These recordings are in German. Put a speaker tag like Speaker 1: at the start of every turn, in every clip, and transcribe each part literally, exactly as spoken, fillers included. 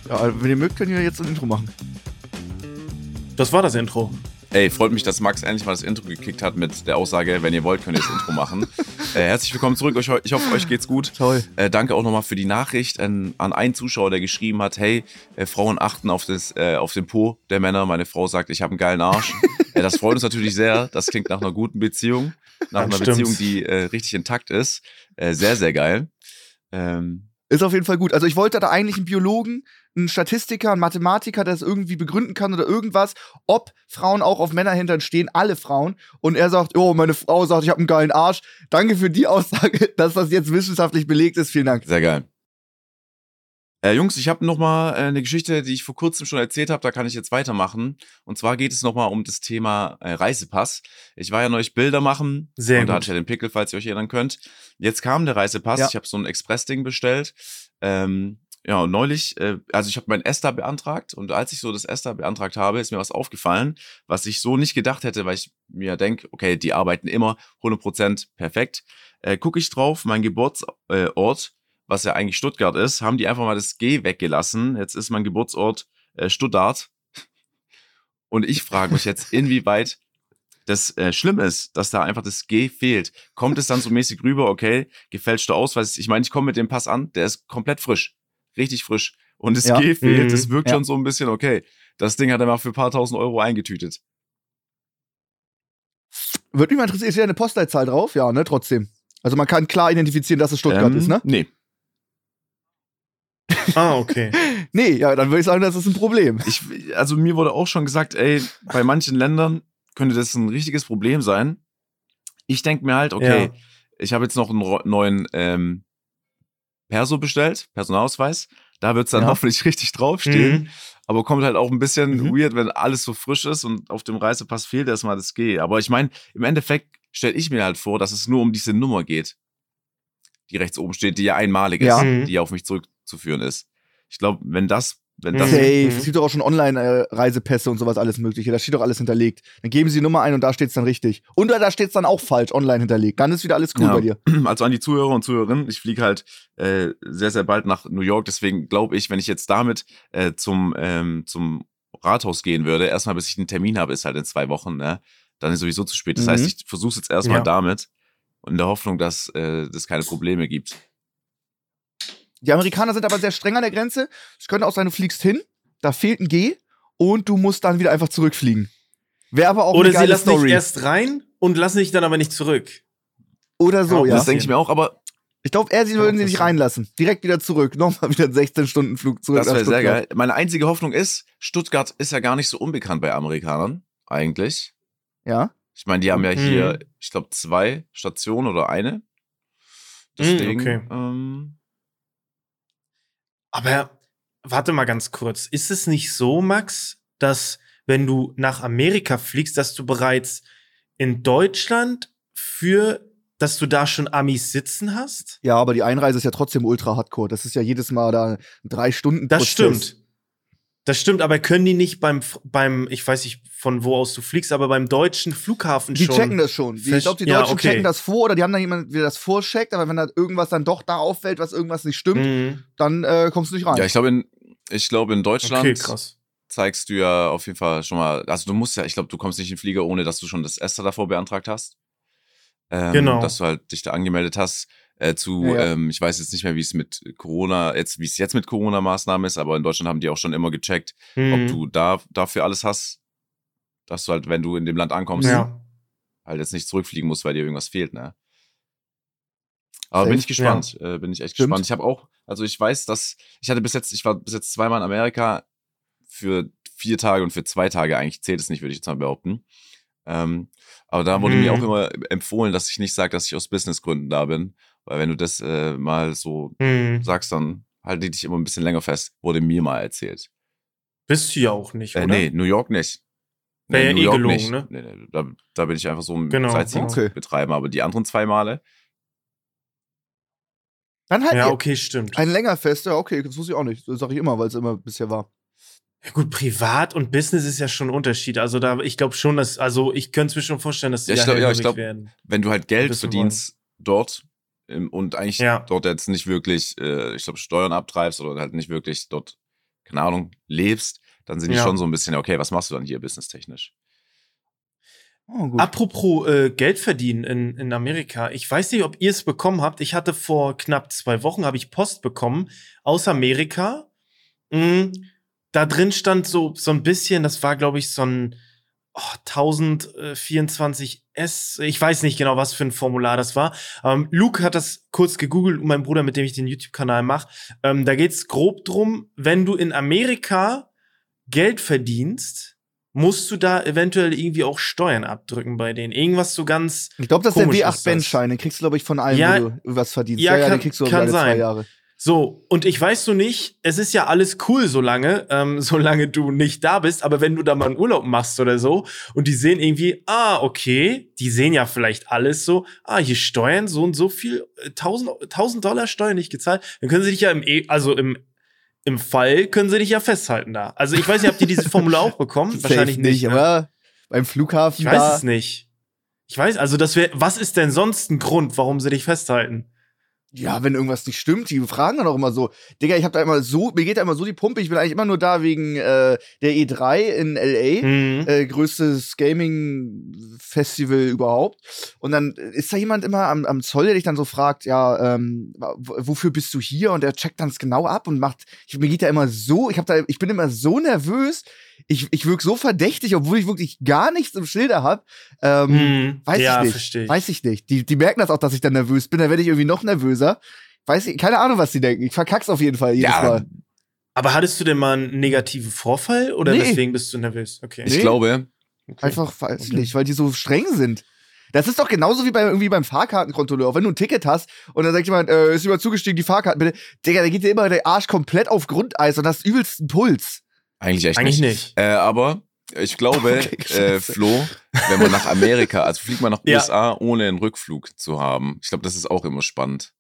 Speaker 1: Ja, wenn ihr mögt, könnt ihr jetzt ein Intro machen.
Speaker 2: Das war das Intro.
Speaker 3: Ey, freut mich, dass Max endlich mal das Intro gekickt hat mit der Aussage, wenn ihr wollt, könnt ihr das Intro machen. Äh, herzlich willkommen zurück. Ich hoffe, euch geht's gut.
Speaker 1: Toll.
Speaker 3: Äh, danke auch nochmal für die Nachricht an, an einen Zuschauer, der geschrieben hat, hey, äh, Frauen achten auf, das, äh, auf den Po der Männer. Meine Frau sagt, ich habe einen geilen Arsch. äh, das freut uns natürlich sehr. Das klingt nach einer guten Beziehung. Nach
Speaker 2: Dann
Speaker 3: einer
Speaker 2: stimmt's.
Speaker 3: Beziehung, die äh, richtig intakt ist. Äh, sehr, sehr geil. Ähm,
Speaker 1: Ist auf jeden Fall gut. Also ich wollte da eigentlich einen Biologen, einen Statistiker, einen Mathematiker, der das irgendwie begründen kann oder irgendwas, ob Frauen auch auf Männerhintern stehen, alle Frauen. Und er sagt, oh, meine Frau sagt, ich habe einen geilen Arsch. Danke für die Aussage, dass das jetzt wissenschaftlich belegt ist. Vielen Dank.
Speaker 3: Sehr geil. Äh, Jungs, ich habe nochmal äh, eine Geschichte, die ich vor kurzem schon erzählt habe, da kann ich jetzt weitermachen. Und zwar geht es nochmal um das Thema äh, Reisepass. Ich war ja neulich Bilder machen.
Speaker 2: Sehr
Speaker 3: und da
Speaker 2: gut.
Speaker 3: hatte ich ja den Pickel, falls ihr euch erinnern könnt. Jetzt kam der Reisepass,
Speaker 1: Ja.
Speaker 3: ich habe so ein Express-Ding bestellt. Ähm, ja, und neulich, äh, also ich habe mein ESTA beantragt. Und als ich so das ESTA beantragt habe, ist mir was aufgefallen, was ich so nicht gedacht hätte, weil ich mir denke, okay, die arbeiten immer hundert Prozent perfekt. Äh, gucke ich drauf, mein Geburtsort, äh, Ort, was ja eigentlich Stuttgart ist, haben die einfach mal das G weggelassen. Jetzt ist mein Geburtsort äh, Stuttgart. Und ich frage mich jetzt, inwieweit das äh, schlimm ist, dass da einfach das G fehlt. Kommt es dann so mäßig rüber, okay, gefälschter Ausweis. Ich meine, ich komme mit dem Pass an, der ist komplett frisch. Richtig frisch. Und das
Speaker 1: Ja.
Speaker 3: G fehlt,
Speaker 2: Mhm.
Speaker 3: das wirkt
Speaker 1: Ja.
Speaker 3: schon so ein bisschen, okay, das Ding hat er mal für ein paar tausend Euro eingetütet.
Speaker 1: Würde mich mal interessieren, ist wieder eine Postleitzahl drauf? Ja, ne, trotzdem. Also man kann klar identifizieren, dass es Stuttgart
Speaker 3: Ähm,
Speaker 1: ist, ne?
Speaker 3: Nee.
Speaker 2: Ah, okay.
Speaker 1: Nee, ja, dann würde ich sagen, das ist ein Problem.
Speaker 3: Ich, also mir wurde auch schon gesagt, ey, bei manchen Ländern könnte das ein richtiges Problem sein. Ich denke mir halt, okay,
Speaker 2: Ja.
Speaker 3: ich habe jetzt noch einen ro- neuen ähm, Perso bestellt, Personalausweis. Da wird es dann
Speaker 1: Ja.
Speaker 3: hoffentlich richtig draufstehen.
Speaker 2: Mhm.
Speaker 3: Aber kommt halt auch ein bisschen
Speaker 2: Mhm.
Speaker 3: weird, wenn alles so frisch ist und auf dem Reisepass fehlt erstmal das G. Aber ich meine, im Endeffekt stelle ich mir halt vor, dass es nur um diese Nummer geht, die rechts oben steht, die ja einmalig ist,
Speaker 1: Ja.
Speaker 2: Mhm.
Speaker 3: die ja auf mich zurückzuführen ist. Ich glaube, wenn das, wenn das,
Speaker 2: Mhm.
Speaker 1: Safe. Es gibt doch auch schon Online-Reisepässe und sowas alles Mögliche. Da steht doch alles hinterlegt. Dann geben sie die Nummer ein und da steht's dann richtig. Und da steht's dann auch falsch online hinterlegt. Dann ist wieder alles cool
Speaker 3: Ja.
Speaker 1: bei dir.
Speaker 3: Also an die Zuhörer und Zuhörerinnen, ich fliege halt äh, sehr, sehr bald nach New York, deswegen glaube ich, wenn ich jetzt damit äh, zum, ähm, zum Rathaus gehen würde, erstmal bis ich einen Termin habe, ist halt in zwei Wochen, ne? Dann ist sowieso zu spät. Das
Speaker 1: Mhm.
Speaker 3: heißt, ich versuche es jetzt erstmal
Speaker 2: Ja.
Speaker 3: damit und in der Hoffnung, dass äh, es keine Probleme gibt.
Speaker 1: Die Amerikaner sind aber sehr streng an der Grenze. Es könnte auch sein, du fliegst hin, da fehlt ein G und du musst dann wieder einfach zurückfliegen. Wäre aber auch
Speaker 2: Oder
Speaker 1: eine
Speaker 2: sie
Speaker 1: geile
Speaker 2: lassen
Speaker 1: Story.
Speaker 2: dich erst rein und lassen dich dann aber nicht zurück.
Speaker 1: Oder so,
Speaker 2: Ja,
Speaker 1: ja.
Speaker 3: Das denke ich mir auch, aber
Speaker 1: Ich glaube, er, sie
Speaker 2: Kann
Speaker 1: würden
Speaker 2: auch
Speaker 1: sie nicht
Speaker 2: passieren.
Speaker 1: reinlassen. Direkt wieder zurück. Nochmal wieder einen sechzehn-Stunden-Flug zurück
Speaker 3: das
Speaker 1: nach
Speaker 3: wäre sehr
Speaker 1: Stuttgart.
Speaker 3: geil. Meine einzige Hoffnung ist, Stuttgart ist ja gar nicht so unbekannt bei Amerikanern, eigentlich.
Speaker 1: Ja.
Speaker 3: Ich meine, die haben ja
Speaker 2: Mhm.
Speaker 3: hier, ich glaube, zwei Stationen oder eine. Deswegen,
Speaker 2: okay.
Speaker 3: ähm,
Speaker 2: Aber warte mal ganz kurz. Ist es nicht so, Max, dass wenn du nach Amerika fliegst, dass du bereits in Deutschland für, dass du da schon Amis sitzen hast?
Speaker 1: Ja, aber die Einreise ist ja trotzdem ultra hardcore. Das ist ja jedes Mal da ein drei Stunden
Speaker 2: Das stimmt. Das stimmt, aber können die nicht beim, beim, ich weiß nicht, von wo aus du fliegst, aber beim deutschen Flughafen
Speaker 1: Die
Speaker 2: schon?
Speaker 1: checken das schon. Die, ich
Speaker 2: Versch-
Speaker 1: glaube, die
Speaker 2: Ja,
Speaker 1: Deutschen
Speaker 2: okay.
Speaker 1: checken das vor oder die haben dann jemanden, der das vorcheckt, aber wenn da irgendwas dann doch da auffällt, was irgendwas nicht stimmt,
Speaker 2: Mhm.
Speaker 1: dann äh, kommst du nicht rein.
Speaker 3: ja, ich glaube, in, ich glaube, in Deutschland
Speaker 2: Okay, krass.
Speaker 3: zeigst du ja auf jeden Fall schon mal, also du musst ja, ich glaube, du kommst nicht in den Flieger, ohne dass du schon das ESTA davor beantragt hast. Ähm,
Speaker 2: Genau.
Speaker 3: Dass du halt dich da angemeldet hast. Äh, zu,
Speaker 1: Ja, ja.
Speaker 3: ähm, ich weiß jetzt nicht mehr, wie es mit Corona, jetzt, wie es jetzt mit Corona-Maßnahmen ist, aber in Deutschland haben die auch schon immer gecheckt,
Speaker 2: Mhm.
Speaker 3: ob du da dafür alles hast, dass du halt, wenn du in dem Land ankommst,
Speaker 2: Ja.
Speaker 3: halt jetzt nicht zurückfliegen musst, weil dir irgendwas fehlt, ne? Aber
Speaker 1: Safe.
Speaker 3: bin ich gespannt, äh, bin ich echt
Speaker 1: Stimmt.
Speaker 3: gespannt. Ich habe auch, also ich weiß, dass, ich hatte bis jetzt, ich war bis jetzt zweimal in Amerika für vier Tage und für zwei Tage, eigentlich zählt es nicht, würde ich jetzt mal behaupten. Ähm, aber da wurde
Speaker 2: Mhm.
Speaker 3: mir auch immer empfohlen, dass ich nicht sage, dass ich aus Businessgründen da bin, weil wenn du das äh, mal so
Speaker 2: Mhm.
Speaker 3: sagst, dann halte ich dich immer ein bisschen länger fest, wurde mir mal erzählt.
Speaker 2: Bist du ja auch nicht,
Speaker 3: Äh,
Speaker 2: oder?
Speaker 3: nee, New York nicht.
Speaker 2: Wär ja
Speaker 3: New
Speaker 2: eh
Speaker 3: York
Speaker 2: gelogen,
Speaker 3: nicht.
Speaker 2: ne?
Speaker 3: Nee, nee, da, da bin ich einfach so ein
Speaker 2: Genau.
Speaker 3: Sightseeing
Speaker 1: Okay.
Speaker 3: betreiben, aber die anderen zwei Male,
Speaker 1: Dann halt
Speaker 2: Ja,
Speaker 1: ihr
Speaker 2: okay, stimmt.
Speaker 1: ein länger fest, ja, okay, das wusste ich auch nicht. Das sage ich immer, weil es immer bisher war.
Speaker 2: Ja, gut, Privat und Business ist ja schon ein Unterschied. Also da, ich glaube schon, dass, also ich könnte es mir schon vorstellen, dass die
Speaker 3: Ja, ich
Speaker 2: da
Speaker 3: glaub- ja, ich
Speaker 2: hellhörig
Speaker 3: glaub-
Speaker 2: werden.
Speaker 3: wenn du halt Geld
Speaker 2: wissen
Speaker 3: verdienst dort ähm, und eigentlich
Speaker 2: Ja.
Speaker 3: dort jetzt nicht wirklich, äh, ich glaube, Steuern abtreibst oder halt nicht wirklich dort, keine Ahnung, lebst, dann sind die
Speaker 2: Ja.
Speaker 3: schon so ein bisschen, okay, was machst du dann hier businesstechnisch?
Speaker 1: Oh, gut.
Speaker 2: Apropos äh, Geld verdienen in, in Amerika. Ich weiß nicht, ob ihr es bekommen habt. Ich hatte vor knapp zwei Wochen, habe ich Post bekommen aus Amerika. Mm, da drin stand so, so ein bisschen, das war, glaube ich, so ein oh, tausendvierundzwanzig S. Ich weiß nicht genau, was für ein Formular das war. Ähm, Luke hat das kurz gegoogelt und mein Bruder, mit dem ich den YouTube-Kanal mache. Ähm, da geht's grob drum, wenn du in Amerika Geld verdienst, musst du da eventuell irgendwie auch Steuern abdrücken bei denen. Irgendwas so ganz
Speaker 1: Ich glaube, das ist der
Speaker 2: komisch
Speaker 1: W
Speaker 2: ist
Speaker 1: acht Ben-Schein. Den kriegst du, glaube ich, von allem,
Speaker 2: Ja,
Speaker 1: wo du was verdienst.
Speaker 2: ja,
Speaker 1: Ja, ja,
Speaker 2: kann-
Speaker 1: den kriegst du
Speaker 2: kann
Speaker 1: alle zwei
Speaker 2: sein.
Speaker 1: Jahre.
Speaker 2: So, und ich weiß so nicht, es ist ja alles cool, solange, ähm, solange du nicht da bist, aber wenn du da mal einen Urlaub machst oder so und die sehen irgendwie, ah, okay, die sehen ja vielleicht alles so, ah, hier Steuern, so und so viel, äh, tausend, tausend Dollar Steuern nicht gezahlt, dann können sie dich ja im, E- also im, im Fall können sie dich ja festhalten da. Also ich weiß nicht, habt ihr dieses Formular auch bekommen? Wahrscheinlich
Speaker 1: Safe
Speaker 2: nicht, ne?
Speaker 1: aber beim Flughafen
Speaker 2: Ich weiß
Speaker 1: da.
Speaker 2: es nicht. Ich weiß, also das wäre, was ist denn sonst ein Grund, warum sie dich festhalten?
Speaker 1: Ja, wenn irgendwas nicht stimmt, die fragen dann auch immer so, Digga, ich hab da immer so, mir geht da immer so die Pumpe, ich bin eigentlich immer nur da wegen äh, der E drei in L A,
Speaker 2: Mhm.
Speaker 1: äh, größtes Gaming-Festival überhaupt. Und dann ist da jemand immer am, am Zoll, der dich dann so fragt, ja, ähm, w- wofür bist du hier? Und der checkt dann genau ab und macht, ich, mir geht da immer so, ich hab da, ich bin immer so nervös, ich, ich wirk so verdächtig, obwohl ich wirklich gar nichts im Schilder hab. Ähm,
Speaker 2: Mhm.
Speaker 1: Weiß
Speaker 2: ja,
Speaker 1: ich nicht.
Speaker 2: verstehe ich.
Speaker 1: Weiß ich nicht. Die, die merken das auch, dass ich dann nervös bin. Dann werde ich irgendwie noch nervöser. Weiß ich, keine Ahnung, was die denken. Ich verkack's auf jeden Fall jedes
Speaker 3: Ja,
Speaker 1: Mal.
Speaker 2: Aber hattest du denn mal einen negativen Vorfall oder
Speaker 1: Nee.
Speaker 2: deswegen bist du nervös? Okay.
Speaker 3: Ich
Speaker 1: Nee.
Speaker 3: glaube,
Speaker 2: okay.
Speaker 1: Einfach, weiß ich
Speaker 2: Okay.
Speaker 1: nicht, weil die so streng sind. Das ist doch genauso wie bei, irgendwie beim Fahrkartenkontrolleur. Auch wenn du ein Ticket hast und dann sagt jemand, äh, ist jemand zugestiegen, die Fahrkarten bitte. Digga, da geht dir immer der Arsch komplett auf Grundeis und hast übelsten Puls.
Speaker 3: eigentlich echt
Speaker 2: Eigentlich
Speaker 3: nicht.
Speaker 2: nicht.
Speaker 3: Äh, aber ich glaube,
Speaker 1: Okay,
Speaker 3: äh,
Speaker 1: scheiße.
Speaker 3: Flo, wenn man nach Amerika, also fliegt man nach
Speaker 2: Ja.
Speaker 3: U S A, ohne einen Rückflug zu haben. Ich glaube, das ist auch immer spannend.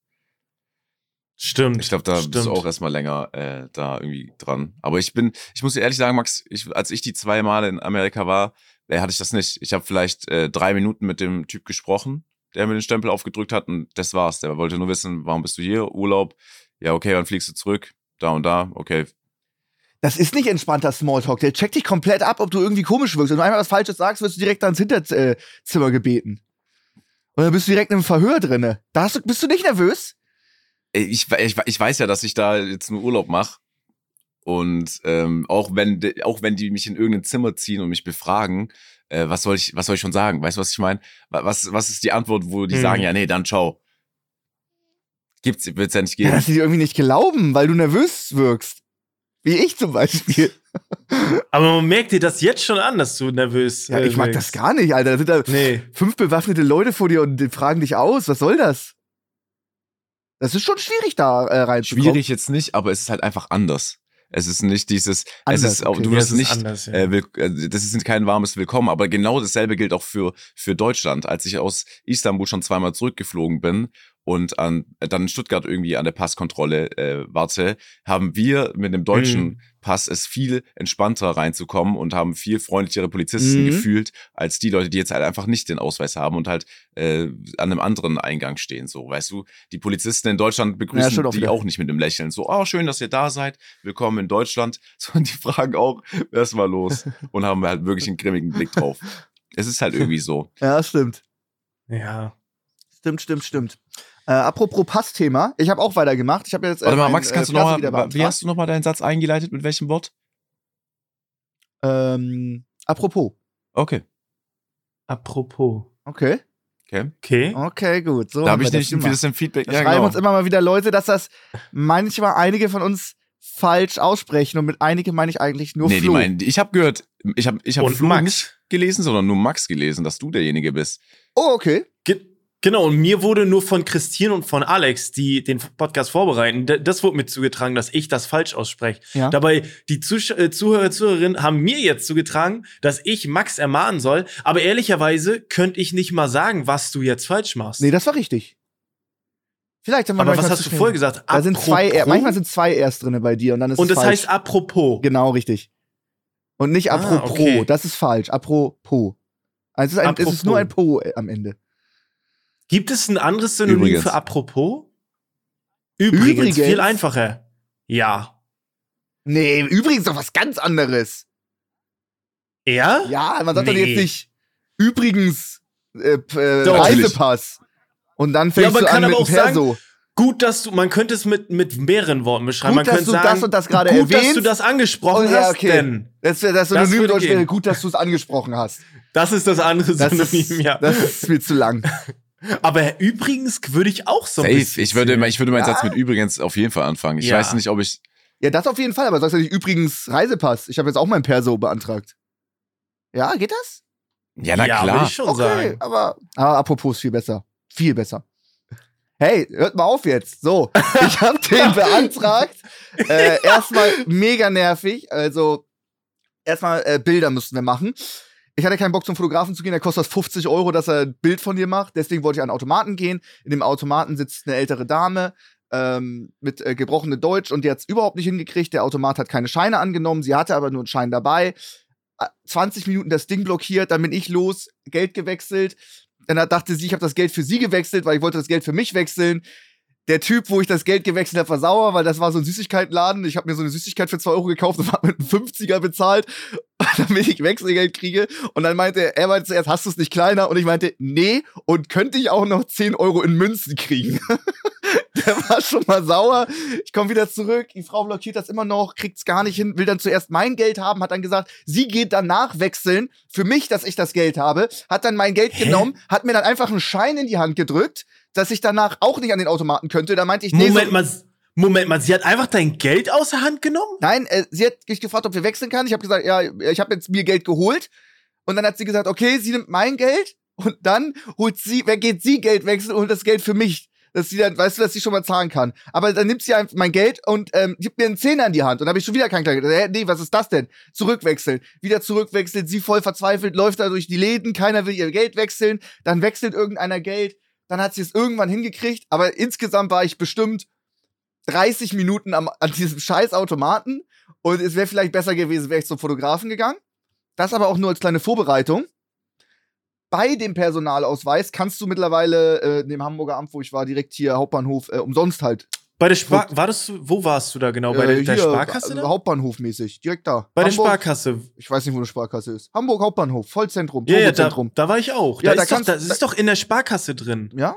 Speaker 2: Stimmt.
Speaker 3: Ich glaube, da
Speaker 2: Stimmt.
Speaker 3: bist du auch erstmal länger äh, da irgendwie dran. Aber ich bin, ich muss dir ehrlich sagen, Max, ich, als ich die zwei Male in Amerika war, äh, hatte ich das nicht. Ich habe vielleicht äh, drei Minuten mit dem Typ gesprochen, der mir den Stempel aufgedrückt hat und das war's. Der wollte nur wissen, warum bist du hier? Urlaub? Ja, okay, wann fliegst du zurück? Da und da, okay.
Speaker 1: Das ist nicht entspannter Smalltalk. Der checkt dich komplett ab, ob du irgendwie komisch wirkst. Wenn du einmal was Falsches sagst, wirst du direkt ans Hinterzimmer gebeten. Und dann bist du direkt im Verhör drinne. Da hast du, bist du nicht nervös?
Speaker 3: Ey, Ich, ich, ich weiß ja, dass ich da jetzt einen Urlaub mache. Und ähm, auch wenn de- auch wenn die mich in irgendein Zimmer ziehen und mich befragen, äh, was soll ich was soll ich schon sagen? Weißt du, was ich meine? Was was ist die Antwort, wo die
Speaker 2: Hm.
Speaker 3: sagen, ja nee, dann ciao. Gibt's wird's ja nicht
Speaker 1: Ja,
Speaker 3: geben.
Speaker 1: dass sie dir irgendwie nicht glauben, weil du nervös wirkst. Wie ich zum Beispiel.
Speaker 2: Aber man merkt dir das jetzt schon an, dass du nervös
Speaker 1: Ja,
Speaker 2: äh,
Speaker 1: ich mag
Speaker 2: wirkst.
Speaker 1: das gar nicht, Alter. Da sind da
Speaker 2: Nee.
Speaker 1: fünf bewaffnete Leute vor dir und die fragen dich aus. Was soll das? Das ist schon schwierig, da äh, reinzukommen.
Speaker 3: Schwierig jetzt nicht, aber es ist halt einfach anders. Es ist nicht dieses,
Speaker 1: Anders,
Speaker 3: es ist auch,
Speaker 1: okay.
Speaker 3: du
Speaker 2: Ja,
Speaker 3: wirst
Speaker 2: es ist
Speaker 3: nicht,
Speaker 2: anders, ja.
Speaker 3: äh, will, äh, das ist kein warmes Willkommen, aber genau dasselbe gilt auch für, für Deutschland. Als ich aus Istanbul schon zweimal zurückgeflogen bin und an, dann in Stuttgart irgendwie an der Passkontrolle äh, warte, haben wir mit dem deutschen
Speaker 2: Mhm.
Speaker 3: Pass es viel entspannter reinzukommen und haben viel freundlichere Polizisten
Speaker 1: Mhm.
Speaker 3: gefühlt, als die Leute, die jetzt halt einfach nicht den Ausweis haben und halt äh, an einem anderen Eingang stehen, so, weißt du. Die Polizisten in Deutschland
Speaker 1: Ja,
Speaker 3: begrüßen
Speaker 1: stimmt auch
Speaker 3: die
Speaker 1: wieder.
Speaker 3: auch nicht mit einem Lächeln, so, oh, schön, dass ihr da seid, willkommen in Deutschland, so, und die fragen auch, wer ist mal los, und haben halt wirklich einen grimmigen Blick drauf. Es ist halt irgendwie so.
Speaker 1: Ja, stimmt.
Speaker 2: Ja.
Speaker 1: Stimmt, stimmt, stimmt. Äh, apropos Passthema, ich habe auch weitergemacht. Ich habe jetzt. Äh,
Speaker 3: Warte mal,
Speaker 1: mein,
Speaker 3: Max,
Speaker 1: äh,
Speaker 3: kannst du
Speaker 1: Perso
Speaker 3: nochmal,
Speaker 1: wieder
Speaker 3: wie
Speaker 1: beantragt.
Speaker 3: hast du nochmal deinen Satz eingeleitet, mit welchem Wort?
Speaker 1: Ähm, apropos.
Speaker 3: Okay,
Speaker 2: Apropos.
Speaker 1: Okay.
Speaker 3: okay.
Speaker 2: Okay.
Speaker 1: Okay, gut. So
Speaker 3: Da
Speaker 1: haben
Speaker 3: habe ich
Speaker 1: wir
Speaker 3: nicht
Speaker 1: das
Speaker 3: viel
Speaker 1: gemacht.
Speaker 3: im Feedback.
Speaker 1: Da
Speaker 3: Ja,
Speaker 1: schreiben
Speaker 3: genau.
Speaker 1: uns immer mal wieder Leute, dass das manchmal einige von uns falsch aussprechen. Und mit einige meine ich eigentlich nur
Speaker 3: nee, die
Speaker 1: Flo.
Speaker 3: meinen, ich habe gehört, ich habe ich hab
Speaker 2: Und
Speaker 3: Flo
Speaker 2: Max.
Speaker 3: nicht gelesen, sondern nur Max gelesen, dass du derjenige bist.
Speaker 1: Oh, okay.
Speaker 2: Ge genau, und mir wurde nur von Christine und von Alex, die den Podcast vorbereiten, d- das wurde mir zugetragen, dass ich das falsch ausspreche.
Speaker 1: Ja.
Speaker 2: Dabei, die Zusch äh, Zuhörer, Zuhörerinnen haben mir jetzt zugetragen, dass ich Max ermahnen soll. Aber ehrlicherweise könnte ich nicht mal sagen, was du jetzt falsch machst.
Speaker 1: Nee, das war richtig. Vielleicht haben wir
Speaker 2: aber
Speaker 1: manchmal
Speaker 2: was hast
Speaker 1: zu
Speaker 2: du
Speaker 1: schnell-
Speaker 2: vorher gesagt?
Speaker 1: Da sind zwei, R,
Speaker 2: Apropos?
Speaker 1: manchmal sind zwei Rs drin bei dir und dann ist
Speaker 2: Und
Speaker 1: es
Speaker 2: das
Speaker 1: falsch.
Speaker 2: heißt apropos.
Speaker 1: Genau, richtig. Und nicht
Speaker 2: Ah,
Speaker 1: apropos,
Speaker 2: okay.
Speaker 1: das ist falsch. Apropos. Also es ist, ein, es ist nur ein Po äh, am Ende.
Speaker 2: Gibt es ein anderes Synonym
Speaker 3: Übrigens.
Speaker 2: für apropos? Übrigens,
Speaker 1: Übrigens.
Speaker 2: viel einfacher. Ja.
Speaker 1: Nee, übrigens doch was ganz anderes.
Speaker 2: Ja?
Speaker 1: Ja, man sagt
Speaker 2: Nee.
Speaker 1: doch jetzt nicht übrigens äh, äh,
Speaker 2: Doch.
Speaker 1: Reisepass. Und dann fängst
Speaker 2: man
Speaker 1: du
Speaker 2: kann
Speaker 1: an mit
Speaker 2: aber
Speaker 1: dem
Speaker 2: auch sagen,
Speaker 1: Perso.
Speaker 2: Gut, dass du, man könnte es mit, mit mehreren Worten beschreiben.
Speaker 1: Gut,
Speaker 2: man
Speaker 1: dass
Speaker 2: könnte
Speaker 1: du
Speaker 2: sagen,
Speaker 1: das und das gerade
Speaker 2: gut, dass
Speaker 1: erwähnst.
Speaker 2: du das angesprochen
Speaker 1: Oh, ja,
Speaker 2: hast,
Speaker 1: okay.
Speaker 2: denn
Speaker 1: Das wäre das
Speaker 2: Das
Speaker 1: Synonym
Speaker 2: würde
Speaker 1: Deutsch wäre
Speaker 2: gehen.
Speaker 1: gut, dass du es angesprochen hast.
Speaker 2: das ist das andere
Speaker 1: Das
Speaker 2: Synonym,
Speaker 1: ist,
Speaker 2: ja.
Speaker 1: das ist mir zu lang.
Speaker 2: Aber übrigens würde ich auch so ein
Speaker 3: Safe.
Speaker 2: bisschen
Speaker 3: Ich würde,
Speaker 2: zählen.
Speaker 3: ich würde meinen
Speaker 1: Ja?
Speaker 3: Satz mit übrigens auf jeden Fall anfangen. Ich
Speaker 2: Ja.
Speaker 3: weiß nicht, ob ich.
Speaker 1: Ja, das auf jeden Fall, aber sagst du nicht übrigens Reisepass. Ich habe jetzt auch mein Perso beantragt. Ja, geht das?
Speaker 3: Ja, na
Speaker 2: ja, würde
Speaker 3: klar.
Speaker 2: ich schon
Speaker 1: Okay,
Speaker 2: sagen.
Speaker 1: aber, aber apropos viel besser. Viel besser. Hey, hört mal auf jetzt. So, ich habe den beantragt. Äh, erstmal mega nervig. Also, erstmal äh, Bilder müssten wir machen. Ich hatte keinen Bock zum Fotografen zu gehen, der kostet fünfzig Euro, dass er ein Bild von dir macht. Deswegen wollte ich an den Automaten gehen. In dem Automaten sitzt eine ältere Dame ähm, mit äh, gebrochenem Deutsch und die hat es überhaupt nicht hingekriegt. Der Automat hat keine Scheine angenommen, sie hatte aber nur einen Schein dabei. zwanzig Minuten das Ding blockiert, dann bin ich los, Geld gewechselt. Dann dachte sie, ich habe das Geld für sie gewechselt, weil ich wollte das Geld für mich wechseln. Der Typ, wo ich das Geld gewechselt habe, war sauer, weil das war so ein Süßigkeitenladen. Ich habe mir so eine Süßigkeit für zwei Euro gekauft und habe mit einem fünfziger bezahlt, damit ich Wechselgeld kriege. Und dann meinte er, er meinte zuerst, hast du es nicht kleiner? Und ich meinte, nee, und könnte ich auch noch zehn Euro in Münzen kriegen? Der war schon mal sauer. Ich komme wieder zurück, die Frau blockiert das immer noch, kriegt's gar nicht hin, will dann zuerst mein Geld haben, hat dann gesagt, sie geht danach wechseln, für mich, dass ich das Geld habe, hat dann mein Geld
Speaker 2: Hä?
Speaker 1: genommen, hat mir dann einfach einen Schein in die Hand gedrückt, dass ich danach auch nicht an den Automaten könnte. Da meinte ich, nee,
Speaker 2: Moment
Speaker 1: so,
Speaker 2: mal, Moment mal, sie hat einfach dein Geld aus der Hand genommen?
Speaker 1: nein, äh, sie hat mich gefragt, ob wir wechseln kann. Ich habe gesagt, ja, ich habe jetzt mir Geld geholt. Und dann hat sie gesagt, okay, sie nimmt mein Geld und dann holt sie, wer geht sie Geld wechseln und holt das Geld für mich. Dass sie dann, weißt du, dass sie schon mal zahlen kann. Aber dann nimmt sie einfach mein Geld und ähm, gibt mir einen Zehner in die Hand. Und dann habe ich schon wieder kein Kleingeld. Hä, nee, was ist das denn? Zurückwechseln. Wieder zurückwechseln. Sie voll verzweifelt, läuft da durch die Läden. Keiner will ihr Geld wechseln. Dann wechselt irgendeiner Geld. Dann hat sie es irgendwann hingekriegt. Aber insgesamt war ich bestimmt dreißig Minuten am, an diesem scheiß Automaten. Und es wäre vielleicht besser gewesen, wäre ich zum Fotografen gegangen. Das aber auch nur als kleine Vorbereitung. Bei dem Personalausweis kannst du mittlerweile äh, in dem Hamburger Amt, wo ich war, direkt hier Hauptbahnhof, äh, umsonst halt.
Speaker 2: Bei der Spar warst du, wo warst du da genau? Bei der,
Speaker 1: Äh,
Speaker 2: der
Speaker 1: hier,
Speaker 2: Sparkasse?
Speaker 1: äh,
Speaker 2: Da?
Speaker 1: Hauptbahnhofmäßig, direkt da.
Speaker 2: Bei der
Speaker 1: Hamburg,
Speaker 2: Sparkasse.
Speaker 1: Ich weiß nicht, wo eine Sparkasse ist. Hamburg Hauptbahnhof, Vollzentrum,
Speaker 2: Ja, ja, da,
Speaker 1: Turbozentrum.
Speaker 2: da war ich auch.
Speaker 1: Ja,
Speaker 2: da
Speaker 1: da
Speaker 2: ist doch,
Speaker 1: kannst-
Speaker 2: das ist doch in der Sparkasse drin.
Speaker 1: Ja?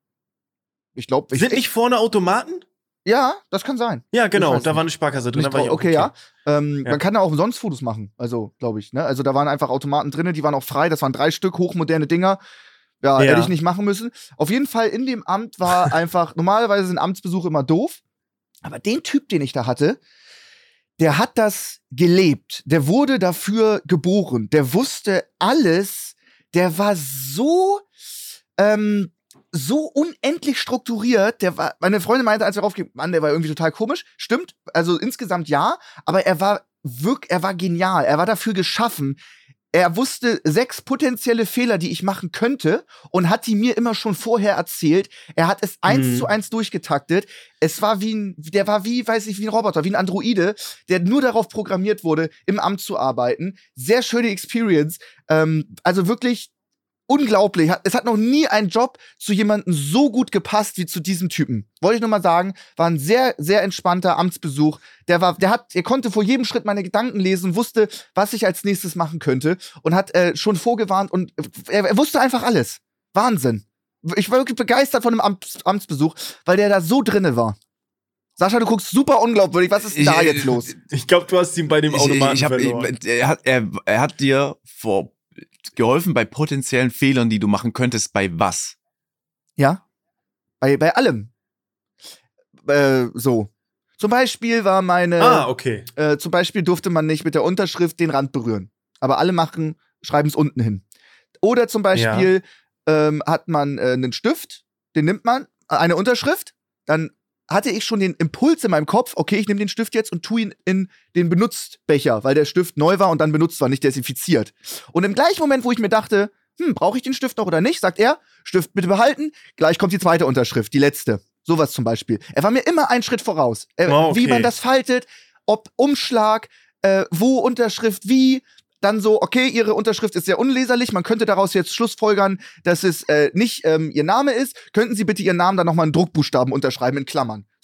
Speaker 1: Ich glaube, ich,
Speaker 2: Sind
Speaker 1: ich,
Speaker 2: nicht vorne Automaten?
Speaker 1: ja, das kann sein.
Speaker 2: Ja, genau,
Speaker 1: weiß
Speaker 2: da
Speaker 1: nicht.
Speaker 2: war eine Sparkasse drin.
Speaker 1: Nicht
Speaker 2: Da war ich
Speaker 1: trau-
Speaker 2: auch.
Speaker 1: okay, ja. Ähm,
Speaker 2: Ja.
Speaker 1: Man kann da auch umsonst Fotos machen. Also, glaube ich. Ne? Also, da waren einfach Automaten drin, die waren auch frei. Das waren drei Stück, hochmoderne Dinger. Ja,
Speaker 2: Ja.
Speaker 1: hätte ich nicht machen müssen. Auf jeden Fall in dem Amt war einfach, normalerweise sind Amtsbesuche immer doof. Aber den Typ, den ich da hatte, der hat das gelebt. Der wurde dafür geboren. Der wusste alles. Der war so, ähm, so unendlich strukturiert. Der war, meine Freundin meinte, als wir raufgehen, Mann, der war irgendwie total komisch. Stimmt, also insgesamt ja, aber er war wirklich, er war genial. Er war dafür geschaffen. Er wusste sechs potenzielle Fehler, die ich machen könnte und hat die mir immer schon vorher erzählt. Er hat es eins
Speaker 2: Mhm.
Speaker 1: zu eins durchgetaktet. Es war wie ein, der war wie, weiß ich, wie ein Roboter, wie ein Androide, der nur darauf programmiert wurde, im Amt zu arbeiten. Sehr schöne Experience. Ähm, also wirklich unglaublich. Es hat noch nie ein Job zu jemandem so gut gepasst wie zu diesem Typen. Wollte ich nur mal sagen, war ein sehr, sehr entspannter Amtsbesuch. Der war, der hat, er konnte vor jedem Schritt meine Gedanken lesen, wusste, was ich als nächstes machen könnte und hat äh, schon vorgewarnt und er, er wusste einfach alles. Wahnsinn. Ich war wirklich begeistert von dem Amts, Amtsbesuch, weil der da so drinne war. Sascha, du guckst super unglaubwürdig. Was ist denn da
Speaker 3: Ich-
Speaker 1: jetzt los?
Speaker 2: Ich glaube, du hast ihn bei dem
Speaker 3: Ich,
Speaker 2: Automaten
Speaker 3: ich hab,
Speaker 2: verloren.
Speaker 3: ich, er, hat, er, er hat dir vor, geholfen bei potenziellen Fehlern, die du machen könntest, bei was?
Speaker 1: Ja? Bei, bei allem. Äh, so. Zum Beispiel war meine.
Speaker 2: ah, okay.
Speaker 1: Äh, zum Beispiel durfte man nicht mit der Unterschrift den Rand berühren. Aber alle machen, schreiben es unten hin. Oder zum Beispiel ähm, hat man äh, einen Stift, den nimmt man, äh, eine Unterschrift, dann hatte ich schon den Impuls in meinem Kopf, okay, ich nehme den Stift jetzt und tue ihn in den Benutztbecher, weil der Stift neu war und dann benutzt war, nicht desinfiziert. Und im gleichen Moment, wo ich mir dachte, hm, brauche ich den Stift noch oder nicht, sagt er, Stift bitte behalten, gleich kommt die zweite Unterschrift, die letzte. Sowas zum Beispiel. Er war mir immer einen Schritt voraus. Er,
Speaker 2: Oh, okay.
Speaker 1: Wie man das faltet, ob Umschlag, äh, wo Unterschrift, wie. Dann so, okay, ihre Unterschrift ist sehr unleserlich, man könnte daraus jetzt schlussfolgern, dass es äh, nicht ähm, ihr Name ist. Könnten Sie bitte Ihren Namen dann nochmal in Druckbuchstaben unterschreiben, in Klammern.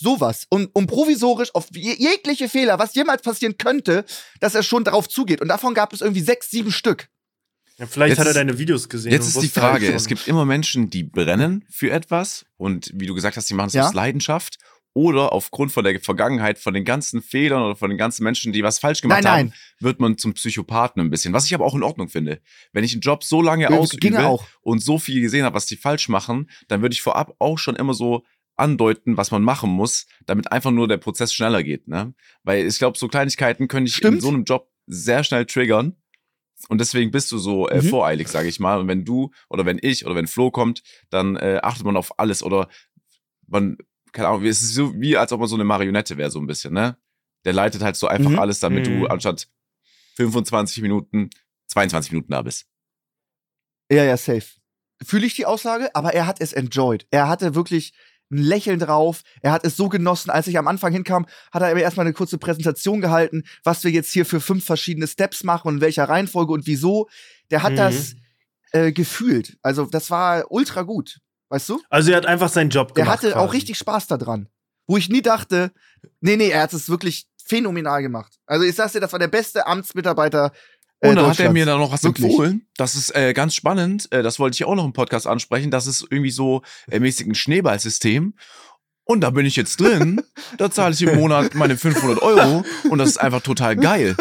Speaker 1: sowas. Und um provisorisch auf je- jegliche Fehler, was jemals passieren könnte, dass er schon darauf zugeht. Und davon gab es irgendwie sechs, sieben Stück.
Speaker 2: Ja, vielleicht
Speaker 3: Jetzt
Speaker 2: hat er
Speaker 3: ist-
Speaker 2: deine Videos gesehen.
Speaker 3: Jetzt
Speaker 2: und
Speaker 3: ist die
Speaker 2: wusste halt
Speaker 3: Frage,
Speaker 2: schon.
Speaker 3: es gibt immer Menschen, die brennen für etwas und wie du gesagt hast, die machen es
Speaker 1: Ja.
Speaker 3: aus Leidenschaft oder aufgrund von der Vergangenheit, von den ganzen Fehlern oder von den ganzen Menschen, die was falsch gemacht
Speaker 1: Nein,
Speaker 3: haben,
Speaker 1: nein.
Speaker 3: wird man zum Psychopathen ein bisschen. Was ich aber auch in Ordnung finde. Wenn ich einen Job so lange
Speaker 1: Ginge
Speaker 3: ausübe
Speaker 1: auch.
Speaker 3: und so viel gesehen habe, was die falsch machen, dann würde ich vorab auch schon immer so andeuten, was man machen muss, damit einfach nur der Prozess schneller geht. Ne? Weil ich glaube, so Kleinigkeiten können dich in
Speaker 1: Stimmt.
Speaker 3: so einem Job sehr schnell triggern. Und deswegen bist du so äh,
Speaker 1: Mhm.
Speaker 3: voreilig, sage ich mal. Und wenn du oder wenn ich oder wenn Flo kommt, dann äh, achtet man auf alles. Oder man, keine Ahnung, es ist so wie, als ob man so eine Marionette wäre, so ein bisschen, ne? Der leitet halt so einfach
Speaker 1: Mhm.
Speaker 3: alles, damit
Speaker 2: Mhm.
Speaker 3: du anstatt fünfundzwanzig Minuten zweiundzwanzig Minuten da bist.
Speaker 1: Ja, ja, safe. Fühle ich die Aussage, aber er hat es enjoyed. Er hatte wirklich ein Lächeln drauf. Er hat es so genossen. Als ich am Anfang hinkam, hat er mir erstmal eine kurze Präsentation gehalten, was wir jetzt hier für fünf verschiedene Steps machen und in welcher Reihenfolge und wieso. Der hat
Speaker 2: Mhm.
Speaker 1: das äh, gefühlt. Also, das war ultra gut. Weißt du?
Speaker 2: Also er hat einfach seinen Job
Speaker 1: Der
Speaker 2: gemacht.
Speaker 1: hatte auch
Speaker 2: quasi.
Speaker 1: richtig Spaß daran. Wo ich nie dachte, nee, nee, er hat es wirklich phänomenal gemacht. Also, ich sag's dir, das war der beste Amtsmitarbeiter äh,
Speaker 3: Und dann hat er
Speaker 1: Deutschlands.
Speaker 3: mir dann noch was
Speaker 1: Wirklich.
Speaker 3: empfohlen. Das ist äh, ganz spannend. Äh, das wollte ich auch noch im Podcast ansprechen. Das ist irgendwie so äh, mäßig ein Schneeballsystem. Und da bin ich jetzt drin. Da zahle ich im Monat meine fünfhundert Euro. Und das ist einfach total geil.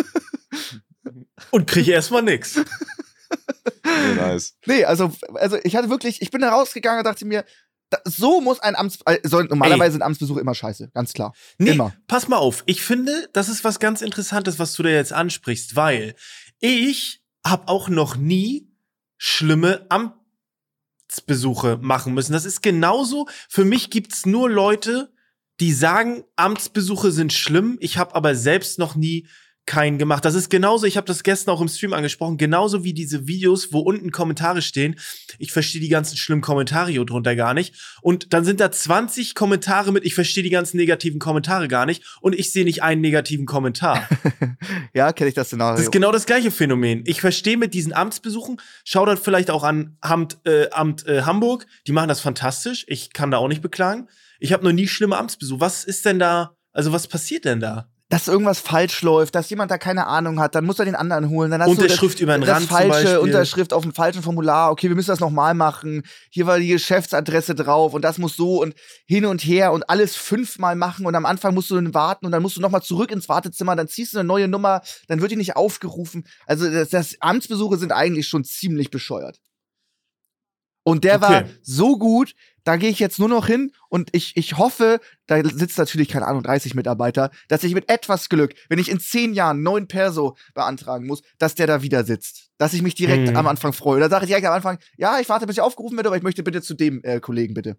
Speaker 2: Und krieg erstmal nix.
Speaker 3: Ja, nice.
Speaker 1: Nee, also, also ich hatte wirklich, ich bin da rausgegangen und dachte mir, da, so muss ein Amts... Also normalerweise sind Amtsbesuche immer scheiße, ganz klar.
Speaker 2: Nee,
Speaker 1: Immer.
Speaker 2: pass mal auf. Ich finde, das ist was ganz Interessantes, was du da jetzt ansprichst, weil ich habe auch noch nie schlimme Amtsbesuche machen müssen. Das ist genauso. Für mich gibt's nur Leute, die sagen, Amtsbesuche sind schlimm. Ich habe aber selbst noch nie keinen gemacht. Das ist genauso, ich habe das gestern auch im Stream angesprochen, genauso wie diese Videos, wo unten Kommentare stehen. Ich verstehe die ganzen schlimmen Kommentare hier drunter gar nicht. Und dann sind da zwanzig Kommentare mit, ich verstehe die ganzen negativen Kommentare gar nicht. Und ich sehe nicht einen negativen Kommentar.
Speaker 1: Ja, kenne ich das Szenario.
Speaker 2: Das ist genau das gleiche Phänomen. Ich verstehe mit diesen Amtsbesuchen, schau dann vielleicht auch an Amt, äh, Amt äh, Hamburg, die machen das fantastisch. Ich kann da auch nicht beklagen. Ich habe noch nie schlimme Amtsbesuche. Was ist denn da, also was passiert denn da?
Speaker 1: Dass irgendwas falsch läuft, dass jemand da keine Ahnung hat, dann muss er den anderen holen. Dann hast
Speaker 2: Unterschrift
Speaker 1: du
Speaker 2: über den
Speaker 1: das,
Speaker 2: Rand
Speaker 1: das
Speaker 2: zum
Speaker 1: falsche
Speaker 2: Beispiel.
Speaker 1: Unterschrift auf dem falschen Formular. Okay, wir müssen das nochmal machen. Hier war die Geschäftsadresse drauf und das muss so und hin und her und alles fünfmal machen und am Anfang musst du dann warten und dann musst du nochmal zurück ins Wartezimmer, dann ziehst du eine neue Nummer, dann wird die nicht aufgerufen. Also das, das Amtsbesuche sind eigentlich schon ziemlich bescheuert. Und der
Speaker 2: Okay.
Speaker 1: war so gut, da gehe ich jetzt nur noch hin und ich, ich hoffe, da sitzt natürlich, keine Ahnung, dreißig Mitarbeiter, dass ich mit etwas Glück, wenn ich in zehn Jahren einen neuen Perso beantragen muss, dass der da wieder sitzt. Dass ich mich direkt
Speaker 2: Mhm.
Speaker 1: am Anfang freue. Da sage ich direkt am Anfang, ja, ich warte, bis ich aufgerufen werde, aber ich möchte bitte zu dem äh, Kollegen, bitte.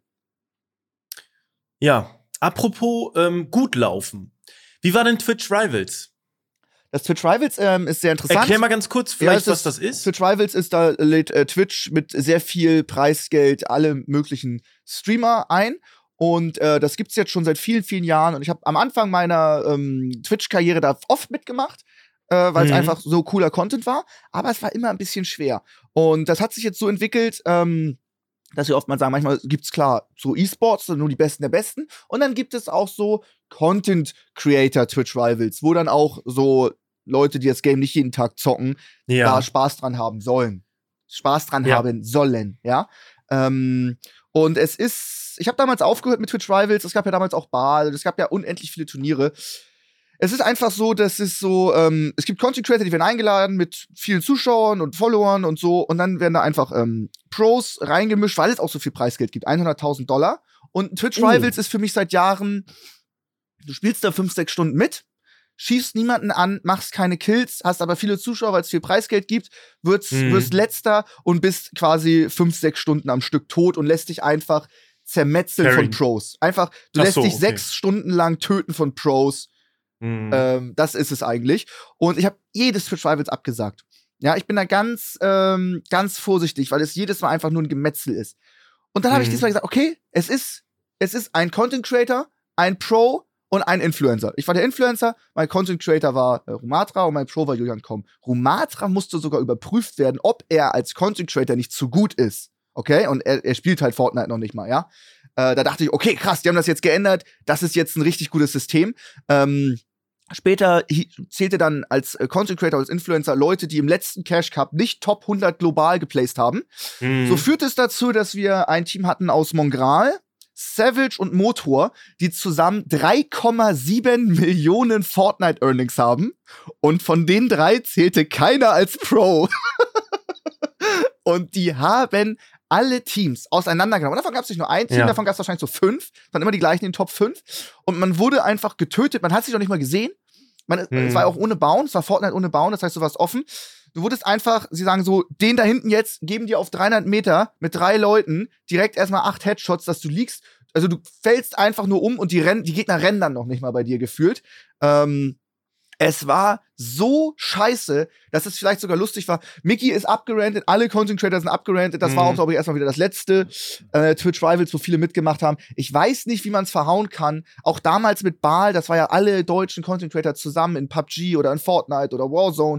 Speaker 2: Ja, apropos ähm, gut laufen. Wie war denn Twitch Rivals?
Speaker 1: Das Twitch Rivals ähm, ist sehr interessant.
Speaker 2: Erklär mal ganz kurz vielleicht,
Speaker 1: Ja,
Speaker 2: was das ist.
Speaker 1: Twitch Rivals ist, da lädt äh, Twitch mit sehr viel Preisgeld alle möglichen Streamer ein. Und äh, das gibt's jetzt schon seit vielen, vielen Jahren. Und ich habe am Anfang meiner ähm, Twitch-Karriere da oft mitgemacht, äh, weil es
Speaker 2: Mhm.
Speaker 1: einfach so cooler Content war. Aber es war immer ein bisschen schwer. Und das hat sich jetzt so entwickelt, ähm, dass wir oft mal sagen, manchmal gibt's klar so E-Sports, nur die Besten der Besten. Und dann gibt es auch so Content-Creator Twitch Rivals, wo dann auch so Leute, die das Game nicht jeden Tag zocken,
Speaker 2: Ja.
Speaker 1: da Spaß dran haben sollen. Spaß dran
Speaker 2: Ja.
Speaker 1: haben sollen, ja. Ähm, und es ist, ich habe damals aufgehört mit Twitch Rivals, es gab ja damals auch Ball, es gab ja unendlich viele Turniere. Es ist einfach so, dass es so, ähm, es gibt Content Creator, die werden eingeladen mit vielen Zuschauern und Followern und so, und dann werden da einfach ähm, Pros reingemischt, weil es auch so viel Preisgeld gibt, hunderttausend Dollar. Und Twitch
Speaker 2: Oh.
Speaker 1: Rivals ist für mich seit Jahren, du spielst da fünf, sechs Stunden mit, schießt niemanden an, machst keine Kills, hast aber viele Zuschauer, weil es viel Preisgeld gibt, wirst,
Speaker 2: Mhm.
Speaker 1: wirst letzter und bist quasi fünf, sechs Stunden am Stück tot und lässt dich einfach zermetzeln
Speaker 2: Carry.
Speaker 1: von Pros. Einfach, du
Speaker 2: Ach
Speaker 1: lässt
Speaker 2: so,
Speaker 1: dich
Speaker 2: okay.
Speaker 1: sechs Stunden lang töten von Pros.
Speaker 2: Mhm.
Speaker 1: Ähm, das ist es eigentlich. Und ich habe jedes Twitch Rivals abgesagt. Ja, ich bin da ganz, ähm, ganz vorsichtig, weil es jedes Mal einfach nur ein Gemetzel ist. Und dann habe ich
Speaker 2: Mhm.
Speaker 1: diesmal gesagt, okay, es ist, es ist ein Content Creator, ein Pro und ein Influencer. Ich war der Influencer, mein Content Creator war äh, Rumatra und mein Pro war Julian Komm. Rumatra musste sogar überprüft werden, ob er als Content Creator nicht zu gut ist. Okay? Und er, er spielt halt Fortnite noch nicht mal, ja? Äh, da dachte ich, okay, krass, die haben das jetzt geändert. Das ist jetzt ein richtig gutes System. Ähm, Später zählte dann als äh, Content Creator, als Influencer Leute, die im letzten Cash Cup nicht Top hundert global geplaced haben.
Speaker 2: Mhm.
Speaker 1: So führte es dazu, dass wir ein Team hatten aus Mongral, Savage und Motor, die zusammen drei Komma sieben Millionen Fortnite-Earnings haben. Und von den drei zählte keiner als Pro. Und die haben alle Teams auseinandergenommen. Und davon gab es nicht nur ein Team,
Speaker 2: Ja.
Speaker 1: davon gab es wahrscheinlich so fünf. Dann immer die gleichen in den Top fünf. Und man wurde einfach getötet. Man hat sich noch nicht mal gesehen. Man,
Speaker 2: Hm.
Speaker 1: Es war auch ohne Bauen. Es war Fortnite ohne Bauen. Das heißt, du warst offen. Du wurdest einfach, sie sagen so, den da hinten jetzt geben dir auf dreihundert Meter mit drei Leuten direkt erstmal acht Headshots, dass du liegst. Also du fällst einfach nur um und die, Renn die Gegner rennen dann noch nicht mal bei dir gefühlt. Ähm, Es war so scheiße, dass es vielleicht sogar lustig war. Mickey ist abgerantet, alle Content Creator sind abgerantet. Das
Speaker 2: Mhm.
Speaker 1: war auch, glaube ich, erstmal wieder das letzte äh, Twitch Rivals, wo viele mitgemacht haben. Ich weiß nicht, wie man es verhauen kann. Auch damals mit Baal, das war ja alle deutschen Content Creator zusammen in P U B G oder in Fortnite oder Warzone.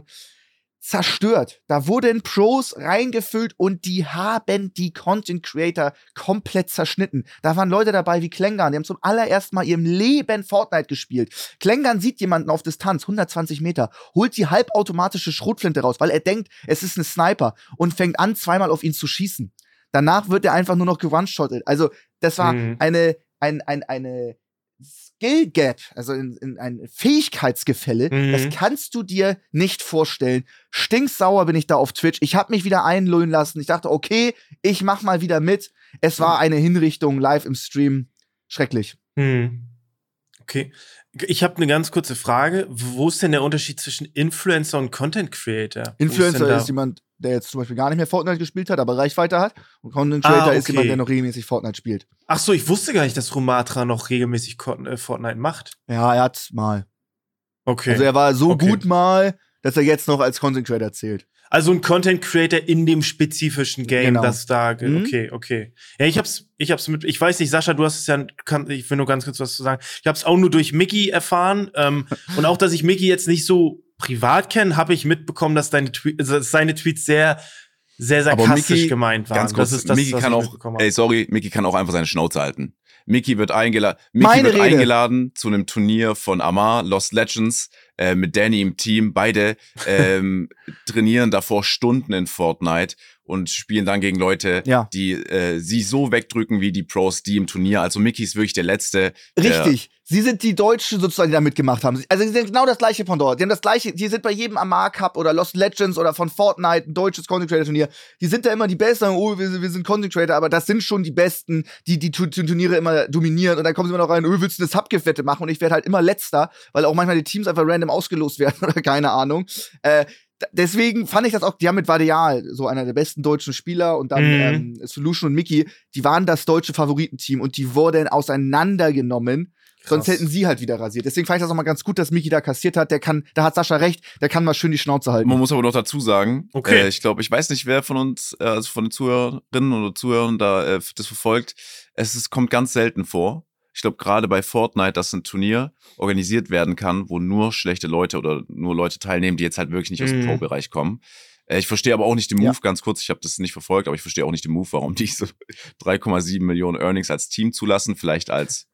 Speaker 1: Zerstört. Da wurden Pros reingefüllt und die haben die Content Creator komplett zerschnitten. Da waren Leute dabei wie Klängern, die haben zum allerersten Mal ihrem Leben Fortnite gespielt. Klängern sieht jemanden auf Distanz, hundertzwanzig Meter, holt die halbautomatische Schrotflinte raus, weil er denkt, es ist ein Sniper und fängt an, zweimal auf ihn zu schießen. Danach wird er einfach nur noch geone-shottet. Also, das war
Speaker 2: Mhm.
Speaker 1: eine, ein, ein, eine Skill Gap, also in, in ein Fähigkeitsgefälle,
Speaker 2: Mhm.
Speaker 1: das kannst du dir nicht vorstellen. Stinksauer bin ich da auf Twitch. Ich habe mich wieder einlullen lassen. Ich dachte, okay, ich mach mal wieder mit. Es war eine Hinrichtung live im Stream. Schrecklich.
Speaker 2: Hm. Okay. Ich habe eine ganz kurze Frage. Wo ist denn der Unterschied zwischen Influencer und Content Creator? Wo ist
Speaker 1: Influencer
Speaker 2: denn da-
Speaker 1: ist jemand, der jetzt zum Beispiel gar nicht mehr Fortnite gespielt hat, aber Reichweite hat. Und Content Creator
Speaker 2: Ah,
Speaker 1: ist
Speaker 2: okay.
Speaker 1: jemand, der noch regelmäßig Fortnite spielt.
Speaker 2: Ach so, ich wusste gar nicht, dass Romatra noch regelmäßig Con- äh, Fortnite macht.
Speaker 1: Ja, er hat mal.
Speaker 2: Okay.
Speaker 1: Also er war so
Speaker 2: Okay.
Speaker 1: gut mal, dass er jetzt noch als Content Creator zählt.
Speaker 2: Also ein Content Creator in dem spezifischen Game,
Speaker 1: Genau.
Speaker 2: das da, ge-
Speaker 1: Mhm.
Speaker 2: okay, okay. Ja, ich hab's, ich hab's mit, ich weiß nicht, Sascha, du hast es ja, kann, ich will nur ganz kurz was zu sagen. Ich hab's auch nur durch Mickey erfahren, ähm, und auch, dass ich Mickey jetzt nicht so privat kenne, habe ich mitbekommen, dass deine Twe dass seine Tweets sehr, sehr
Speaker 3: Aber
Speaker 2: sarkastisch
Speaker 3: Mickey,
Speaker 2: gemeint waren.
Speaker 3: Ganz kurz,
Speaker 2: das ist das,
Speaker 3: Mickey
Speaker 2: was
Speaker 3: kann
Speaker 2: ich
Speaker 3: auch,
Speaker 2: mitbekommen habe.
Speaker 3: ey, sorry, Mickey kann auch einfach seine Schnauze halten. Mickey wird, eingela Mickey
Speaker 1: Meine
Speaker 3: wird
Speaker 1: Rede.
Speaker 3: eingeladen zu einem Turnier von Amar, Lost Legends, äh, mit Danny im Team. Beide ähm, trainieren davor Stunden in Fortnite und spielen dann gegen Leute,
Speaker 1: Ja.
Speaker 3: die äh, sie so wegdrücken wie die Pros, die im Turnier. Also Mickey ist wirklich der Letzte. Der,
Speaker 1: Richtig. Sie sind die Deutschen sozusagen, die da mitgemacht haben. Also sie sind genau das gleiche von dort. Die haben das gleiche, die sind bei jedem Amar Cup oder Lost Legends oder von Fortnite, ein deutsches Content Creator Turnier. Die sind da immer die Besten, oh, wir, wir sind Content Creator, aber das sind schon die Besten, die die Tu- Turniere immer dominieren. Und dann kommen sie immer noch rein, oh, willst du eine Subgift-Wette machen? Und ich werde halt immer Letzter, weil auch manchmal die Teams einfach random ausgelost werden oder keine Ahnung. Äh, d- Deswegen fand ich das auch, die haben mit Vadial, so einer der besten deutschen Spieler, und dann
Speaker 2: Mhm.
Speaker 1: ähm, Solution und Mickey, die waren das deutsche Favoritenteam und die wurden auseinandergenommen. Sonst
Speaker 2: Krass.
Speaker 1: hätten sie halt wieder rasiert. Deswegen fand ich das auch mal ganz gut, dass Mickey da kassiert hat. Der kann, da hat Sascha recht, der kann mal schön die Schnauze halten.
Speaker 3: Man muss aber noch dazu sagen,
Speaker 2: Okay.
Speaker 3: äh, ich glaube, ich weiß nicht, wer von uns, äh, also von den Zuhörerinnen oder Zuhörern da äh, das verfolgt. Es ist, kommt ganz selten vor. Ich glaube, gerade bei Fortnite, dass ein Turnier organisiert werden kann, wo nur schlechte Leute oder nur Leute teilnehmen, die jetzt halt wirklich nicht aus dem
Speaker 2: Mhm.
Speaker 3: Pro-Bereich kommen. Äh, ich verstehe aber auch nicht den Move,
Speaker 1: Ja.
Speaker 3: ganz kurz, ich habe das nicht verfolgt, aber ich verstehe auch nicht den Move, warum die so drei Komma sieben Millionen Earnings als Team zulassen, vielleicht als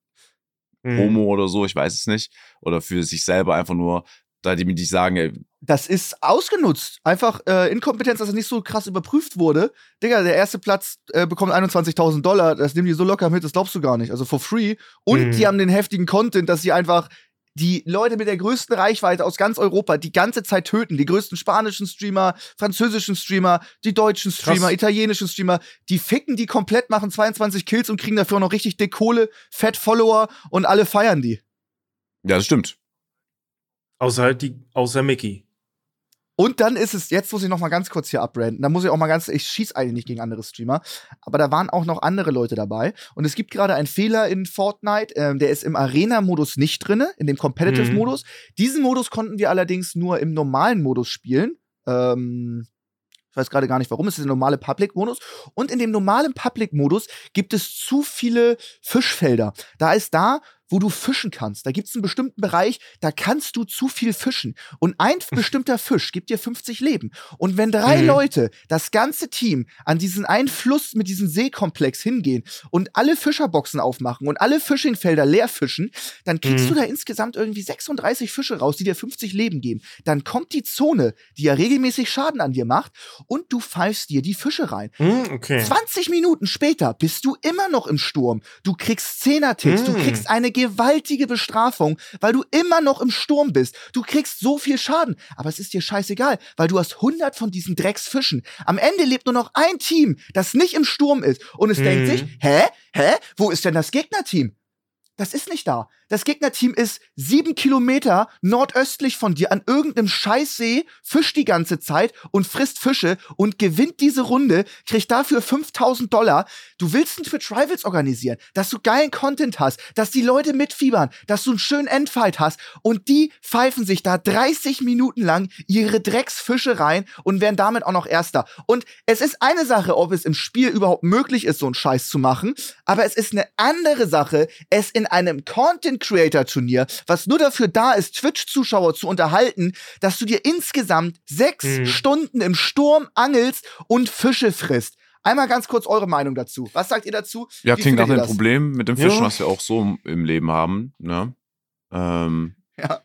Speaker 2: Mhm.
Speaker 3: Promo oder so, ich weiß es nicht. Oder für sich selber einfach nur, da die mir nicht sagen, ey,
Speaker 1: Das ist ausgenutzt. Einfach äh, Inkompetenz, dass es nicht so krass überprüft wurde. Digga, der erste Platz äh, bekommt einundzwanzigtausend Dollar. Das nehmen die so locker mit, das glaubst du gar nicht. Also for free. Und
Speaker 2: Mhm.
Speaker 1: die haben den heftigen Content, dass sie einfach die Leute mit der größten Reichweite aus ganz Europa die ganze Zeit töten. Die größten spanischen Streamer, französischen Streamer, die deutschen Streamer,
Speaker 2: Krass.
Speaker 1: italienischen Streamer. Die ficken die komplett, machen zweiundzwanzig Kills und kriegen dafür auch noch richtig dick Kohle, Fett Follower und alle feiern die.
Speaker 3: ja, das stimmt.
Speaker 2: Außer halt die, außer Mickey.
Speaker 1: Und dann ist es, jetzt muss ich noch mal ganz kurz hier abbranden. Da muss ich auch mal ganz, ich schieß eigentlich nicht gegen andere Streamer, aber da waren auch noch andere Leute dabei. Und es gibt gerade einen Fehler in Fortnite, ähm, der ist im Arena-Modus nicht drinne, in dem Competitive-Modus. Diesen Modus konnten wir allerdings nur im normalen Modus spielen. Ähm, ich weiß gerade gar nicht warum, es ist der normale Public-Modus. Und in dem normalen Public-Modus gibt es zu viele Fischfelder. Da ist da wo du fischen kannst. Da gibt's einen bestimmten Bereich, da kannst du zu viel fischen. Und ein bestimmter Fisch gibt dir fünfzig Leben. Und wenn drei
Speaker 2: Mhm.
Speaker 1: Leute, das ganze Team, an diesen einen Fluss mit diesem Seekomplex hingehen und alle Fischerboxen aufmachen und alle Fishingfelder leer fischen, dann kriegst
Speaker 2: Mhm.
Speaker 1: du da insgesamt irgendwie sechsunddreißig Fische raus, die dir fünfzig Leben geben. Dann kommt die Zone, die ja regelmäßig Schaden an dir macht, und du pfeifst dir die Fische rein.
Speaker 2: Hm, okay.
Speaker 1: zwanzig Minuten später bist du immer noch im Sturm. Du kriegst Zehner-Ticks, du
Speaker 2: Mm.
Speaker 1: kriegst eine gewaltige Bestrafung, weil du immer noch im Sturm bist. Du kriegst so viel Schaden, aber es ist dir scheißegal, weil du hast hundert von diesen Drecksfischen. Am Ende lebt nur noch ein Team, das nicht im Sturm ist, und es
Speaker 2: Mm.
Speaker 1: denkt sich, hä? Hä? Wo ist denn das Gegnerteam? Das ist nicht da. Das Gegnerteam ist sieben Kilometer nordöstlich von dir an irgendeinem Scheißsee, fischt die ganze Zeit und frisst Fische und gewinnt diese Runde, kriegt dafür fünftausend Dollar. Du willst einen Twitch Rivals organisieren, dass du geilen Content hast, dass die Leute mitfiebern, dass du einen schönen Endfight hast, und die pfeifen sich da dreißig Minuten lang ihre Drecksfische rein und werden damit auch noch Erster. Und es ist eine Sache, ob es im Spiel überhaupt möglich ist, so einen Scheiß zu machen, aber es ist eine andere Sache, es in einem Content-Creator-Turnier, was nur dafür da ist, Twitch-Zuschauer zu unterhalten, dass du dir insgesamt sechs
Speaker 2: Mhm.
Speaker 1: Stunden im Sturm angelst und Fische frisst. Einmal ganz kurz eure Meinung dazu. Was sagt ihr dazu?
Speaker 3: Ja,
Speaker 1: Wie
Speaker 3: klingt nach
Speaker 1: findet ihr
Speaker 3: einem
Speaker 1: das?
Speaker 3: Problem mit dem Fischen,
Speaker 2: Ja.
Speaker 3: was wir auch so im Leben haben. Ne? Ähm,
Speaker 1: Ja.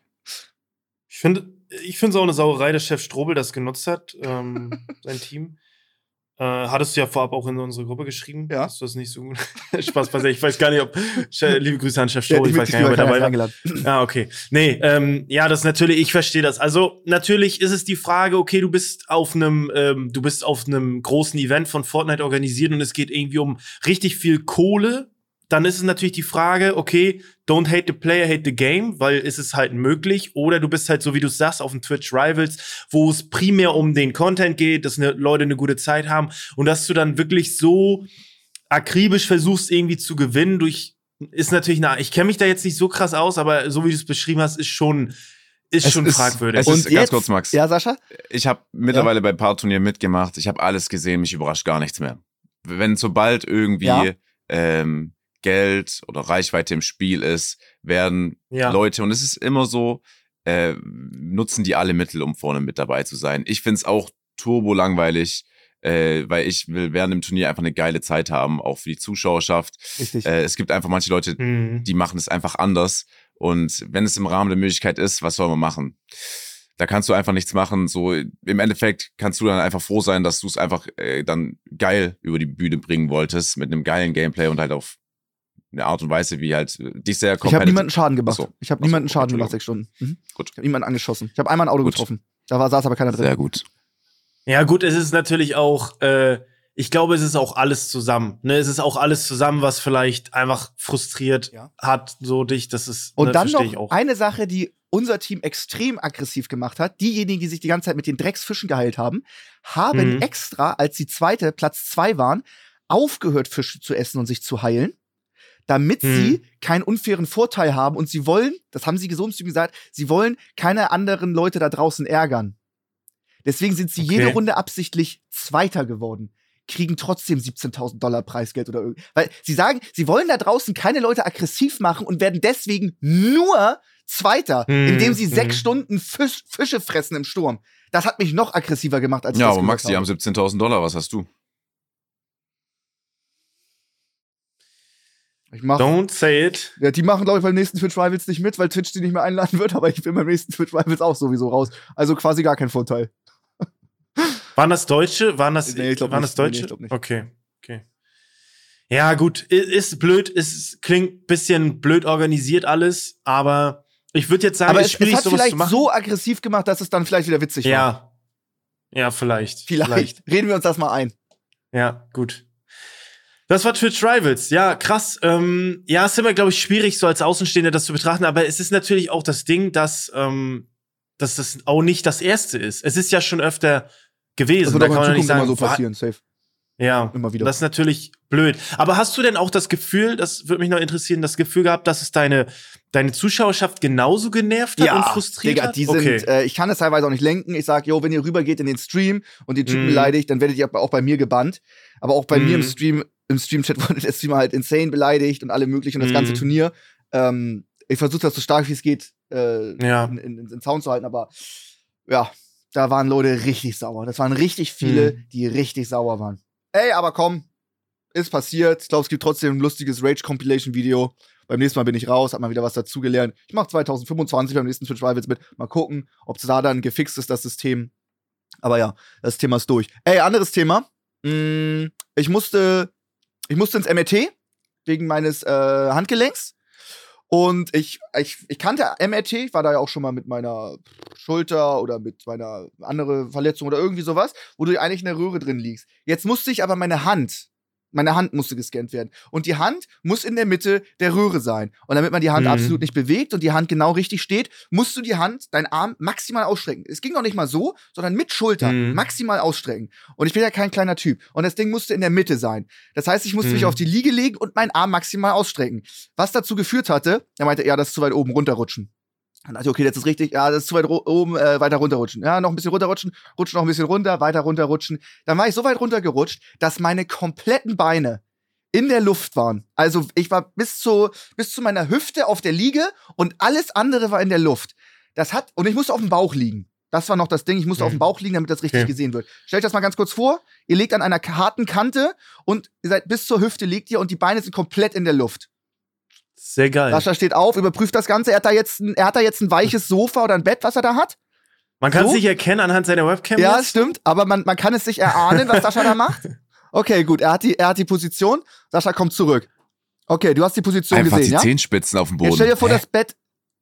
Speaker 2: Ich finde ich finde es auch eine Sauerei, dass Chef Strobel das genutzt hat, ähm, sein Team. Äh, hattest du ja vorab auch in unsere Gruppe geschrieben.
Speaker 1: Ja.
Speaker 2: Hast du das nicht so gut? Spaß beiseite. Ich weiß gar nicht, ob. Che- Liebe Grüße an Chef
Speaker 1: Der hat
Speaker 2: Strobel. Ich weiß gar nicht, ob er dabei war.
Speaker 1: eingeladen.
Speaker 2: Ah, okay. Nee, ähm, ja, das natürlich, ich verstehe das. Also, natürlich ist es die Frage, okay, du bist auf einem, ähm, du bist auf einem großen Event von Fortnite organisiert und es geht irgendwie um richtig viel Kohle. Dann ist es natürlich die Frage, okay, don't hate the player, hate the game, weil es ist halt möglich. Oder du bist halt so, wie du sagst, auf dem Twitch Rivals, wo es primär um den Content geht, dass ne, Leute eine gute Zeit haben und dass du dann wirklich so akribisch versuchst, irgendwie zu gewinnen durch, ist natürlich, na, ich kenne mich da jetzt nicht so krass aus, aber so wie du es beschrieben hast, ist schon, ist
Speaker 3: Es
Speaker 2: schon
Speaker 3: ist-
Speaker 2: fragwürdig.
Speaker 3: es ist-
Speaker 1: Und
Speaker 3: ganz
Speaker 1: jetzt,
Speaker 3: kurz, Max.
Speaker 1: Ja, Sascha?
Speaker 3: Ich habe mittlerweile bei ein paar Turnieren mitgemacht. Ich habe alles gesehen, mich überrascht gar nichts mehr. Wenn sobald irgendwie
Speaker 1: Ja.
Speaker 3: ähm, Geld oder Reichweite im Spiel ist, werden
Speaker 2: Ja.
Speaker 3: Leute, und es ist immer so, äh, nutzen die alle Mittel, um vorne mit dabei zu sein. Ich find's auch turbo langweilig, äh, weil ich will während dem Turnier einfach eine geile Zeit haben, auch für die Zuschauerschaft.
Speaker 1: Richtig.
Speaker 3: Äh, es gibt einfach manche Leute,
Speaker 2: Mhm.
Speaker 3: die machen es einfach anders. Und wenn es im Rahmen der Möglichkeit ist, was soll man machen? Da kannst du einfach nichts machen. So im Endeffekt kannst du dann einfach froh sein, dass du es einfach äh, dann geil über die Bühne bringen wolltest, mit einem geilen Gameplay und halt auf eine Art und Weise, wie halt äh, dich sehr
Speaker 1: Ich habe
Speaker 3: competitive-
Speaker 1: niemanden Schaden gemacht.
Speaker 3: Ach so.
Speaker 1: Ich habe
Speaker 3: Ach so,
Speaker 1: niemanden
Speaker 3: okay,
Speaker 1: Schaden gemacht,
Speaker 3: Entschuldigung.
Speaker 1: sechs Stunden. Mhm.
Speaker 3: Gut.
Speaker 1: Ich habe niemanden angeschossen. Ich habe einmal ein Auto
Speaker 3: Gut.
Speaker 1: getroffen. Da war, saß aber keiner drin.
Speaker 3: Sehr gut.
Speaker 2: Ja, gut, es ist natürlich auch, äh, ich glaube, es ist auch alles zusammen. Ne? Es ist auch alles zusammen, was vielleicht einfach frustriert
Speaker 1: Ja.
Speaker 2: hat, so dich. Das ist,
Speaker 1: Und
Speaker 2: ne,
Speaker 1: dann
Speaker 2: verstehe ich
Speaker 1: noch
Speaker 2: auch.
Speaker 1: eine Sache, die unser Team extrem aggressiv gemacht hat. Diejenigen, die sich die ganze Zeit mit den Drecksfischen geheilt haben, haben
Speaker 2: Mhm.
Speaker 1: extra, als sie zweite, Platz zwei waren, aufgehört, Fische zu essen und sich zu heilen, damit
Speaker 2: Mhm.
Speaker 1: sie keinen unfairen Vorteil haben. Und sie wollen, das haben sie so im Stream gesagt, sie wollen keine anderen Leute da draußen ärgern. Deswegen sind sie
Speaker 2: Okay.
Speaker 1: jede Runde absichtlich Zweiter geworden. Kriegen trotzdem siebzehntausend Dollar Preisgeld oder irgend. Weil sie sagen, sie wollen da draußen keine Leute aggressiv machen und werden deswegen nur Zweiter,
Speaker 2: Hm,
Speaker 1: indem sie sechs
Speaker 2: hm.
Speaker 1: Stunden Fisch, Fische fressen im Sturm. Das hat mich noch aggressiver gemacht, als ich
Speaker 3: Ja,
Speaker 1: das
Speaker 3: aber
Speaker 1: gehört
Speaker 3: Max, die haben siebzehntausend Dollar. Was hast du?
Speaker 1: Ich mach,
Speaker 2: Don't say it.
Speaker 1: ja, die machen, glaube ich, beim nächsten Twitch Rivals nicht mit, weil Twitch die nicht mehr einladen wird, aber ich bin beim nächsten Twitch Rivals auch sowieso raus. Also quasi gar kein Vorteil.
Speaker 2: Waren das Deutsche? Waren das,
Speaker 1: Nee, ich glaub
Speaker 2: waren
Speaker 1: nicht.
Speaker 2: das Deutsche?
Speaker 1: Nee, ich glaub nicht.
Speaker 2: Okay, okay. Ja, gut, i- ist blöd, ist, klingt bisschen blöd organisiert alles, aber ich würde jetzt sagen,
Speaker 1: Aber
Speaker 2: es
Speaker 1: es,
Speaker 2: ist
Speaker 1: es
Speaker 2: schwierig,
Speaker 1: hat
Speaker 2: sowas zu
Speaker 1: vielleicht
Speaker 2: machen.
Speaker 1: so aggressiv gemacht, dass es dann vielleicht wieder witzig war.
Speaker 2: Ja. Ja, vielleicht.
Speaker 1: Vielleicht. Reden wir uns das mal ein.
Speaker 2: Ja, gut. Das war Twitch Rivals. Ja, krass. Ähm, ja, es ist immer, glaube ich, schwierig, so als Außenstehender das zu betrachten, aber es ist natürlich auch das Ding, dass, ähm, dass das auch nicht das erste ist. Es ist ja schon öfter gewesen.
Speaker 1: Das wird
Speaker 2: Da
Speaker 1: aber
Speaker 2: kann
Speaker 1: in
Speaker 2: man nicht
Speaker 1: Zukunft
Speaker 2: sagen,
Speaker 1: immer so
Speaker 2: wa-
Speaker 1: passieren, safe.
Speaker 2: Ja,
Speaker 1: Immer wieder.
Speaker 2: das ist natürlich blöd. Aber hast du denn auch das Gefühl, das würde mich noch interessieren, das Gefühl gehabt, dass es deine, deine Zuschauerschaft genauso genervt hat und frustriert
Speaker 1: Digga,
Speaker 2: hat?
Speaker 1: die sind,
Speaker 2: okay.
Speaker 1: äh, ich kann es teilweise auch nicht lenken. Ich sag, yo, wenn ihr rübergeht in den Stream und den Typen
Speaker 2: Mhm.
Speaker 1: beleidigt, dann werdet ihr aber auch bei mir gebannt. Aber auch bei
Speaker 2: Mhm.
Speaker 1: mir im Stream, im Stream-Chat wurde der Streamer halt insane beleidigt und alle möglichen und das ganze
Speaker 2: Mhm.
Speaker 1: Turnier. Ähm, ich versuche das so stark wie es geht äh,
Speaker 2: Ja.
Speaker 1: in, in, in den Zaun zu halten, aber ja, da waren Leute richtig sauer. Das waren richtig viele,
Speaker 2: Mhm.
Speaker 1: die richtig sauer waren. Ey, aber komm, ist passiert. Ich glaube, es gibt trotzdem ein lustiges Rage-Compilation-Video. Beim nächsten Mal bin ich raus, hab mal wieder was dazugelernt. Ich mache zwanzig fünfundzwanzig beim nächsten Twitch Rivals mit. Mal gucken, ob es da dann gefixt ist, das System. Aber ja, das Thema ist durch. Ey, anderes Thema. Mm, ich musste, ich musste ins M R T wegen meines äh, Handgelenks. Und ich, ich, ich kannte M R T, ich war da ja auch schon mal mit meiner Schulter oder mit meiner anderen Verletzung oder irgendwie sowas, wo du eigentlich in der Röhre drin liegst. Jetzt musste ich aber meine Hand, meine Hand musste gescannt werden. Und die Hand muss in der Mitte der Röhre sein. Und damit man die Hand
Speaker 2: Mhm.
Speaker 1: absolut nicht bewegt und die Hand genau richtig steht, musst du die Hand, deinen Arm maximal ausstrecken. Es ging noch nicht mal so, sondern mit Schulter
Speaker 2: Mhm.
Speaker 1: maximal ausstrecken. Und ich bin ja kein kleiner Typ. Und das Ding musste in der Mitte sein. Das heißt, ich musste
Speaker 2: Mhm.
Speaker 1: mich auf die Liege legen und meinen Arm maximal ausstrecken. Was dazu geführt hatte, er meinte, ja, das ist zu weit oben, runterrutschen. Dann dachte ich, okay, das ist richtig, ja, das ist zu weit ro- oben, äh, weiter runterrutschen. Ja, noch ein bisschen runterrutschen, rutschen noch ein bisschen runter, weiter runterrutschen. Dann war ich so weit runtergerutscht, dass meine kompletten Beine in der Luft waren. Also ich war bis zu, bis zu meiner Hüfte auf der Liege und alles andere war in der Luft. Das hat, und ich musste auf dem Bauch liegen. Das war noch das Ding, ich musste
Speaker 2: Mhm.
Speaker 1: auf dem Bauch liegen, damit das richtig
Speaker 2: Okay.
Speaker 1: gesehen wird. Stellt euch das mal ganz kurz vor, ihr liegt an einer harten Kante und ihr seid bis zur Hüfte liegt ihr und die Beine sind komplett in der Luft.
Speaker 2: Sehr geil.
Speaker 1: Sascha steht auf, überprüft das Ganze, er hat da jetzt ein, er hat da jetzt ein weiches Sofa oder ein Bett, was er da hat.
Speaker 2: Man kann es
Speaker 1: so?
Speaker 2: nicht erkennen anhand seiner Webcam.
Speaker 1: Ja,
Speaker 2: jetzt?
Speaker 1: stimmt, aber man, man kann es sich erahnen, was Sascha da macht. Okay, gut, er hat die, er hat die Position, Sascha kommt zurück. Okay, du hast die Position
Speaker 3: Einfach
Speaker 1: gesehen,
Speaker 3: die
Speaker 1: ja?
Speaker 3: Zehenspitzen auf dem
Speaker 1: Jetzt
Speaker 3: Boden.
Speaker 1: stell dir vor,
Speaker 3: Hä?
Speaker 1: das Bett.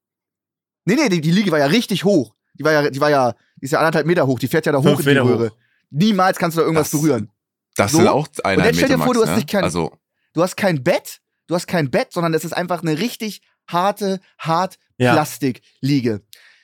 Speaker 1: Nee, nee, die, die Liege war ja richtig hoch. Die war ja, die war ja, die ist ja anderthalb Meter hoch, die fährt ja da hoch
Speaker 2: Fünf
Speaker 1: in die
Speaker 2: Meter
Speaker 1: Röhre.
Speaker 2: hoch.
Speaker 1: Niemals kannst du da irgendwas
Speaker 3: Das-
Speaker 1: berühren.
Speaker 3: Das
Speaker 1: so?
Speaker 3: sind auch
Speaker 1: Und
Speaker 3: eineinhalb
Speaker 1: jetzt stell dir
Speaker 3: Meter
Speaker 1: vor, du
Speaker 3: Max,
Speaker 1: hast
Speaker 3: ne?
Speaker 1: nicht kein-
Speaker 3: Also,
Speaker 1: Du hast kein Bett, du hast kein Bett, sondern es ist einfach eine richtig harte, hart
Speaker 2: Ja.
Speaker 1: Plastikliege.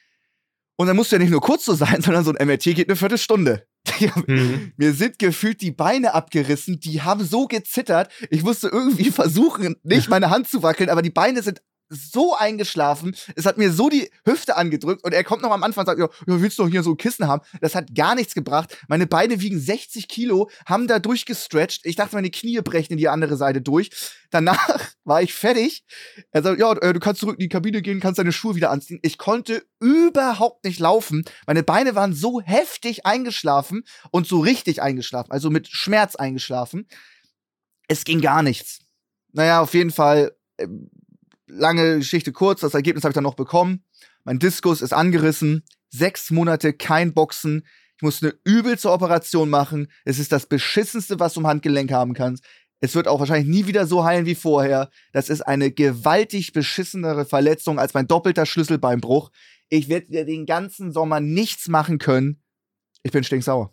Speaker 1: Und dann musst du ja nicht nur kurz so sein, sondern so ein M R T geht eine Viertelstunde.
Speaker 2: Mhm.
Speaker 1: Mir sind gefühlt die Beine abgerissen, die haben so gezittert. Ich musste irgendwie versuchen, nicht meine Hand zu wackeln, aber die Beine sind so eingeschlafen. Es hat mir so die Hüfte angedrückt und er kommt noch am Anfang und sagt, ja, ja, willst du doch hier so ein Kissen haben? Das hat gar nichts gebracht. Meine Beine wiegen sechzig Kilo, haben da durchgestretcht. Ich dachte, meine Knie brechen in die andere Seite durch. Danach war ich fertig. Er sagt, ja, äh, du kannst zurück in die Kabine gehen, kannst deine Schuhe wieder anziehen. Ich konnte überhaupt nicht laufen. Meine Beine waren so heftig eingeschlafen und so richtig eingeschlafen, also mit Schmerz eingeschlafen. Es ging gar nichts. Naja, auf jeden Fall, äh, lange Geschichte kurz, das Ergebnis habe ich dann noch bekommen. Mein Diskus ist angerissen, sechs Monate kein Boxen. Ich musste eine übelste Operation machen. Es ist das Beschissenste, was du im Handgelenk haben kannst. Es wird auch wahrscheinlich nie wieder so heilen wie vorher. Das ist eine gewaltig beschissenere Verletzung als mein doppelter Schlüsselbeinbruch. Ich werde dir den ganzen Sommer nichts machen können. Ich bin stinksauer.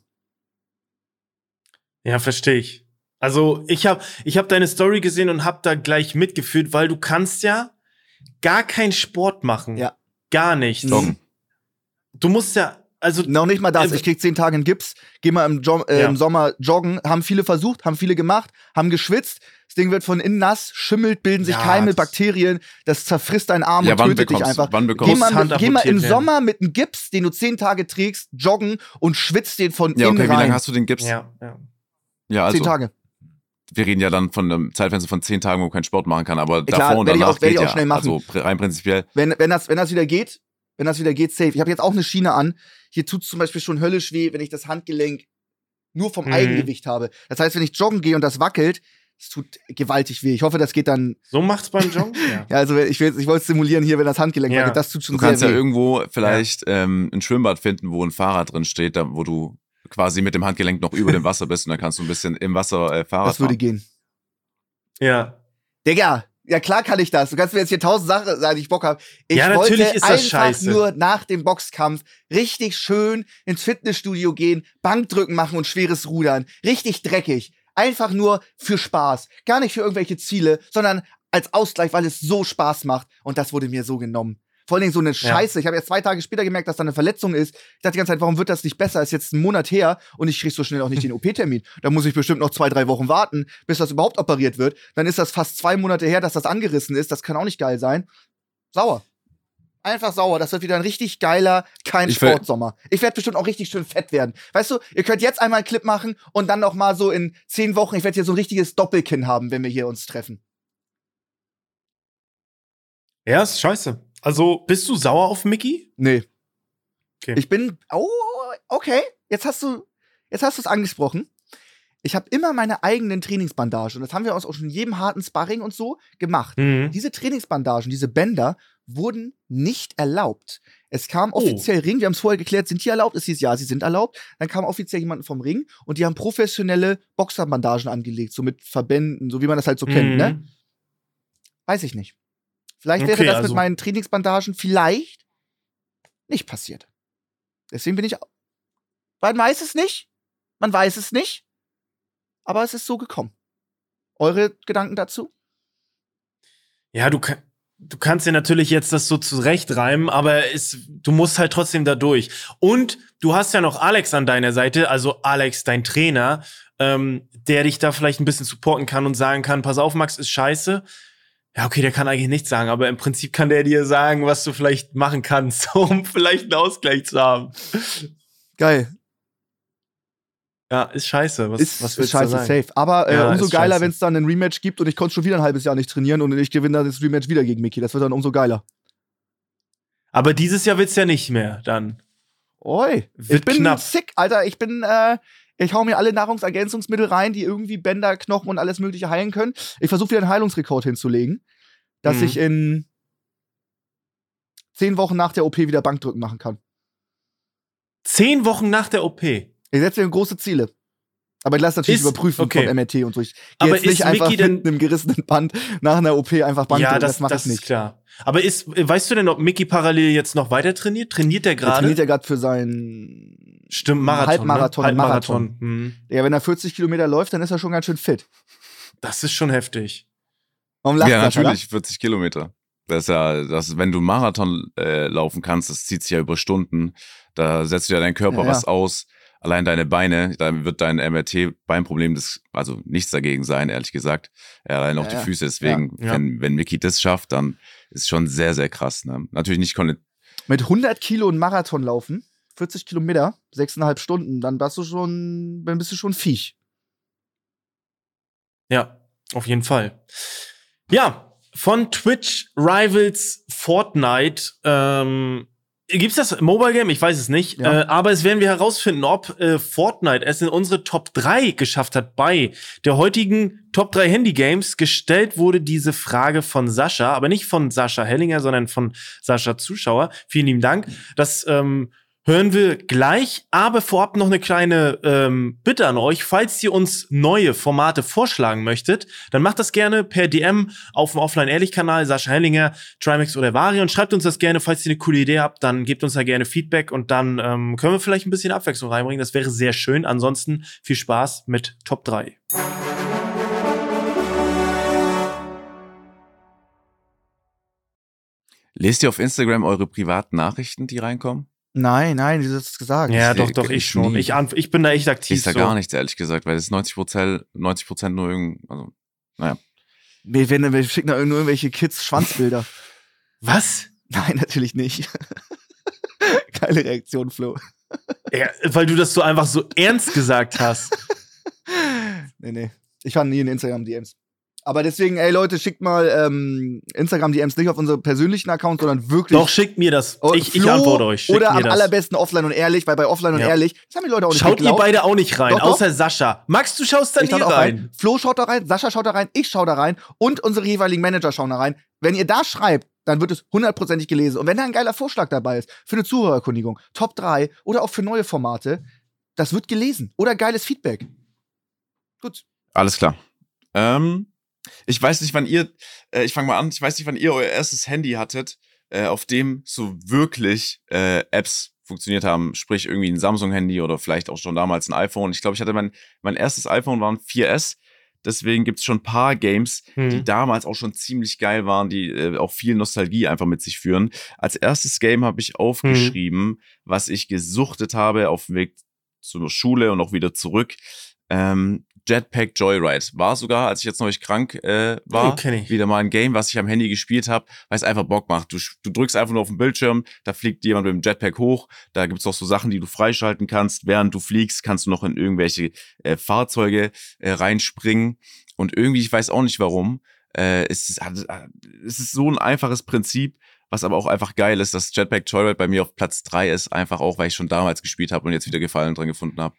Speaker 2: Ja, verstehe ich. Also, ich habe ich hab deine Story gesehen und hab da gleich mitgefühlt, weil du kannst ja gar keinen Sport machen.
Speaker 1: Ja.
Speaker 2: Gar nichts.
Speaker 3: Joggen.
Speaker 2: Du musst ja, also,
Speaker 1: Noch nicht mal das.
Speaker 2: Äh,
Speaker 1: Ich krieg zehn Tage in Gips, geh mal im, jo äh,
Speaker 2: Ja.
Speaker 1: im Sommer joggen. Haben viele versucht, haben viele gemacht, haben geschwitzt. Das Ding wird von innen nass, schimmelt, bilden sich
Speaker 2: Ja,
Speaker 1: Keime,
Speaker 2: das-
Speaker 1: Bakterien. Das zerfrisst deinen Arm
Speaker 3: Ja,
Speaker 1: und
Speaker 3: wann
Speaker 1: tötet dich
Speaker 3: bekommst,
Speaker 1: einfach.
Speaker 3: wann
Speaker 1: Geh
Speaker 3: bekommst
Speaker 1: mal,
Speaker 2: Hand
Speaker 1: mit, geh mal im
Speaker 2: amputiert werden.
Speaker 1: Sommer mit einem Gips, den du zehn Tage trägst, joggen und schwitzt den von
Speaker 3: Ja,
Speaker 1: innen
Speaker 3: okay, wie
Speaker 1: rein.
Speaker 3: lange hast du den Gips?
Speaker 2: ja, ja.
Speaker 3: Ja, also,
Speaker 1: zehn Tage.
Speaker 3: wir reden ja dann von einem Zeitfenster von zehn Tagen, wo man keinen Sport machen kann, aber
Speaker 1: klar,
Speaker 3: davor und
Speaker 1: werd ich
Speaker 3: danach
Speaker 1: auch- werd ich
Speaker 3: geht
Speaker 1: auch
Speaker 3: ja.
Speaker 1: schnell machen.
Speaker 3: Also pr- rein prinzipiell.
Speaker 1: Wenn, wenn, das, wenn das wieder geht, wenn das wieder geht, safe. Ich habe jetzt auch eine Schiene an. Hier tut's zum Beispiel schon höllisch weh, wenn ich das Handgelenk nur vom
Speaker 2: Mhm.
Speaker 1: Eigengewicht habe. Das heißt, wenn ich joggen gehe und das wackelt, es tut gewaltig weh. Ich hoffe, das geht dann.
Speaker 2: So macht's beim Joggen? Ja.
Speaker 1: Ja, also ich, will, ich wollte es simulieren hier, wenn das Handgelenk
Speaker 2: Ja.
Speaker 1: wackelt. Das tut schon
Speaker 3: Du kannst
Speaker 1: sehr
Speaker 3: ja
Speaker 1: weh.
Speaker 3: irgendwo vielleicht ähm, ein Schwimmbad finden, wo ein Fahrrad drin steht, da, wo du quasi mit dem Handgelenk noch über dem Wasser bist und dann kannst du ein bisschen im Wasser äh, Fahrrad
Speaker 1: Das würde
Speaker 3: fahren.
Speaker 1: gehen.
Speaker 2: Ja.
Speaker 1: Digga, ja klar kann ich das. Du kannst mir jetzt hier tausend Sachen sagen, die ich Bock habe. Ich
Speaker 2: Ja,
Speaker 1: wollte
Speaker 2: natürlich ist das
Speaker 1: einfach
Speaker 2: scheiße.
Speaker 1: nur nach dem Boxkampf richtig schön ins Fitnessstudio gehen, Bankdrücken machen und schweres Rudern. Richtig dreckig. Einfach nur für Spaß. Gar nicht für irgendwelche Ziele, sondern als Ausgleich, weil es so Spaß macht. Und das wurde mir so genommen. Vor allen Dingen so eine Scheiße. Ich habe jetzt zwei Tage später gemerkt, dass da eine Verletzung ist. Ich dachte die ganze Zeit, warum wird das nicht besser? Ist jetzt ein Monat her und ich krieg so schnell auch nicht den O P-Termin. Da muss ich bestimmt noch zwei, drei Wochen warten, bis das überhaupt operiert wird. Dann ist das fast zwei Monate her, dass das angerissen ist. Das kann auch nicht geil sein. Sauer. Einfach sauer. Das wird wieder ein richtig geiler, kein
Speaker 3: Ich will-
Speaker 1: Sportsommer. Ich werde bestimmt auch richtig schön fett werden. Weißt du, ihr könnt jetzt einmal einen Clip machen und dann noch mal so in zehn Wochen, ich werde hier so ein richtiges Doppelkinn haben, wenn wir hier uns treffen.
Speaker 2: Ja, ist scheiße. Also, bist du sauer auf Mickey?
Speaker 1: Nee.
Speaker 2: Okay.
Speaker 1: Ich bin, oh, okay, jetzt hast du, jetzt hast du es angesprochen. Ich habe immer meine eigenen Trainingsbandagen. Und das haben wir uns auch schon in jedem harten Sparring und so gemacht.
Speaker 2: Mhm.
Speaker 1: Diese Trainingsbandagen, diese Bänder wurden nicht erlaubt. Es kam
Speaker 2: Oh.
Speaker 1: offiziell Ring, wir haben es vorher geklärt, sind die erlaubt? Es hieß, ja, sie sind erlaubt. Dann kam offiziell jemand vom Ring und die haben professionelle Boxerbandagen angelegt, so mit Verbänden, so wie man das halt so kennt,
Speaker 2: Mhm.
Speaker 1: ne? Weiß ich nicht. Vielleicht wäre
Speaker 2: Okay,
Speaker 1: das
Speaker 2: also-
Speaker 1: mit meinen Trainingsbandagen vielleicht nicht passiert. Deswegen bin ich. Man weiß es nicht. Man weiß es nicht. Aber es ist so gekommen. Eure Gedanken dazu?
Speaker 2: Ja, du, ka- du kannst dir natürlich jetzt das so zurechtreimen, aber es, du musst halt trotzdem da durch. Und du hast ja noch Alex an deiner Seite, also Alex, dein Trainer, ähm, der dich da vielleicht ein bisschen supporten kann und sagen kann, pass auf, Max, ist scheiße. Ja, okay, der kann eigentlich nichts sagen, aber im Prinzip kann der dir sagen, was du vielleicht machen kannst, um vielleicht einen Ausgleich zu haben.
Speaker 1: Geil.
Speaker 2: Ja, ist scheiße. Was,
Speaker 1: Ist,
Speaker 2: was
Speaker 1: ist
Speaker 2: willst du da
Speaker 1: scheiße,
Speaker 2: sagen?
Speaker 1: safe. Aber äh,
Speaker 2: Ja,
Speaker 1: umso
Speaker 2: ist
Speaker 1: geiler,
Speaker 2: scheiße.
Speaker 1: wenn es dann ein Rematch gibt und ich konnte schon wieder ein halbes Jahr nicht trainieren und ich gewinne dann das Rematch wieder gegen Mickey. Das wird dann umso geiler.
Speaker 2: Aber dieses Jahr wird's ja nicht mehr dann.
Speaker 1: Oi. Ich
Speaker 2: Wird
Speaker 1: bin
Speaker 2: knapp.
Speaker 1: sick, Alter. Ich bin, äh, ich hau mir alle Nahrungsergänzungsmittel rein, die irgendwie Bänder, Knochen und alles Mögliche heilen können. Ich versuche wieder einen Heilungsrekord hinzulegen, dass
Speaker 2: Mhm.
Speaker 1: ich in zehn Wochen nach der O P wieder Bankdrücken machen kann.
Speaker 2: Zehn Wochen nach der O P.
Speaker 1: Ich setze mir große Ziele. Aber ich lasse natürlich
Speaker 2: Ist-
Speaker 1: überprüfen
Speaker 2: okay.
Speaker 1: vom M R T und so. Ich gehe
Speaker 2: Aber
Speaker 1: jetzt nicht
Speaker 2: ist
Speaker 1: einfach
Speaker 2: Mickey denn-
Speaker 1: mit einem gerissenen Band nach einer O P einfach Bankdrücken.
Speaker 2: Ja, das,
Speaker 1: das mache
Speaker 2: das
Speaker 1: ich
Speaker 2: ist
Speaker 1: nicht.
Speaker 2: klar. Aber ist, weißt du denn, ob Mickey parallel jetzt noch weiter trainiert? Trainiert der
Speaker 1: Der trainiert
Speaker 2: gerade?
Speaker 1: ja gerade für seinen
Speaker 2: Stimmt, Marathon.
Speaker 1: Halbmarathon
Speaker 2: Ne?
Speaker 1: und
Speaker 2: Halbmarathon. Mhm.
Speaker 1: Ja, wenn er vierzig Kilometer läuft, dann ist er schon ganz schön fit.
Speaker 2: Das ist schon heftig.
Speaker 1: Warum lachst
Speaker 3: Ja,
Speaker 1: du, Sascha?
Speaker 3: natürlich, vierzig Kilometer. Das ist ja, das, wenn du einen Marathon äh, laufen kannst, das zieht sich ja über Stunden. Da setzt du ja deinen Körper
Speaker 1: Ja, ja.
Speaker 3: was aus. Allein deine Beine, da wird dein M R T-Beinproblem, das, also nichts dagegen sein, ehrlich gesagt. Ja, allein auch
Speaker 1: Ja,
Speaker 3: die
Speaker 1: ja.
Speaker 3: Füße. Deswegen,
Speaker 2: Ja.
Speaker 3: wenn, wenn Mickey das schafft, dann ist schon sehr, sehr krass. Ne? Natürlich nicht kon-
Speaker 1: Mit hundert Kilo einen Marathon laufen, vierzig Kilometer, sechseinhalb Stunden, dann bist du schon, dann bist du schon Viech.
Speaker 2: Ja, auf jeden Fall. Ja, von Twitch Rivals Fortnite. Ähm, gibt's das Mobile Game? Ich weiß es nicht.
Speaker 1: Ja.
Speaker 2: Äh, aber es werden wir herausfinden, ob äh, Fortnite es in unsere Top drei geschafft hat. Bei der heutigen Top drei Handy Games gestellt wurde diese Frage von Sascha, aber nicht von Sascha Hellinger, sondern von Sascha Zuschauer. Vielen lieben Dank. Das ähm, hören wir gleich, aber vorab noch eine kleine ähm, Bitte an euch. Falls ihr uns neue Formate vorschlagen möchtet, dann macht das gerne per D M auf dem Offline-Ehrlich-Kanal, Sascha Hellinger, Trimax oder Varion. Schreibt uns das gerne, falls ihr eine coole Idee habt, dann gebt uns da gerne Feedback und dann ähm, können wir vielleicht ein bisschen Abwechslung reinbringen. Das wäre sehr schön. Ansonsten viel Spaß mit Top drei.
Speaker 3: Lest ihr auf Instagram eure privaten Nachrichten, die reinkommen?
Speaker 1: Nein, nein, wie hast du es gesagt?
Speaker 2: Ja,
Speaker 3: Ich-
Speaker 2: doch, doch,
Speaker 3: ich
Speaker 2: ich schon.
Speaker 3: nie.
Speaker 2: Ich, anf- ich bin da echt aktiv.
Speaker 3: Ich sag
Speaker 2: so.
Speaker 3: gar nichts, ehrlich gesagt, weil es ist neunzig Prozent, neunzig Prozent nur irgend, also, naja.
Speaker 1: Wir, wir, wir schicken da nur irgendwelche Kids Schwanzbilder.
Speaker 2: Was?
Speaker 1: Nein, natürlich nicht. Geile Reaktion, Flo.
Speaker 2: Ja, weil du das so einfach so ernst gesagt hast.
Speaker 1: Nee, nee. Ich fand nie in Instagram-D Ms. Aber deswegen, ey Leute, schickt mal ähm, Instagram-D Ms nicht auf unsere persönlichen Accounts, sondern wirklich.
Speaker 2: Doch, schickt mir das.
Speaker 1: Oh,
Speaker 2: Ich, ich
Speaker 1: Flo
Speaker 2: antworte euch. Schickt
Speaker 1: Oder
Speaker 2: mir
Speaker 1: am
Speaker 2: das.
Speaker 1: allerbesten offline und ehrlich, weil bei offline und
Speaker 2: Ja.
Speaker 1: ehrlich, das haben die Leute auch nicht
Speaker 2: Schaut ihr
Speaker 1: geglaubt.
Speaker 2: beide auch nicht rein,
Speaker 1: Doch, doch.
Speaker 2: außer Sascha. Max, du schaust da
Speaker 1: Ich
Speaker 2: nie
Speaker 1: schaue auch
Speaker 2: rein.
Speaker 1: rein. Flo schaut da rein, Sascha schaut da rein, ich schaue da rein und unsere jeweiligen Manager schauen da rein. Wenn ihr da schreibt, dann wird es hundertprozentig gelesen. Und wenn da ein geiler Vorschlag dabei ist für eine Zuhörerkundigung, Top drei oder auch für neue Formate, das wird gelesen. Oder geiles Feedback. Gut.
Speaker 3: Alles klar. Ähm, ich weiß nicht, wann ihr, äh, ich fange mal an, ich weiß nicht, wann ihr euer erstes Handy hattet, äh, auf dem so wirklich äh, Apps funktioniert haben, sprich irgendwie ein Samsung-Handy oder vielleicht auch schon damals ein iPhone. Ich glaube, ich hatte mein, mein erstes iPhone war ein vier S, deswegen gibt es schon ein paar Games,
Speaker 2: Hm.
Speaker 3: die damals auch schon ziemlich geil waren, die äh, auch viel Nostalgie einfach mit sich führen. Als erstes Game habe ich aufgeschrieben, was ich gesuchtet habe auf dem Weg zur Schule und auch wieder zurück. Ähm, Jetpack Joyride war sogar, als ich jetzt neulich krank äh, war,
Speaker 2: Oh, kenn ich.
Speaker 3: wieder mal ein Game, was ich am Handy gespielt habe, weil es einfach Bock macht. Du, du drückst einfach nur auf den Bildschirm, da fliegt jemand mit dem Jetpack hoch, da gibt's auch so Sachen, die du freischalten kannst. Während du fliegst, kannst du noch in irgendwelche äh, Fahrzeuge äh, reinspringen und irgendwie, ich weiß auch nicht warum, Äh, es, ist, es ist so ein einfaches Prinzip, was aber auch einfach geil ist, dass Jetpack Joyride bei mir auf Platz drei ist, einfach auch, weil ich schon damals gespielt habe und jetzt wieder Gefallen dran gefunden habe.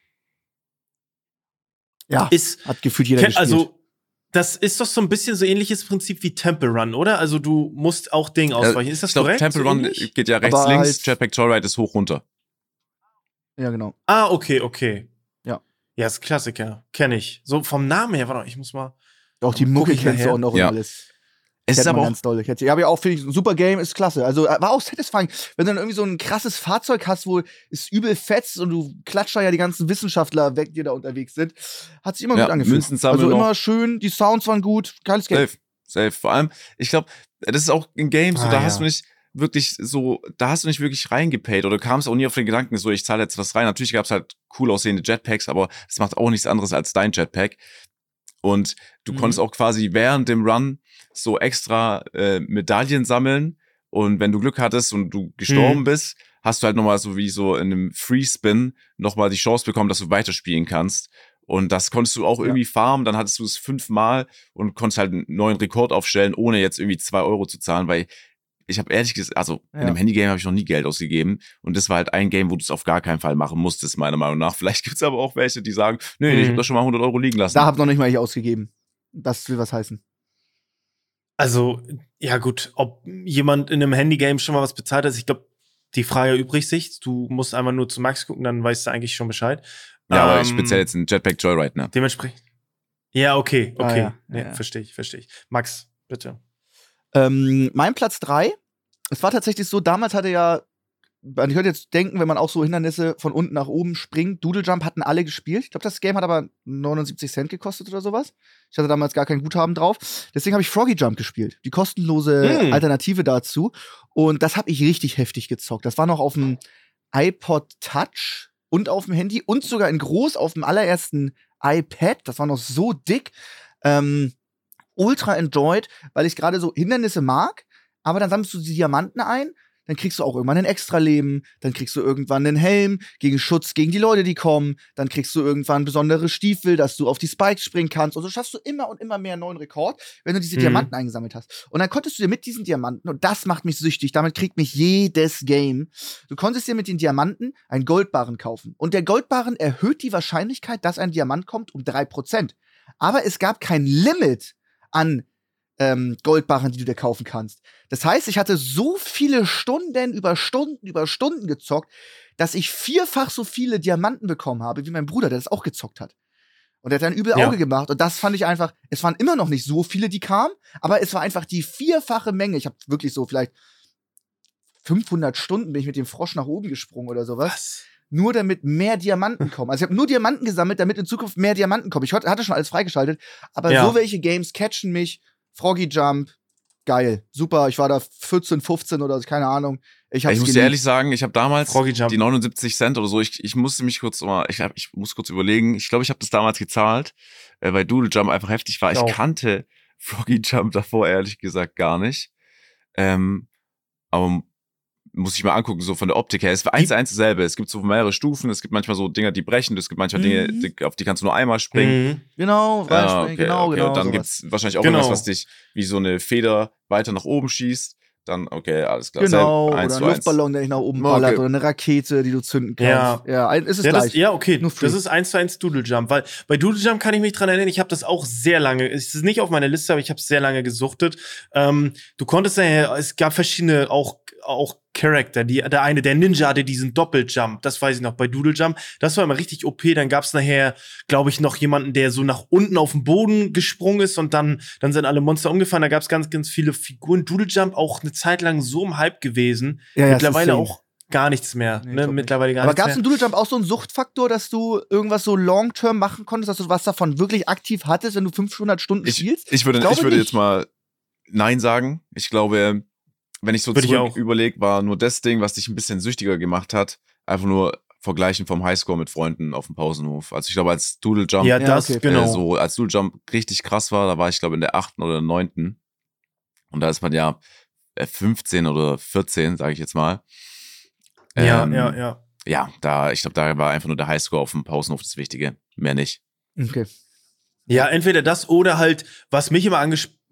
Speaker 1: Ja,
Speaker 2: Ist,
Speaker 1: hat gefühlt jeder
Speaker 2: Ken-
Speaker 1: gespielt.
Speaker 2: Also, das ist doch so ein bisschen so ähnliches Prinzip wie Temple Run, oder? Also, du musst auch Ding ausweichen. Ist das
Speaker 3: ich glaube,
Speaker 2: korrekt?
Speaker 3: Temple
Speaker 2: so
Speaker 3: Run
Speaker 2: ähnlich?
Speaker 3: geht ja rechts,
Speaker 1: Aber
Speaker 3: links,
Speaker 1: halt-
Speaker 3: Jetpack Joyride ist hoch, runter.
Speaker 1: ja, genau.
Speaker 2: Ah, okay, okay.
Speaker 1: Ja.
Speaker 2: Ja, ist Klassiker. Kenne ich. So vom Namen her, warte mal, ich muss mal.
Speaker 1: Auch die
Speaker 2: Guck
Speaker 1: Mucke
Speaker 2: ich
Speaker 1: kennst du
Speaker 2: nachher.
Speaker 1: auch noch
Speaker 3: Ja.
Speaker 1: und alles.
Speaker 3: Es ist
Speaker 1: Kennt man
Speaker 3: aber auch
Speaker 1: ganz doll. Ich hätte- Ja, aber ja, auch finde ich, ein super Game ist klasse. Also äh, war auch satisfying, wenn du dann irgendwie so ein krasses Fahrzeug hast, wo es übel fetzt und du klatscht da ja die ganzen Wissenschaftler weg, die da unterwegs sind. Hat sich immer
Speaker 3: Ja,
Speaker 1: gut angefühlt.
Speaker 3: Münzen sammeln
Speaker 1: Also
Speaker 3: noch.
Speaker 1: immer schön, die Sounds waren gut, geiles Game.
Speaker 3: safe, safe. Vor allem, ich glaube, das ist auch ein Game, so
Speaker 2: Ah,
Speaker 3: da
Speaker 2: ja.
Speaker 3: hast du nicht wirklich so, da hast du nicht wirklich reingepayt oder kamst auch nie auf den Gedanken, so ich zahle jetzt was rein. Natürlich gab es halt cool aussehende Jetpacks, aber es macht auch nichts anderes als dein Jetpack. Und du
Speaker 1: Mhm.
Speaker 3: konntest auch quasi während dem Run so extra äh, Medaillen sammeln. Und wenn du Glück hattest und du gestorben
Speaker 2: Mhm.
Speaker 3: bist, hast du halt nochmal so wie so in einem Free-Spin nochmal die Chance bekommen, dass du weiterspielen kannst. Und das konntest du auch
Speaker 1: Ja.
Speaker 3: irgendwie farmen. Dann hattest du es fünfmal und konntest halt einen neuen Rekord aufstellen, ohne jetzt irgendwie zwei Euro zu zahlen, weil ich habe ehrlich gesagt, also in
Speaker 1: Ja.
Speaker 3: einem Handygame habe ich noch nie Geld ausgegeben. Und das war halt ein Game, wo du es auf gar keinen Fall machen musstest, meiner Meinung nach. Vielleicht gibt's aber auch welche, die sagen, nee,
Speaker 2: Mhm.
Speaker 3: ich habe da schon mal hundert Euro liegen lassen.
Speaker 1: Da hab noch nicht mal ich ausgegeben. Das will was heißen.
Speaker 2: Also, ja, gut, ob jemand in einem Handygame schon mal was bezahlt hat, ich glaube, die Frage erübrigt sich. Du musst einfach nur zu Max gucken, dann weißt du eigentlich schon Bescheid.
Speaker 3: Ja, aber
Speaker 2: Ähm,
Speaker 3: speziell jetzt ein Jetpack Joyride, ne?
Speaker 2: Dementsprechend. Ja, okay,
Speaker 1: Ah,
Speaker 2: okay.
Speaker 1: ja.
Speaker 2: Nee,
Speaker 1: Ja, ja.
Speaker 2: verstehe ich, verstehe ich. Max, bitte.
Speaker 1: Ähm, mein Platz drei, es war tatsächlich so, damals hatte ja, man könnte jetzt denken, wenn man auch so Hindernisse von unten nach oben springt, Doodle Jump hatten alle gespielt. Ich glaube, das Game hat aber neunundsiebzig Cent gekostet oder sowas. Ich hatte damals gar kein Guthaben drauf. Deswegen habe ich Froggy Jump gespielt. Die kostenlose
Speaker 2: Mm.
Speaker 1: Alternative dazu. Und das habe ich richtig heftig gezockt. Das war noch auf dem iPod Touch und auf dem Handy und sogar in groß auf dem allerersten iPad. Das war noch so dick. Ähm, ultra enjoyed, weil ich gerade so Hindernisse mag, aber dann sammelst du die Diamanten ein, dann kriegst du auch irgendwann ein Extra-Leben, dann kriegst du irgendwann einen Helm gegen Schutz gegen die Leute, die kommen, dann kriegst du irgendwann besondere Stiefel, dass du auf die Spikes springen kannst und so schaffst du immer und immer mehr einen neuen Rekord, wenn du diese
Speaker 2: Mhm.
Speaker 1: Diamanten eingesammelt hast. Und dann konntest du dir mit diesen Diamanten, und das macht mich süchtig, damit kriegt mich jedes Game, du konntest dir mit den Diamanten einen Goldbarren kaufen. Und der Goldbarren erhöht die Wahrscheinlichkeit, dass ein Diamant kommt, um drei Prozent. Aber es gab kein Limit an ähm, Goldbarren, die du dir kaufen kannst. Das heißt, ich hatte so viele Stunden über Stunden über Stunden gezockt, dass ich vierfach so viele Diamanten bekommen habe, wie mein Bruder, der das auch gezockt hat. Und der hat ein übel
Speaker 2: Ja.
Speaker 1: Auge gemacht. Und das fand ich einfach, es waren immer noch nicht so viele, die kamen, aber es war einfach die vierfache Menge. Ich habe wirklich so vielleicht fünfhundert Stunden bin ich mit dem Frosch nach oben gesprungen oder sowas.
Speaker 2: Was?
Speaker 1: Nur damit mehr Diamanten kommen. Also ich habe nur Diamanten gesammelt, damit in Zukunft mehr Diamanten kommen. Ich hatte schon alles freigeschaltet, aber
Speaker 2: Ja.
Speaker 1: so welche Games catchen mich. Froggy Jump, geil, super. Ich war da vierzehn, fünfzehn oder so, keine Ahnung. Ich, hab's
Speaker 3: Ich muss dir
Speaker 1: geliebt.
Speaker 3: ehrlich sagen, ich habe damals
Speaker 2: Froggy Jump.
Speaker 3: die neunundsiebzig Cent oder so, ich, ich musste mich kurz mal, ich, hab, ich muss kurz überlegen, ich glaube, ich habe das damals gezahlt, äh, weil Doodle Jump einfach heftig war. Ich
Speaker 2: Auch.
Speaker 3: kannte Froggy Jump davor ehrlich gesagt gar nicht. Ähm, aber muss ich mal angucken, so von der Optik her. Es war eins zu eins dasselbe. Es gibt so mehrere Stufen, es gibt manchmal so Dinger, die brechen, es gibt manchmal Dinge,
Speaker 1: Mhm.
Speaker 3: die, auf die kannst du nur einmal springen.
Speaker 2: Mhm.
Speaker 1: Genau,
Speaker 3: Ja,
Speaker 1: reinspringen,
Speaker 3: okay,
Speaker 1: genau,
Speaker 3: okay.
Speaker 1: genau.
Speaker 3: Und dann
Speaker 1: sowas.
Speaker 3: gibt's wahrscheinlich auch
Speaker 2: Genau.
Speaker 3: irgendwas, was dich wie so eine Feder weiter nach oben schießt. Dann, okay, alles klar.
Speaker 1: Genau,
Speaker 3: Selb-
Speaker 1: oder
Speaker 3: eins
Speaker 1: ein
Speaker 3: zu eins.
Speaker 1: Luftballon, der dich nach oben
Speaker 3: Okay.
Speaker 1: ballert, oder eine Rakete, die du zünden kannst.
Speaker 2: Ja.
Speaker 1: Ja, ein- es ist
Speaker 2: Ja, das,
Speaker 1: gleich.
Speaker 2: ja, okay.
Speaker 1: Nur free.
Speaker 2: Das ist eins zu eins Doodle Jump, weil bei Doodle Jump kann ich mich dran erinnern, ich habe das auch sehr lange, es ist nicht auf meiner Liste, aber ich habe es sehr lange gesuchtet. Ähm, du konntest ja, es gab verschiedene auch, auch Charakter, die, der eine, der Ninja hatte diesen Doppeljump, das weiß ich noch, bei Doodle Jump, das war immer richtig O P, dann gab's nachher, glaube ich, noch jemanden, der so nach unten auf den Boden gesprungen ist und dann, dann sind alle Monster umgefallen, da gab's ganz, ganz viele Figuren. Doodle Jump auch eine Zeit lang so im Hype gewesen,
Speaker 1: Ja, ja,
Speaker 2: mittlerweile
Speaker 1: es ist
Speaker 2: auch gar nichts mehr,
Speaker 1: Nee,
Speaker 2: ne,
Speaker 1: glaub nicht.
Speaker 2: mittlerweile gar
Speaker 1: Aber
Speaker 2: nichts
Speaker 1: gab
Speaker 2: mehr.
Speaker 1: es in Doodle Jump auch so einen Suchtfaktor, dass du irgendwas so long-term machen konntest, dass du was davon wirklich aktiv hattest, wenn du fünfhundert Stunden
Speaker 3: Ich,
Speaker 1: spielst?
Speaker 3: ich würde,
Speaker 1: Ich
Speaker 3: ich
Speaker 1: glaube
Speaker 3: würde
Speaker 1: nicht.
Speaker 3: jetzt mal Nein sagen. Ich glaube, wenn ich so
Speaker 2: Würde ich
Speaker 3: zurück
Speaker 2: auch.
Speaker 3: überlege, war nur das Ding, was dich ein bisschen süchtiger gemacht hat, einfach nur vergleichen vom Highscore mit Freunden auf dem Pausenhof. Also ich glaube, als Doodle Jump
Speaker 2: Ja,
Speaker 1: Ja,
Speaker 2: das,
Speaker 1: okay.
Speaker 2: genau.
Speaker 3: äh, so als Doodle Jump richtig krass war, da war ich glaube in der achten oder neunten. Und da ist man ja äh, fünfzehn oder vierzehn, sage ich jetzt mal.
Speaker 2: ja,
Speaker 3: Ähm,
Speaker 2: ja, ja.
Speaker 3: Ja, da, ich glaube, da war einfach nur der Highscore auf dem Pausenhof das Wichtige. Mehr nicht.
Speaker 1: Okay.
Speaker 2: Ja, entweder das oder halt, was mich immer anges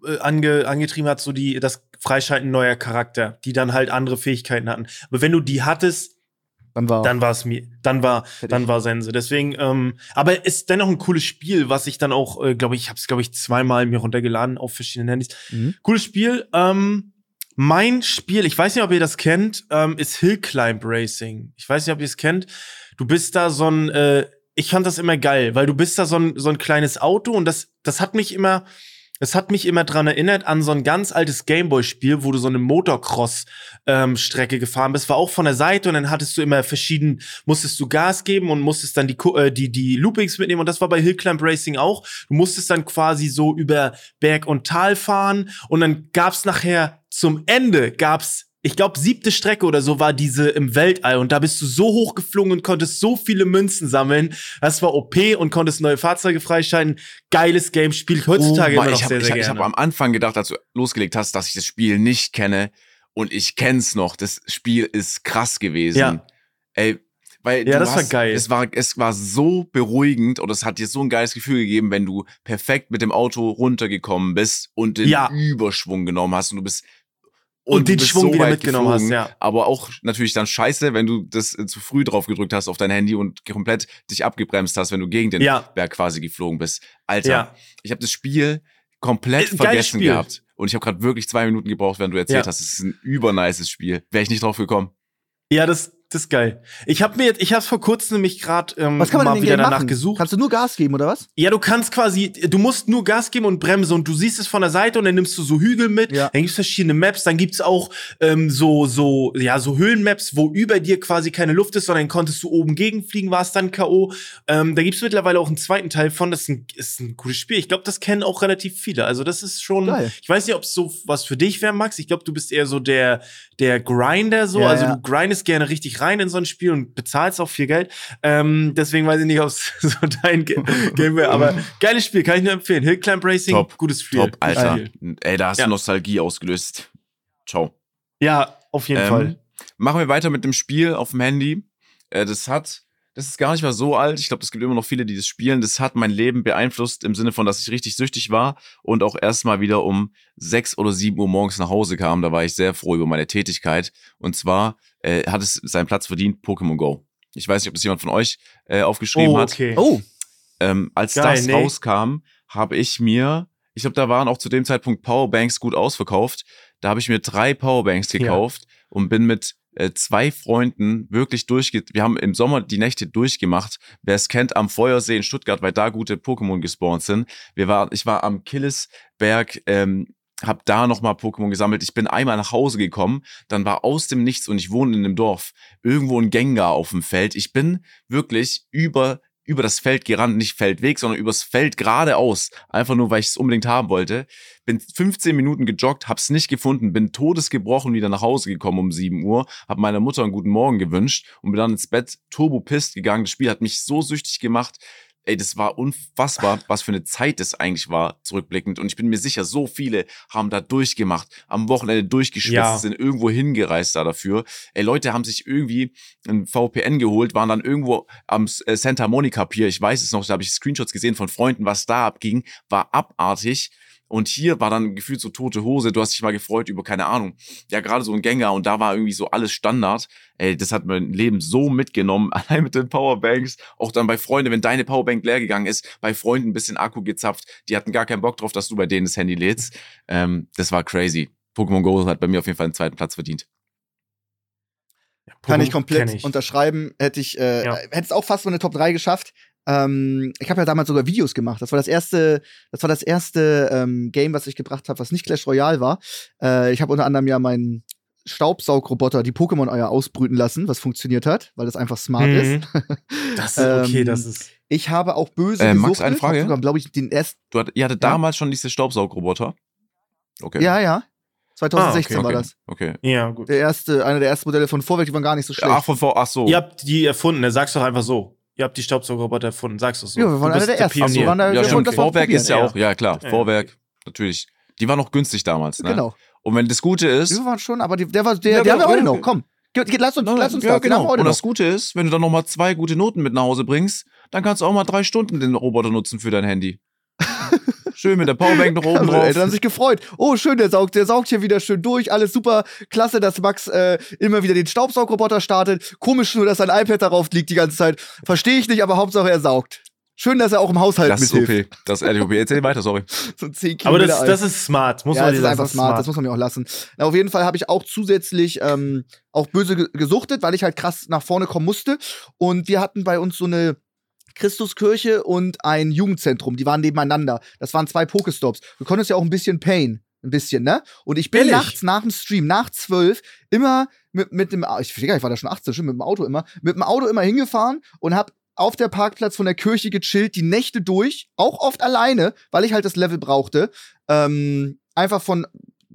Speaker 2: äh, ange, angetrieben hat, so die, das Freischalten neuer Charakter, die dann halt andere Fähigkeiten hatten. Aber wenn du die hattest,
Speaker 1: Dann war.
Speaker 2: dann war es mir, dann war,
Speaker 1: Fertig.
Speaker 2: dann war Sense. Deswegen, ähm, aber ist dennoch ein cooles Spiel, was ich dann auch, äh, glaube ich, ich habe es, glaube ich, zweimal mir runtergeladen auf verschiedenen Handys.
Speaker 1: Mhm.
Speaker 2: Cooles Spiel. Ähm, mein Spiel, ich weiß nicht, ob ihr das kennt, ähm, ist Hill Climb Racing. Ich weiß nicht, ob ihr es kennt. Du bist da so ein, äh, ich fand das immer geil, weil du bist da so ein, so ein kleines Auto und das, das hat mich immer, das hat mich immer dran erinnert an so ein ganz altes Gameboy-Spiel, wo du so eine Motocross-Strecke ähm, gefahren bist, war auch von der Seite und dann hattest du immer verschieden, musstest du Gas geben und musstest dann die, äh, die, die Loopings mitnehmen und das war bei Hill Climb Racing auch. Du musstest dann quasi so über Berg und Tal fahren und dann gab's nachher zum Ende gab's, ich glaube, siebte Strecke oder so war diese im Weltall und da bist du so hoch geflogen und konntest so viele Münzen sammeln. Das war O P und konntest neue Fahrzeuge freischalten. Geiles Game, spiele ich heutzutage
Speaker 3: Oh,
Speaker 2: immer noch
Speaker 3: ich hab,
Speaker 2: sehr,
Speaker 3: ich,
Speaker 2: sehr
Speaker 3: hab- ich
Speaker 2: gerne.
Speaker 3: habe am Anfang gedacht, als du losgelegt hast, dass ich das Spiel nicht kenne und ich kenn's noch. Das Spiel ist krass gewesen.
Speaker 2: Ja.
Speaker 3: Ey, weil
Speaker 2: Ja,
Speaker 3: du
Speaker 2: das war
Speaker 3: hast,
Speaker 2: geil.
Speaker 3: Es war, es war so beruhigend und es hat dir so ein geiles Gefühl gegeben, wenn du perfekt mit dem Auto runtergekommen bist und den
Speaker 2: Ja.
Speaker 3: Überschwung genommen hast und du bist
Speaker 2: Und
Speaker 3: du
Speaker 2: den
Speaker 3: bist
Speaker 2: Schwung
Speaker 3: so
Speaker 2: wieder
Speaker 3: weit
Speaker 2: mitgenommen hast,
Speaker 3: geflogen,
Speaker 2: ja.
Speaker 3: Aber auch natürlich dann scheiße, wenn du das äh, zu früh drauf gedrückt hast auf dein Handy und komplett dich abgebremst hast, wenn du gegen den
Speaker 2: Ja.
Speaker 3: Berg quasi geflogen bist. Alter,
Speaker 2: Ja.
Speaker 3: ich habe das Spiel komplett
Speaker 2: Äh, geiles
Speaker 3: vergessen
Speaker 2: Spiel.
Speaker 3: gehabt. Und ich habe gerade wirklich zwei Minuten gebraucht, wenn du erzählt
Speaker 2: Ja.
Speaker 3: hast, es ist ein übernices Spiel. Wäre ich nicht drauf gekommen.
Speaker 2: Ja, das, das ist geil. Ich habe mir jetzt, ich habe vor kurzem nämlich gerade ähm,
Speaker 1: Was kann man
Speaker 2: mal
Speaker 1: denn in
Speaker 2: wieder
Speaker 1: dem Game
Speaker 2: danach
Speaker 1: machen?
Speaker 2: gesucht.
Speaker 1: Kannst du nur Gas geben, oder was?
Speaker 2: Ja, du kannst quasi, du musst nur Gas geben und bremsen und du siehst es von der Seite und dann nimmst du so Hügel mit,
Speaker 1: Ja.
Speaker 2: dann gibt's verschiedene Maps, dann gibt's auch ähm, so, so, ja, so Höhlenmaps, wo über dir quasi keine Luft ist, sondern konntest du oben gegenfliegen, warst dann K O. Ähm, da gibt's mittlerweile auch einen zweiten Teil von, das ist ein, ist ein cooles Spiel. Ich glaube, das kennen auch relativ viele. Also das ist schon,
Speaker 1: Geil.
Speaker 2: ich weiß nicht, ob es so was für dich wäre, Max. Ich glaube, du bist eher so der, der Grinder so,
Speaker 1: Ja,
Speaker 2: also
Speaker 1: ja.
Speaker 2: du grindest gerne richtig rein in so ein Spiel und bezahlst auch viel Geld. Ähm, deswegen weiß ich nicht, ob es so dein Ge- Game wäre, aber geiles Spiel, kann ich nur empfehlen. Hill Climb Racing,
Speaker 3: Top,
Speaker 2: gutes Spiel.
Speaker 3: Top, Alter.
Speaker 2: Spiel.
Speaker 3: Ey, da hast
Speaker 2: Ja.
Speaker 3: du Nostalgie ausgelöst. Ciao.
Speaker 2: Ja, auf jeden
Speaker 3: Ähm,
Speaker 2: Fall.
Speaker 3: Machen wir weiter mit dem Spiel auf dem Handy. Äh, das hat, das ist gar nicht mal so alt. Ich glaube, es gibt immer noch viele, die das spielen. Das hat mein Leben beeinflusst im Sinne von, dass ich richtig süchtig war und auch erst mal wieder um sechs oder sieben Uhr morgens nach Hause kam. Da war ich sehr froh über meine Tätigkeit. Und zwar äh, hat es seinen Platz verdient, Pokémon Go. Ich weiß nicht, ob das jemand von euch äh, aufgeschrieben
Speaker 2: Oh,
Speaker 3: hat.
Speaker 2: okay.
Speaker 1: Oh,
Speaker 3: Ähm, als
Speaker 2: Geil,
Speaker 3: das
Speaker 2: nee.
Speaker 3: rauskam, habe ich mir, ich glaube, da waren auch zu dem Zeitpunkt Powerbanks gut ausverkauft. Da habe ich mir drei Powerbanks gekauft und bin mit äh, zwei Freunden wirklich durchge... Wir haben im Sommer die Nächte durchgemacht. Wer es kennt, am Feuersee in Stuttgart, weil da gute Pokémon gespawnt sind. Wir waren, ich war am Killesberg, ähm, hab da nochmal Pokémon gesammelt. Ich bin einmal nach Hause gekommen, dann war aus dem Nichts und ich wohne in einem Dorf, irgendwo ein Gengar auf dem Feld. Ich bin wirklich über über das Feld gerannt, nicht Feldweg, sondern übers Feld geradeaus, einfach nur, weil ich es unbedingt haben wollte. Bin fünfzehn Minuten gejoggt, hab's nicht gefunden, bin todesgebrochen wieder nach Hause gekommen um sieben Uhr, hab meiner Mutter einen guten Morgen gewünscht und bin dann ins Bett turbo-pisst gegangen. Das Spiel hat mich so süchtig gemacht. Ey, das war unfassbar, was für eine Zeit das eigentlich war, zurückblickend. Und ich bin mir sicher, so viele haben da durchgemacht, am Wochenende durchgeschwitzt,
Speaker 2: Ja.
Speaker 3: sind irgendwo hingereist da dafür. Ey, Leute haben sich irgendwie ein V P N geholt, waren dann irgendwo am äh, Santa Monica Pier, ich weiß es noch, da habe ich Screenshots gesehen von Freunden, was da abging, war abartig. Und hier war dann gefühlt so tote Hose. Du hast dich mal gefreut über, keine Ahnung, ja, gerade so ein Gengar und da war irgendwie so alles Standard. Ey, das hat mein Leben so mitgenommen. Allein mit den Powerbanks. Auch dann bei Freunden, wenn deine Powerbank leer gegangen ist, bei Freunden ein bisschen Akku gezapft. Die hatten gar keinen Bock drauf, dass du bei denen das Handy lädst. Ähm, das war crazy. Pokémon Go hat bei mir auf jeden Fall einen zweiten Platz verdient.
Speaker 1: kann
Speaker 2: Pokémon
Speaker 1: ich komplett
Speaker 2: kenn ich.
Speaker 1: unterschreiben. Hätte ich, äh,
Speaker 2: Ja.
Speaker 1: hätte es auch fast so eine Top drei geschafft. Ähm, ich habe ja damals sogar Videos gemacht. Das war das erste, das war das erste ähm, Game, was ich gebracht habe, was nicht Clash Royale war. Äh, ich habe unter anderem ja meinen Staubsaugroboter, die Pokémon-Eier ausbrüten lassen, was funktioniert hat, weil das einfach smart
Speaker 2: Mhm.
Speaker 1: ist.
Speaker 2: Das ist okay,
Speaker 1: Ähm,
Speaker 2: das ist.
Speaker 1: Ich habe auch böse
Speaker 3: Äh, Max,
Speaker 1: gesuchtet.
Speaker 3: eine Frage?
Speaker 1: Hab sogar, glaube ich, den ersten.
Speaker 3: Du hat, ihr hattet
Speaker 1: Ja.
Speaker 3: damals schon diese Staubsaugroboter? Okay.
Speaker 1: Ja, ja. zwanzig sechzehn
Speaker 2: Ah,
Speaker 3: okay.
Speaker 1: war das.
Speaker 3: Okay.
Speaker 2: Ja, gut.
Speaker 1: Der erste, einer der ersten Modelle von Vorwerk, die waren gar nicht so schlecht.
Speaker 3: Ach, von vor, ach so.
Speaker 2: Ihr habt die erfunden, ne? Sag's doch einfach so. Ihr habt die Staubsaugerroboter erfunden, sag's doch so.
Speaker 1: Ja, wir waren
Speaker 2: Du bist
Speaker 1: einer der Ersten. Ach so,
Speaker 2: Pionier.
Speaker 1: waren da-
Speaker 3: Ja,
Speaker 1: wir
Speaker 3: stimmt.
Speaker 1: wollen das mal
Speaker 3: Vorwerk
Speaker 1: probieren.
Speaker 3: ist ja
Speaker 2: Ja.
Speaker 3: auch, ja klar,
Speaker 2: Ja,
Speaker 3: Vorwerk, natürlich. Die waren noch günstig damals, ne?
Speaker 1: Genau.
Speaker 3: Und wenn das Gute ist,
Speaker 1: Wir waren schon, aber die, der war, der,
Speaker 3: Ja,
Speaker 1: der haben wir
Speaker 3: genau,
Speaker 1: heute
Speaker 3: ja.
Speaker 1: noch. Komm, Ge- ge- lass uns, lass uns
Speaker 3: ja,
Speaker 1: das. Den haben
Speaker 3: genau.
Speaker 1: wir heute
Speaker 3: Und
Speaker 1: noch.
Speaker 3: das Gute ist, wenn du dann noch mal zwei gute Noten mit nach Hause bringst, dann kannst du auch mal drei Stunden den Roboter nutzen für dein Handy. Schön mit der Powerbank noch oben
Speaker 1: Also,
Speaker 3: drauf.
Speaker 1: Eltern haben sich gefreut. Oh, schön, der saugt, der saugt hier wieder schön durch. Alles super. Klasse, dass Max äh, immer wieder den Staubsaugroboter startet. Komisch nur, dass sein iPad darauf liegt die ganze Zeit. Verstehe ich nicht, aber Hauptsache er saugt. Schön, dass er auch im Haushalt
Speaker 3: Das ist
Speaker 1: mithilft.
Speaker 3: O P. Das ist ehrlich O P. Erzähl weiter, sorry.
Speaker 1: So zehn
Speaker 2: Aber
Speaker 1: Kilometer
Speaker 2: das,
Speaker 1: alt.
Speaker 2: das ist smart, muss
Speaker 1: ja,
Speaker 2: man
Speaker 1: das
Speaker 2: dir
Speaker 1: ist
Speaker 2: sagen.
Speaker 1: einfach smart, das muss man mir auch lassen. Na, auf jeden Fall habe ich auch zusätzlich ähm, auch böse ge- gesuchtet, weil ich halt krass nach vorne kommen musste. Und wir hatten bei uns so eine Christuskirche und ein Jugendzentrum, die waren nebeneinander. Das waren zwei Pokestops. Du konntest ja auch ein bisschen Pain, ein bisschen, ne? Und ich bin
Speaker 2: Ehrlich?
Speaker 1: nachts nach dem Stream, nach zwölf, immer mit, mit dem, ich verstehe gar nicht, ich war da schon achtzehn, schon mit dem Auto immer, mit dem Auto immer hingefahren und hab auf der Parkplatz von der Kirche gechillt, die Nächte durch, auch oft alleine, weil ich halt das Level brauchte. Ähm, einfach von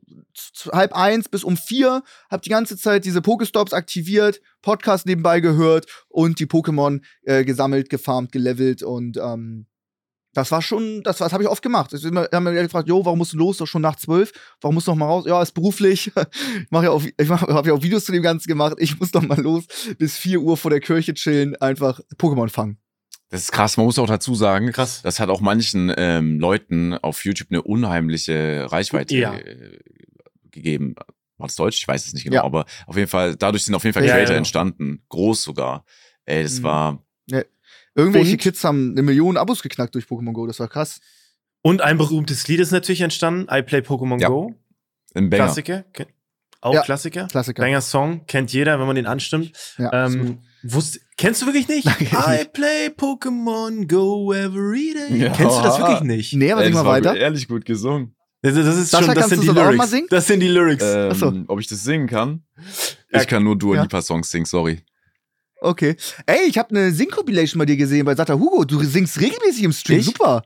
Speaker 1: z- halb eins bis um vier, hab die ganze Zeit diese Pokestops aktiviert, Podcast nebenbei gehört und die Pokémon äh, gesammelt, gefarmt, gelevelt und ähm, das war schon, das, das habe ich oft gemacht. Es ist immer, haben mir gefragt, jo, warum musst du los? Doch schon nach zwölf. Warum musst du noch mal raus? Ja, ist beruflich. Ich mache ja auch, ich mach, habe ja auch Videos zu dem Ganzen gemacht. Ich muss doch mal los, bis vier Uhr vor der Kirche chillen, einfach Pokémon fangen.
Speaker 3: Das ist krass. Man muss auch dazu sagen,
Speaker 2: Krass.
Speaker 3: das hat auch manchen ähm, Leuten auf YouTube eine unheimliche Reichweite
Speaker 2: Ja.
Speaker 3: äh, gegeben. War das Deutsch? Ich weiß es nicht genau,
Speaker 1: Ja.
Speaker 3: aber auf jeden Fall, dadurch sind auf jeden Fall
Speaker 2: Ja,
Speaker 3: Creator
Speaker 2: ja.
Speaker 3: entstanden. Groß sogar. Ey, das
Speaker 1: Mhm.
Speaker 3: war.
Speaker 1: Irgendwelche
Speaker 2: Und?
Speaker 1: Kids haben eine Million Abos geknackt durch Pokémon Go. Das war krass.
Speaker 2: Und ein berühmtes Lied ist natürlich entstanden, I Play Pokémon
Speaker 3: Ja.
Speaker 2: Go.
Speaker 3: Ein Banger.
Speaker 2: Klassiker. Ken- Auch
Speaker 1: Ja.
Speaker 2: Klassiker.
Speaker 1: Klassiker.
Speaker 2: Banger-Song, kennt jeder, wenn man den anstimmt.
Speaker 1: Ja, absolut.
Speaker 2: Ähm, wusst, kennst du wirklich nicht?
Speaker 1: Nein, kenn ich
Speaker 2: I play Pokémon Go every day.
Speaker 3: Ja.
Speaker 2: Kennst du das wirklich nicht?
Speaker 1: Nee, aber
Speaker 3: Ey,
Speaker 1: sing
Speaker 3: das
Speaker 1: mal
Speaker 3: war
Speaker 1: weiter.
Speaker 3: ehrlich gut gesungen.
Speaker 2: Das, das ist
Speaker 1: Sascha,
Speaker 2: schon, das
Speaker 1: kannst
Speaker 2: sind
Speaker 1: du
Speaker 2: die
Speaker 1: das auch mal
Speaker 2: Lyrics.
Speaker 1: singen?
Speaker 2: Das sind die Lyrics.
Speaker 3: Ähm,
Speaker 1: Ach so.
Speaker 3: Ob ich das singen kann?
Speaker 2: Ja.
Speaker 3: Ich kann nur Dua
Speaker 1: Ja.
Speaker 3: Lipa Songs singen, sorry.
Speaker 1: Okay. Ey, ich habe eine Sing-Compilation bei dir gesehen bei Sata Hugo. Du singst regelmäßig im Stream.
Speaker 3: Ich?
Speaker 1: Super.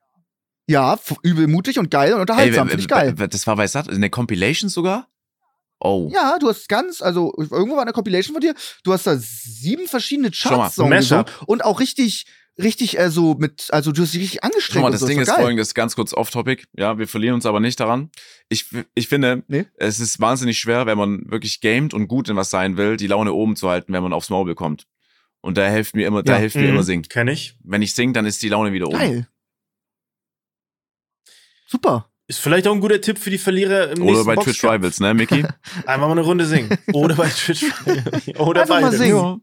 Speaker 1: Ja, f- übel mutig und geil und unterhaltsam.
Speaker 3: Ey,
Speaker 1: Finde ich geil.
Speaker 3: w- w- das war bei Sat, eine Compilation sogar? Oh.
Speaker 1: Ja, du hast ganz, also irgendwo war eine Compilation von dir. Du hast da sieben verschiedene
Speaker 3: Schau mal,
Speaker 1: Charts-Songs gesungen
Speaker 2: Mashup.
Speaker 1: und auch richtig, richtig, äh, so mit, also du hast dich richtig
Speaker 3: Schau
Speaker 1: angestrengt.
Speaker 3: mal,
Speaker 1: und
Speaker 3: das
Speaker 1: so.
Speaker 3: Ding ist
Speaker 1: war geil.
Speaker 3: folgendes, ganz kurz off-topic. Ja, wir verlieren uns aber nicht daran. Ich, ich finde,
Speaker 1: Nee.
Speaker 3: es ist wahnsinnig schwer, wenn man wirklich gamet und gut in was sein will, die Laune oben zu halten, wenn man aufs Maul bekommt. Und da hilft mir immer, da
Speaker 1: Ja.
Speaker 3: hilft mir
Speaker 2: Mhm.
Speaker 3: immer singen.
Speaker 2: Kenn ich.
Speaker 3: Wenn ich singe, dann ist die Laune wieder oben.
Speaker 1: Geil. Super.
Speaker 2: Ist vielleicht auch ein guter Tipp für die Verlierer im
Speaker 3: Oder
Speaker 2: nächsten
Speaker 3: bei
Speaker 2: Boxkampf.
Speaker 3: Twitch Rivals, ne, Micky?
Speaker 2: Einfach mal eine Runde singen. Oder bei Twitch. Oder
Speaker 1: Einfach mal
Speaker 2: beides.
Speaker 1: singen.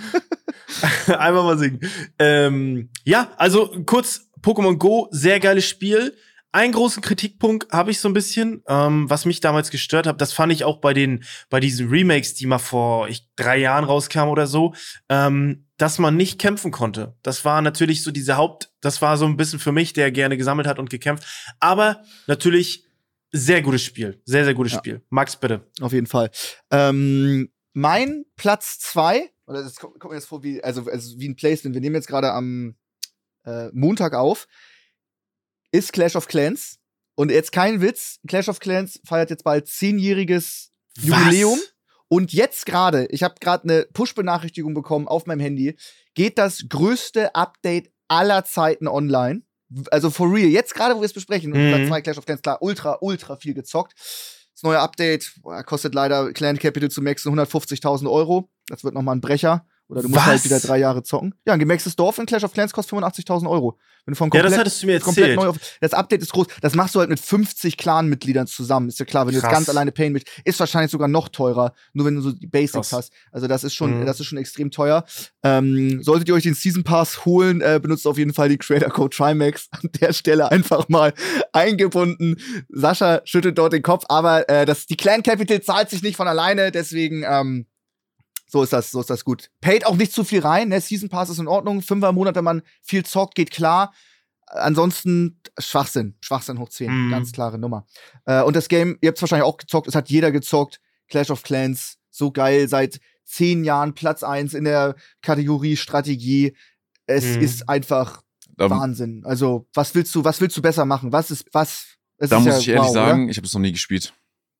Speaker 2: Einfach mal singen. Ähm, ja, also kurz, Pokémon Go, sehr geiles Spiel. Einen großen Kritikpunkt habe ich so ein bisschen, ähm, was mich damals gestört hat. Das fand ich auch bei den, bei diesen Remakes, die mal vor ich, drei Jahren rauskamen oder so, ähm, dass man nicht kämpfen konnte. Das war natürlich so diese Haupt, das war so ein bisschen für mich, der gerne gesammelt hat und gekämpft. Aber natürlich sehr gutes Spiel, sehr sehr gutes
Speaker 1: Ja.
Speaker 2: Spiel. Max, bitte.
Speaker 1: Auf jeden Fall. Ähm, mein Platz zwei, oder das kommt, kommt mir jetzt vor wie, also, also wie ein Placement. Wir nehmen jetzt gerade am äh, Montag auf, ist Clash of Clans. Und jetzt kein Witz, Clash of Clans feiert jetzt bald zehnjähriges Jubiläum. Und jetzt gerade, ich habe gerade eine Push-Benachrichtigung bekommen auf meinem Handy, geht das größte Update aller Zeiten online. Also for real. Jetzt gerade, wo wir es besprechen,
Speaker 2: Mhm.
Speaker 1: Platz zwei Clash of Clans, klar, ultra, ultra viel gezockt. Das neue Update boah, kostet leider Clan Capital zu maxen hundertfünfzigtausend Euro. Das wird nochmal ein Brecher. Oder du musst
Speaker 2: Was?
Speaker 1: halt wieder drei Jahre zocken. Ja, ein gemaxtes Dorf in Clash of Clans kostet fünfundachtzigtausend Euro. Wenn du von
Speaker 2: Ja,
Speaker 1: komplett,
Speaker 2: das hattest du mir
Speaker 1: komplett
Speaker 2: erzählt.
Speaker 1: neu auf. Das Update ist groß. Das machst du halt mit fünfzig Clan-Mitgliedern zusammen. Ist ja klar, wenn du
Speaker 2: Krass.
Speaker 1: jetzt ganz alleine Pain mit, ist wahrscheinlich sogar noch teurer, nur wenn du so die Basics
Speaker 2: Krass.
Speaker 1: hast. Also das ist schon,
Speaker 2: Mhm.
Speaker 1: das ist schon extrem teuer. Ähm, solltet ihr euch den Season Pass holen, äh, benutzt auf jeden Fall die Creator Code Trimax. An der Stelle einfach mal eingebunden. Sascha schüttelt dort den Kopf, aber äh, das, die Clan Capital zahlt sich nicht von alleine, deswegen ähm, so ist das, so ist das gut. Paid auch nicht zu viel rein, ne? Season Pass ist in Ordnung. Fünfer im Monat, wenn man viel zockt, geht klar. Ansonsten Schwachsinn. Schwachsinn hoch zehn.
Speaker 2: Mhm.
Speaker 1: Ganz klare Nummer. Äh, und das Game, ihr habt es wahrscheinlich auch gezockt, es hat jeder gezockt. Clash of Clans, so geil, seit zehn Jahren Platz eins in der Kategorie Strategie. Es
Speaker 2: Mhm.
Speaker 1: ist einfach
Speaker 3: Da,
Speaker 1: Wahnsinn. Also, was willst du, was willst du besser machen? Was ist, was? Es
Speaker 3: da
Speaker 1: ist
Speaker 3: muss
Speaker 1: ja
Speaker 3: ich ehrlich
Speaker 1: wow,
Speaker 3: sagen,
Speaker 1: oder?
Speaker 3: ich habe es noch nie gespielt.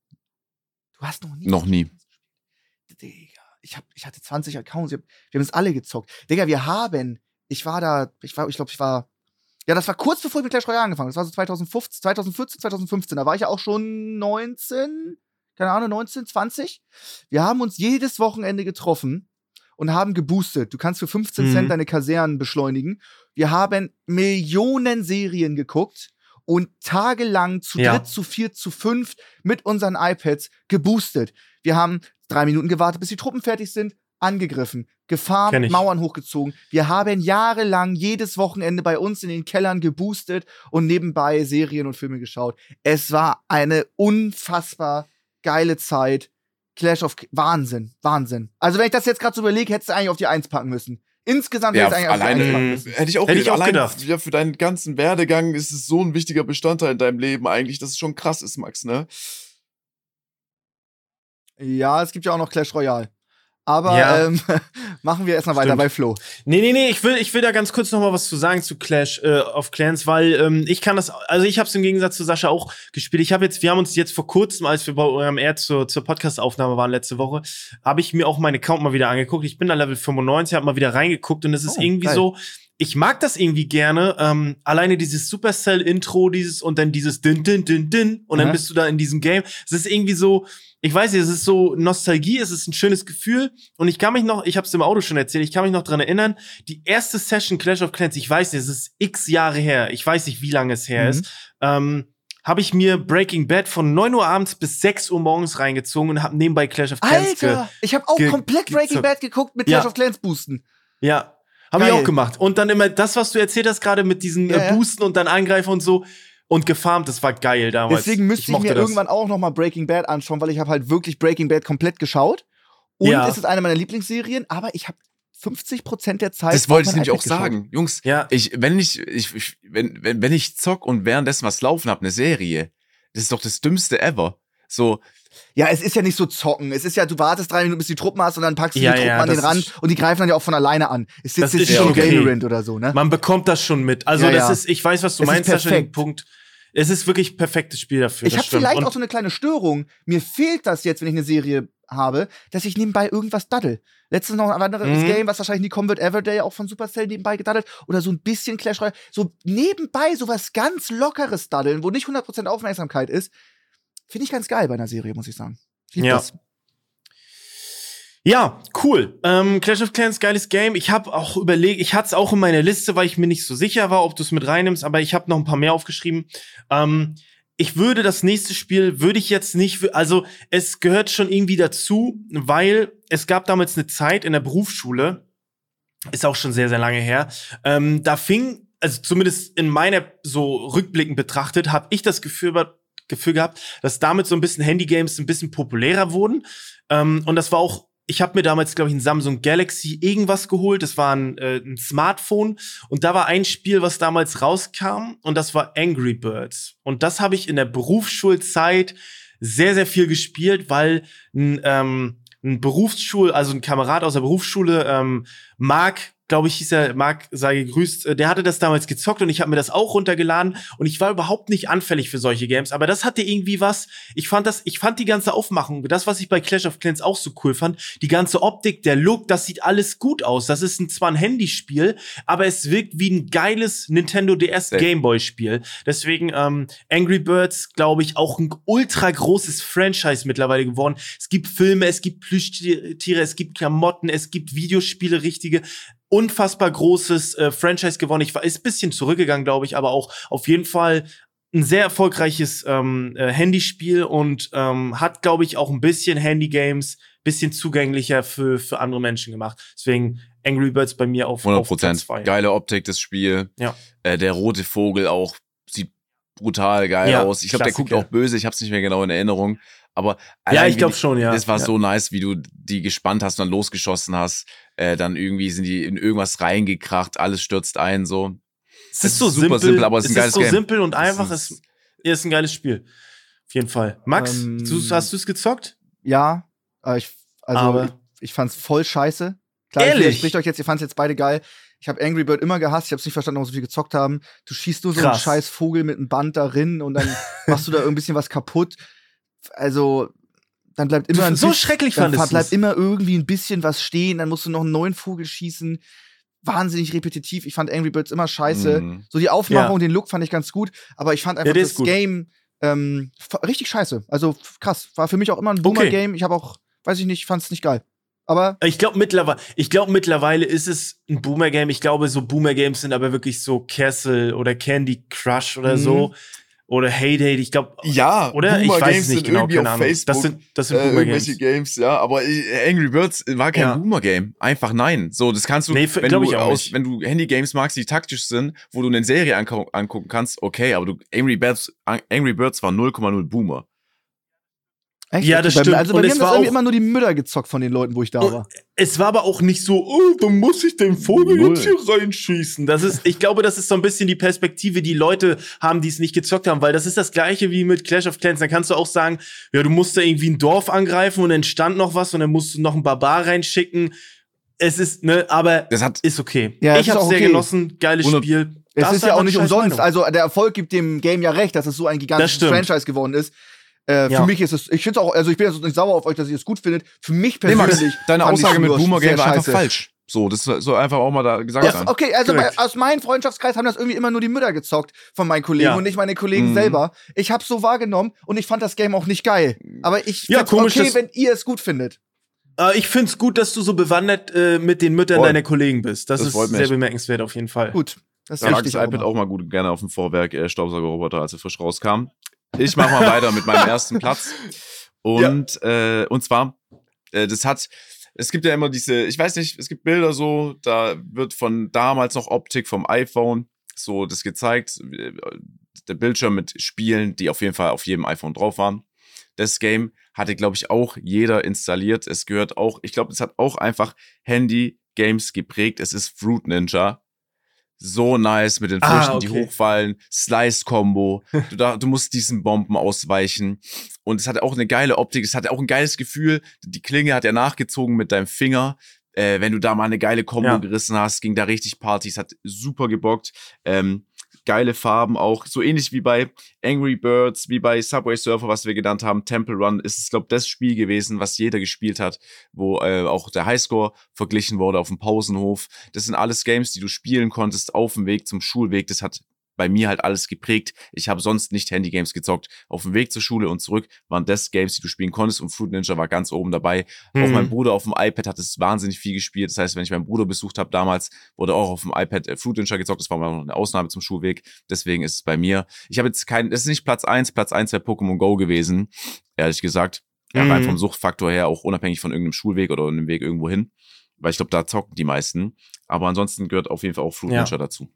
Speaker 1: Du hast noch nie.
Speaker 3: Noch nie.
Speaker 1: Digga, ich, hab, ich hatte zwanzig Accounts, ich hab, wir haben es alle gezockt. Digga, wir haben, ich war da, ich war, ich glaube, ich war, ja, das war kurz bevor ich mit Clash Royale angefangen habe. Das war so zweitausendfünfzehn, zweitausendvierzehn, zweitausendfünfzehn. Da war ich ja auch schon neunzehn, keine Ahnung, neunzehn, zwanzig. Wir haben uns jedes Wochenende getroffen und haben geboostet. Du kannst für fünfzehn
Speaker 2: Mhm.
Speaker 1: Cent deine Kasernen beschleunigen. Wir haben Millionen Serien geguckt und tagelang zu
Speaker 2: Ja.
Speaker 1: dritt, zu viert, zu fünft mit unseren iPads geboostet. Wir haben drei Minuten gewartet, bis die Truppen fertig sind, angegriffen,
Speaker 2: Kenn
Speaker 1: gefarmt,
Speaker 2: ich.
Speaker 1: Mauern hochgezogen. Wir haben jahrelang jedes Wochenende bei uns in den Kellern geboostet und nebenbei Serien und Filme geschaut. Es war eine unfassbar geile Zeit. Clash of K- Wahnsinn, Wahnsinn. Also wenn ich das jetzt gerade so überlege, hättest du eigentlich auf die eins packen müssen. Insgesamt
Speaker 3: Ja,
Speaker 1: hättest du eigentlich
Speaker 3: alleine-
Speaker 1: auf die eins packen
Speaker 2: Mhm.
Speaker 1: müssen.
Speaker 3: Hätte ich auch,
Speaker 2: Hätte ich auch
Speaker 3: allein,
Speaker 2: gedacht.
Speaker 3: Ja, für deinen ganzen Werdegang ist es so ein wichtiger Bestandteil in deinem Leben eigentlich, dass es schon krass ist, Max, ne?
Speaker 1: Ja, es gibt ja auch noch Clash Royale. Aber
Speaker 2: Ja.
Speaker 1: ähm, machen wir erstmal weiter
Speaker 2: Stimmt.
Speaker 1: bei Flo.
Speaker 2: Nee, nee, nee, ich will, ich will da ganz kurz noch mal was zu sagen zu Clash äh, of Clans, weil ähm, ich kann das, also ich habe es im Gegensatz zu Sascha auch gespielt. Ich habe jetzt, wir haben uns jetzt vor kurzem, als wir bei eurem Erd zur, zur Podcast-Aufnahme waren letzte Woche, habe ich mir auch meinen Account mal wieder angeguckt. Ich bin da Level fünfundneunzig, habe mal wieder reingeguckt und es ist
Speaker 1: Oh,
Speaker 2: irgendwie
Speaker 1: geil.
Speaker 2: so, ich mag das irgendwie gerne. Ähm, alleine dieses Supercell-Intro, dieses und dann dieses Din, Din, Din, Din und dann
Speaker 1: Mhm.
Speaker 2: bist du da in diesem Game. Es ist irgendwie so, ich weiß nicht, es ist so Nostalgie, es ist ein schönes Gefühl und ich kann mich noch, ich habe es im Auto schon erzählt, ich kann mich noch dran erinnern, die erste Session Clash of Clans, ich weiß nicht, es ist x Jahre her, ich weiß nicht, wie lange es her
Speaker 1: Mhm.
Speaker 2: ist, ähm, habe ich mir Breaking Bad von neun Uhr abends bis sechs Uhr morgens reingezogen und habe nebenbei Clash of Clans ge
Speaker 1: Alter, ich habe auch
Speaker 2: ge-
Speaker 1: komplett Breaking
Speaker 2: gezockt.
Speaker 1: Bad geguckt mit
Speaker 2: Ja.
Speaker 1: Clash of Clans boosten.
Speaker 2: Ja, habe ich
Speaker 1: Geil.
Speaker 2: auch gemacht. Und dann immer das, was du erzählt hast, gerade mit diesen
Speaker 1: Ja,
Speaker 2: äh,
Speaker 1: ja.
Speaker 2: Boosten und dann Angreifen und so und gefarmt, das war geil damals.
Speaker 1: Deswegen müsste ich,
Speaker 2: mochte
Speaker 1: mir
Speaker 2: das.
Speaker 1: irgendwann auch noch mal Breaking Bad anschauen, weil ich habe halt wirklich Breaking Bad komplett geschaut. Und
Speaker 2: Ja.
Speaker 1: es ist eine meiner Lieblingsserien, aber ich habe fünfzig Prozent der Zeit
Speaker 3: Das wollte ich
Speaker 1: auf mein
Speaker 3: nämlich auch
Speaker 1: iPad geschaut.
Speaker 3: sagen. Jungs,
Speaker 2: Ja.
Speaker 3: ich, wenn ich, ich, ich wenn, wenn, wenn ich zock und währenddessen was laufen hab, eine Serie, das ist doch das Dümmste ever. So,
Speaker 1: Ja, es ist ja nicht so zocken. Es ist ja, du wartest drei Minuten, bis du die Truppen hast und dann packst du
Speaker 2: Ja,
Speaker 1: die Truppen
Speaker 2: ja,
Speaker 1: an den
Speaker 2: das
Speaker 1: Rand
Speaker 2: ist-
Speaker 1: und die greifen dann ja auch von alleine an. Es
Speaker 2: Das
Speaker 1: sitzt jetzt
Speaker 2: ist
Speaker 1: nicht
Speaker 3: schon
Speaker 1: so
Speaker 3: okay.
Speaker 1: Valorant oder so, ne?
Speaker 2: Man bekommt das schon mit. Also
Speaker 1: Ja,
Speaker 2: das
Speaker 1: ja.
Speaker 2: ist, ich weiß, was du
Speaker 1: Es ist
Speaker 2: meinst, Sascha, den
Speaker 1: perfekt.
Speaker 2: Punkt. Es ist wirklich ein perfektes Spiel dafür.
Speaker 1: Ich
Speaker 2: das
Speaker 1: habe
Speaker 2: stimmt.
Speaker 1: vielleicht
Speaker 2: Und
Speaker 1: auch so eine kleine Störung. Mir fehlt das jetzt, wenn ich eine Serie habe, dass ich nebenbei irgendwas daddel. Letztens noch ein anderes
Speaker 2: Mhm.
Speaker 1: Game, was wahrscheinlich nie kommen wird, Everday, auch von Supercell nebenbei gedaddelt. Oder so ein bisschen Clash Royale. So nebenbei sowas ganz Lockeres daddeln, wo nicht hundert Prozent Aufmerksamkeit ist. Finde ich ganz geil bei einer Serie, muss ich sagen. Ich lieb
Speaker 2: Ja.
Speaker 1: das.
Speaker 2: Ja, cool. Ähm, Clash of Clans, geiles Game. Ich habe auch überlegt, ich hatte es auch in meiner Liste, weil ich mir nicht so sicher war, ob du es mit reinnimmst, aber ich habe noch ein paar mehr aufgeschrieben. Ähm, ich würde das nächste Spiel, würde ich jetzt nicht, für, also es gehört schon irgendwie dazu, weil es gab damals eine Zeit in der Berufsschule, ist auch schon sehr, sehr lange her, ähm, da fing, also zumindest in meiner, so rückblickend betrachtet, habe ich das Gefühl, Gefühl gehabt, dass damit so ein bisschen Handygames ein bisschen populärer wurden. Ähm, und das war auch, ich habe mir damals, glaube ich, ein Samsung Galaxy irgendwas geholt. Das war ein, äh, ein Smartphone. Und da war ein Spiel, was damals rauskam. Und das war Angry Birds. Und das habe ich in der Berufsschulzeit sehr, sehr viel gespielt, weil ein, ähm, ein Berufsschul, also ein Kamerad aus der Berufsschule, ähm, Marc, glaube ich, hieß er, Marc, sei gegrüßt, äh, der hatte das damals gezockt und ich habe mir das auch runtergeladen und ich war überhaupt nicht anfällig für solche Games, aber das hatte irgendwie was, ich fand das, ich fand die ganze Aufmachung, das, was ich bei Clash of Clans auch so cool fand, die ganze Optik, der Look, das sieht alles gut aus, das ist ein, zwar ein Handyspiel, aber es wirkt wie ein geiles Nintendo D S Gameboy-Spiel, deswegen ähm, Angry Birds, glaube ich, auch ein ultra großes Franchise mittlerweile geworden, es gibt Filme, es gibt Plüschtiere, es gibt Klamotten, es gibt Videospiele, richtige, unfassbar großes äh, Franchise gewonnen. Ich war ist ein bisschen zurückgegangen, glaube ich, aber auch auf jeden Fall ein sehr erfolgreiches ähm, äh, Handyspiel und ähm, hat, glaube ich, auch ein bisschen Handygames bisschen zugänglicher für für andere Menschen gemacht. Deswegen Angry Birds bei mir auf
Speaker 3: hundert
Speaker 2: auf Platz
Speaker 3: Prozent.
Speaker 2: zwei.
Speaker 3: Geile Optik, das Spiel.
Speaker 2: Ja.
Speaker 3: Äh, der rote Vogel auch sieht brutal geil
Speaker 2: Ja,
Speaker 3: aus. Ich glaube, der
Speaker 2: Klassiker.
Speaker 3: guckt auch böse. Ich hab's nicht mehr genau in Erinnerung. Aber
Speaker 2: Ja,
Speaker 3: allein
Speaker 2: ich
Speaker 3: wie
Speaker 2: glaube
Speaker 3: die-
Speaker 2: schon, ja.
Speaker 3: Das war
Speaker 2: ja.
Speaker 3: so nice, wie du die gespannt hast und dann losgeschossen hast. Äh, dann irgendwie sind die in irgendwas reingekracht, alles stürzt ein, so.
Speaker 2: Es ist so
Speaker 3: super
Speaker 2: simpel,
Speaker 3: simpel, aber es ist ein geiles
Speaker 2: so
Speaker 3: Game.
Speaker 2: simpel und
Speaker 3: Das
Speaker 2: einfach.
Speaker 3: ist-
Speaker 2: Es ist ein geiles Spiel. Auf jeden Fall. Max,
Speaker 1: Ähm,
Speaker 2: du, hast du es gezockt?
Speaker 1: Ja, äh, ich, also
Speaker 2: Aber-
Speaker 1: ich, ich fand's voll scheiße. Klar,
Speaker 2: Ehrlich?
Speaker 1: ich spricht euch jetzt, ihr fand's jetzt beide geil. Ich habe Angry Bird immer gehasst, ich hab's nicht verstanden, warum so viel gezockt haben. Du schießt nur so einen
Speaker 2: Krass.
Speaker 1: scheiß Vogel mit einem Band darin und dann machst du da ein bisschen was kaputt. Also, dann bleibt immer ein
Speaker 2: so
Speaker 1: bisschen,
Speaker 2: schrecklich
Speaker 1: dann
Speaker 2: fandest du
Speaker 1: bleibt
Speaker 2: es.
Speaker 1: immer irgendwie ein bisschen was stehen, dann musst du noch einen neuen Vogel schießen. Wahnsinnig repetitiv. Ich fand Angry Birds immer scheiße.
Speaker 3: Mhm.
Speaker 1: So die Aufmachung,
Speaker 2: Ja.
Speaker 1: den Look fand ich ganz gut, aber ich fand
Speaker 2: Ja,
Speaker 1: einfach
Speaker 2: der
Speaker 1: das
Speaker 2: ist gut.
Speaker 1: Game ähm, f- richtig scheiße. Also f- krass. War für mich auch immer ein Boomer-Game. Ich habe auch, weiß ich nicht, fand's nicht geil. aber
Speaker 2: Ich glaube mittlerweile, ich glaube mittlerweile ist es ein Boomer-Game. Ich glaube, so Boomer-Games sind aber wirklich so Castle oder Candy Crush oder
Speaker 1: Mhm.
Speaker 2: so. Oder Heyday, ich glaube,
Speaker 3: Ja,
Speaker 2: oder? Ich
Speaker 3: Boomer
Speaker 2: weiß
Speaker 3: Games
Speaker 2: es nicht
Speaker 3: sind
Speaker 2: genau,
Speaker 3: irgendwie
Speaker 2: keine
Speaker 3: auf
Speaker 2: Ahnung.
Speaker 3: Facebook.
Speaker 2: Das sind, das sind
Speaker 3: Äh,
Speaker 2: Boomer-Games.
Speaker 3: irgendwelche Games, ja, aber äh, Angry Birds war kein
Speaker 2: Ja.
Speaker 3: Boomer-Game. Einfach nein. So, das kannst du,
Speaker 2: Nee, f-
Speaker 3: wenn
Speaker 2: glaub
Speaker 3: du
Speaker 2: ich auch
Speaker 3: aus,
Speaker 2: nicht.
Speaker 3: wenn du Handy-Games magst, die taktisch sind, wo du eine Serie angu angucken kannst, okay, aber du, Angry Birds, Angry Birds war null Komma null Boomer.
Speaker 1: echt?
Speaker 2: Ja, das
Speaker 1: Bei-
Speaker 2: stimmt.
Speaker 1: Also
Speaker 2: Und
Speaker 1: bei mir
Speaker 2: es
Speaker 1: haben das
Speaker 2: war
Speaker 1: irgendwie
Speaker 2: auch-
Speaker 1: immer nur die Mütter gezockt von den Leuten, wo ich da
Speaker 2: Und
Speaker 1: war.
Speaker 2: es war aber auch nicht so, oh, da muss ich den Vogel
Speaker 3: Null.
Speaker 2: jetzt hier reinschießen. Das ist, ich glaube, das ist so ein bisschen die Perspektive, die Leute haben, die es nicht gezockt haben, weil das ist das Gleiche wie mit Clash of Clans. Dann kannst du auch sagen, ja, du musst da irgendwie ein Dorf angreifen und dann stand noch was und dann musst du noch einen Barbar reinschicken. Es ist, ne, aber
Speaker 3: Das hat,
Speaker 2: ist okay.
Speaker 1: Ja,
Speaker 2: ich
Speaker 1: ist
Speaker 2: hab's
Speaker 1: auch
Speaker 2: sehr
Speaker 1: okay.
Speaker 2: genossen, geiles
Speaker 3: hundert
Speaker 2: Spiel.
Speaker 1: Es
Speaker 2: Das
Speaker 1: ist ja
Speaker 2: einfach
Speaker 1: auch nicht
Speaker 2: eine scheiß
Speaker 1: umsonst.
Speaker 2: Meinung.
Speaker 1: Also der Erfolg gibt dem Game ja recht, dass es so ein
Speaker 2: Das
Speaker 1: gigantisches
Speaker 2: stimmt.
Speaker 1: Franchise geworden ist. Äh,
Speaker 2: Ja.
Speaker 1: Für mich ist es, ich finde es auch, also ich bin jetzt nicht sauer auf euch, dass ihr es gut findet. Für mich
Speaker 3: nee, Max,
Speaker 1: persönlich.
Speaker 3: deine
Speaker 1: fand ich
Speaker 3: Aussage mit
Speaker 1: früher
Speaker 3: Boomer
Speaker 1: sehr
Speaker 3: Game war einfach
Speaker 1: scheiße.
Speaker 3: falsch. So, das soll einfach auch mal da gesagt
Speaker 1: Ja,
Speaker 3: sein.
Speaker 1: okay, also bei,
Speaker 2: Korrekt.
Speaker 1: aus meinem Freundschaftskreis haben das irgendwie immer nur die Mütter gezockt von meinen Kollegen
Speaker 2: Ja.
Speaker 1: und nicht meine Kollegen
Speaker 3: Mhm.
Speaker 1: selber. Ich hab's so wahrgenommen und ich fand das Game auch nicht geil. Aber ich
Speaker 2: Ja,
Speaker 1: find's
Speaker 2: komisch,
Speaker 1: okay,
Speaker 2: dass-
Speaker 1: wenn ihr es gut findet.
Speaker 2: Äh, ich find's gut, dass du so bewandert äh, mit den Müttern
Speaker 3: Voll.
Speaker 2: deiner Kollegen bist. Das,
Speaker 3: Das
Speaker 2: ist
Speaker 3: freut mich.
Speaker 2: sehr bemerkenswert auf jeden Fall.
Speaker 1: Gut, das
Speaker 3: Da
Speaker 1: ist
Speaker 3: lag
Speaker 1: richtig.
Speaker 3: das iPad auch mal gut gerne auf dem Vorwerk, äh, Staubsaugerroboter, als er frisch rauskam. Ich mach mal weiter mit meinem ersten Platz. Und, äh, und zwar, äh, das hat, es gibt ja immer diese, ich weiß nicht, es gibt Bilder so, da wird von damals noch Optik vom iPhone so das gezeigt, äh, der Bildschirm mit Spielen, die auf jeden Fall auf jedem iPhone drauf waren. Das Game hatte, glaube ich, auch jeder installiert. Es gehört auch, ich glaube, es hat auch einfach Handy-Games geprägt. Es ist Fruit Ninja. So nice mit den
Speaker 2: Ah,
Speaker 3: Früchten, die
Speaker 2: okay.
Speaker 3: hochfallen. Slice-Combo. Du, da, du musst diesen Bomben ausweichen. Und es hatte auch eine geile Optik. Es hatte auch ein geiles Gefühl. Die Klinge hat ja nachgezogen mit deinem Finger. Äh, wenn du da mal eine geile Combo
Speaker 2: Ja.
Speaker 3: gerissen hast, ging da richtig Party. Es hat super gebockt. Ähm, geile Farben auch. So ähnlich wie bei Angry Birds, wie bei Subway Surfer, was wir genannt haben. Temple Run ist es, glaube ich, das Spiel gewesen, was jeder gespielt hat, wo äh, auch der Highscore verglichen wurde auf dem Pausenhof. Das sind alles Games, die du spielen konntest auf dem Weg zum Schulweg. Das hat bei mir halt alles geprägt. Ich habe sonst nicht Handygames gezockt. Auf dem Weg zur Schule und zurück waren das Games, die du spielen konntest und Fruit Ninja war ganz oben dabei. Auch
Speaker 2: Mhm.
Speaker 3: mein Bruder auf dem iPad hat es wahnsinnig viel gespielt. Das heißt, wenn ich meinen Bruder besucht habe damals, wurde auch auf dem iPad äh, Fruit Ninja gezockt. Das war mal noch eine Ausnahme zum Schulweg. Deswegen ist es bei mir. Ich habe jetzt keinen, das ist nicht Platz eins. Platz eins wäre Pokémon Go gewesen. Ehrlich gesagt. Ja,
Speaker 2: Mhm.
Speaker 3: rein vom Suchtfaktor her, auch unabhängig von irgendeinem Schulweg oder einem Weg irgendwo hin. Weil ich glaube, da zocken die meisten. Aber ansonsten gehört auf jeden Fall auch Fruit
Speaker 2: Ja.
Speaker 3: Ninja dazu.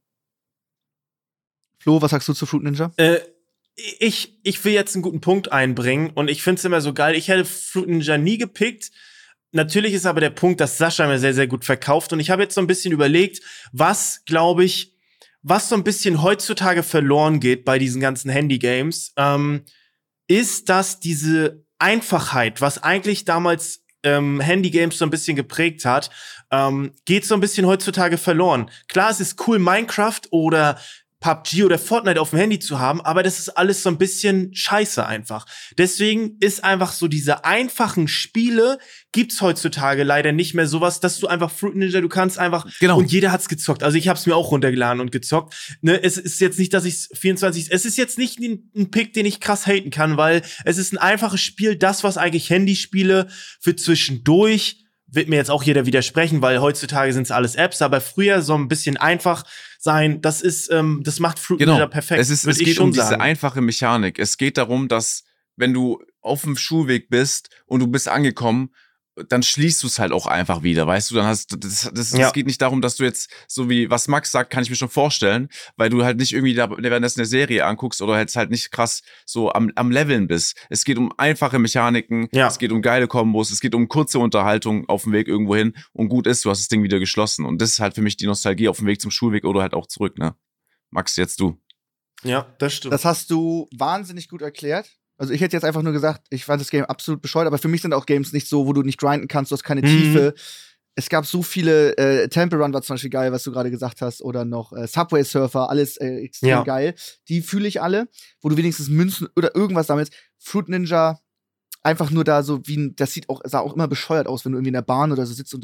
Speaker 1: Flo, was sagst du zu Fruit Ninja?
Speaker 2: Äh, ich, ich will jetzt einen guten Punkt einbringen und ich find's immer so geil. Ich hätte Fruit Ninja nie gepickt. Natürlich ist aber der Punkt, dass Sascha mir sehr, sehr gut verkauft. Und ich habe jetzt so ein bisschen überlegt, was, glaube ich, was so ein bisschen heutzutage verloren geht bei diesen ganzen Handy-Games, ähm, ist, dass diese Einfachheit, was eigentlich damals ähm, Handy-Games so ein bisschen geprägt hat, ähm, geht so ein bisschen heutzutage verloren. Klar, es ist cool, Minecraft oder P U B G oder Fortnite auf dem Handy zu haben, aber das ist alles so ein bisschen scheiße einfach. Deswegen ist einfach so diese einfachen Spiele gibt's heutzutage leider nicht mehr sowas, dass du einfach Fruit Ninja, du kannst einfach
Speaker 3: Genau.
Speaker 2: und jeder hat's gezockt. Also ich hab's mir auch runtergeladen und gezockt. Ne, es ist jetzt nicht, dass ich's vierundzwanzig, es ist jetzt nicht ein, ein Pick, den ich krass haten kann, weil es ist ein einfaches Spiel, das was eigentlich Handyspiele für zwischendurch wird mir jetzt auch jeder widersprechen, weil heutzutage sind's alles Apps, aber früher so ein bisschen einfach sein, das ist, ähm, das macht Fruit
Speaker 3: Genau.
Speaker 2: Ninja perfekt.
Speaker 3: Es, ist,
Speaker 2: würd
Speaker 3: es
Speaker 2: ich
Speaker 3: geht
Speaker 2: schon
Speaker 3: um diese
Speaker 2: sagen.
Speaker 3: einfache Mechanik. Es geht darum, dass wenn du auf dem Schulweg bist und du bist angekommen, dann schließt du es halt auch einfach wieder, weißt du? Dann hast das, das, das
Speaker 2: Ja.
Speaker 3: geht nicht darum, dass du jetzt, so wie was Max sagt, kann ich mir schon vorstellen, weil du halt nicht irgendwie da währenddessen eine Serie anguckst oder jetzt halt nicht krass so am, am Leveln bist. Es geht um einfache Mechaniken,
Speaker 2: Ja.
Speaker 3: es geht um geile Kombos, es geht um kurze Unterhaltung auf dem Weg irgendwo hin und gut ist, du hast das Ding wieder geschlossen. Und das ist halt für mich die Nostalgie auf dem Weg zum Schulweg oder halt auch zurück, ne? Max, jetzt du.
Speaker 2: Ja, das stimmt.
Speaker 1: Das hast du wahnsinnig gut erklärt. Also ich hätte jetzt einfach nur gesagt, ich fand das Game absolut bescheuert, aber für mich sind auch Games nicht so, wo du nicht grinden kannst, du hast keine
Speaker 2: Mhm.
Speaker 1: Tiefe. Es gab so viele, äh, Temple Run war zum Beispiel geil, was du gerade gesagt hast, oder noch äh, Subway Surfer, alles äh, extrem
Speaker 2: Ja.
Speaker 1: geil. Die fühle ich alle, wo du wenigstens Münzen oder irgendwas sammelst. Fruit Ninja, einfach nur da so wie ein, das sieht auch, sah auch immer bescheuert aus, wenn du irgendwie in der Bahn oder so sitzt und du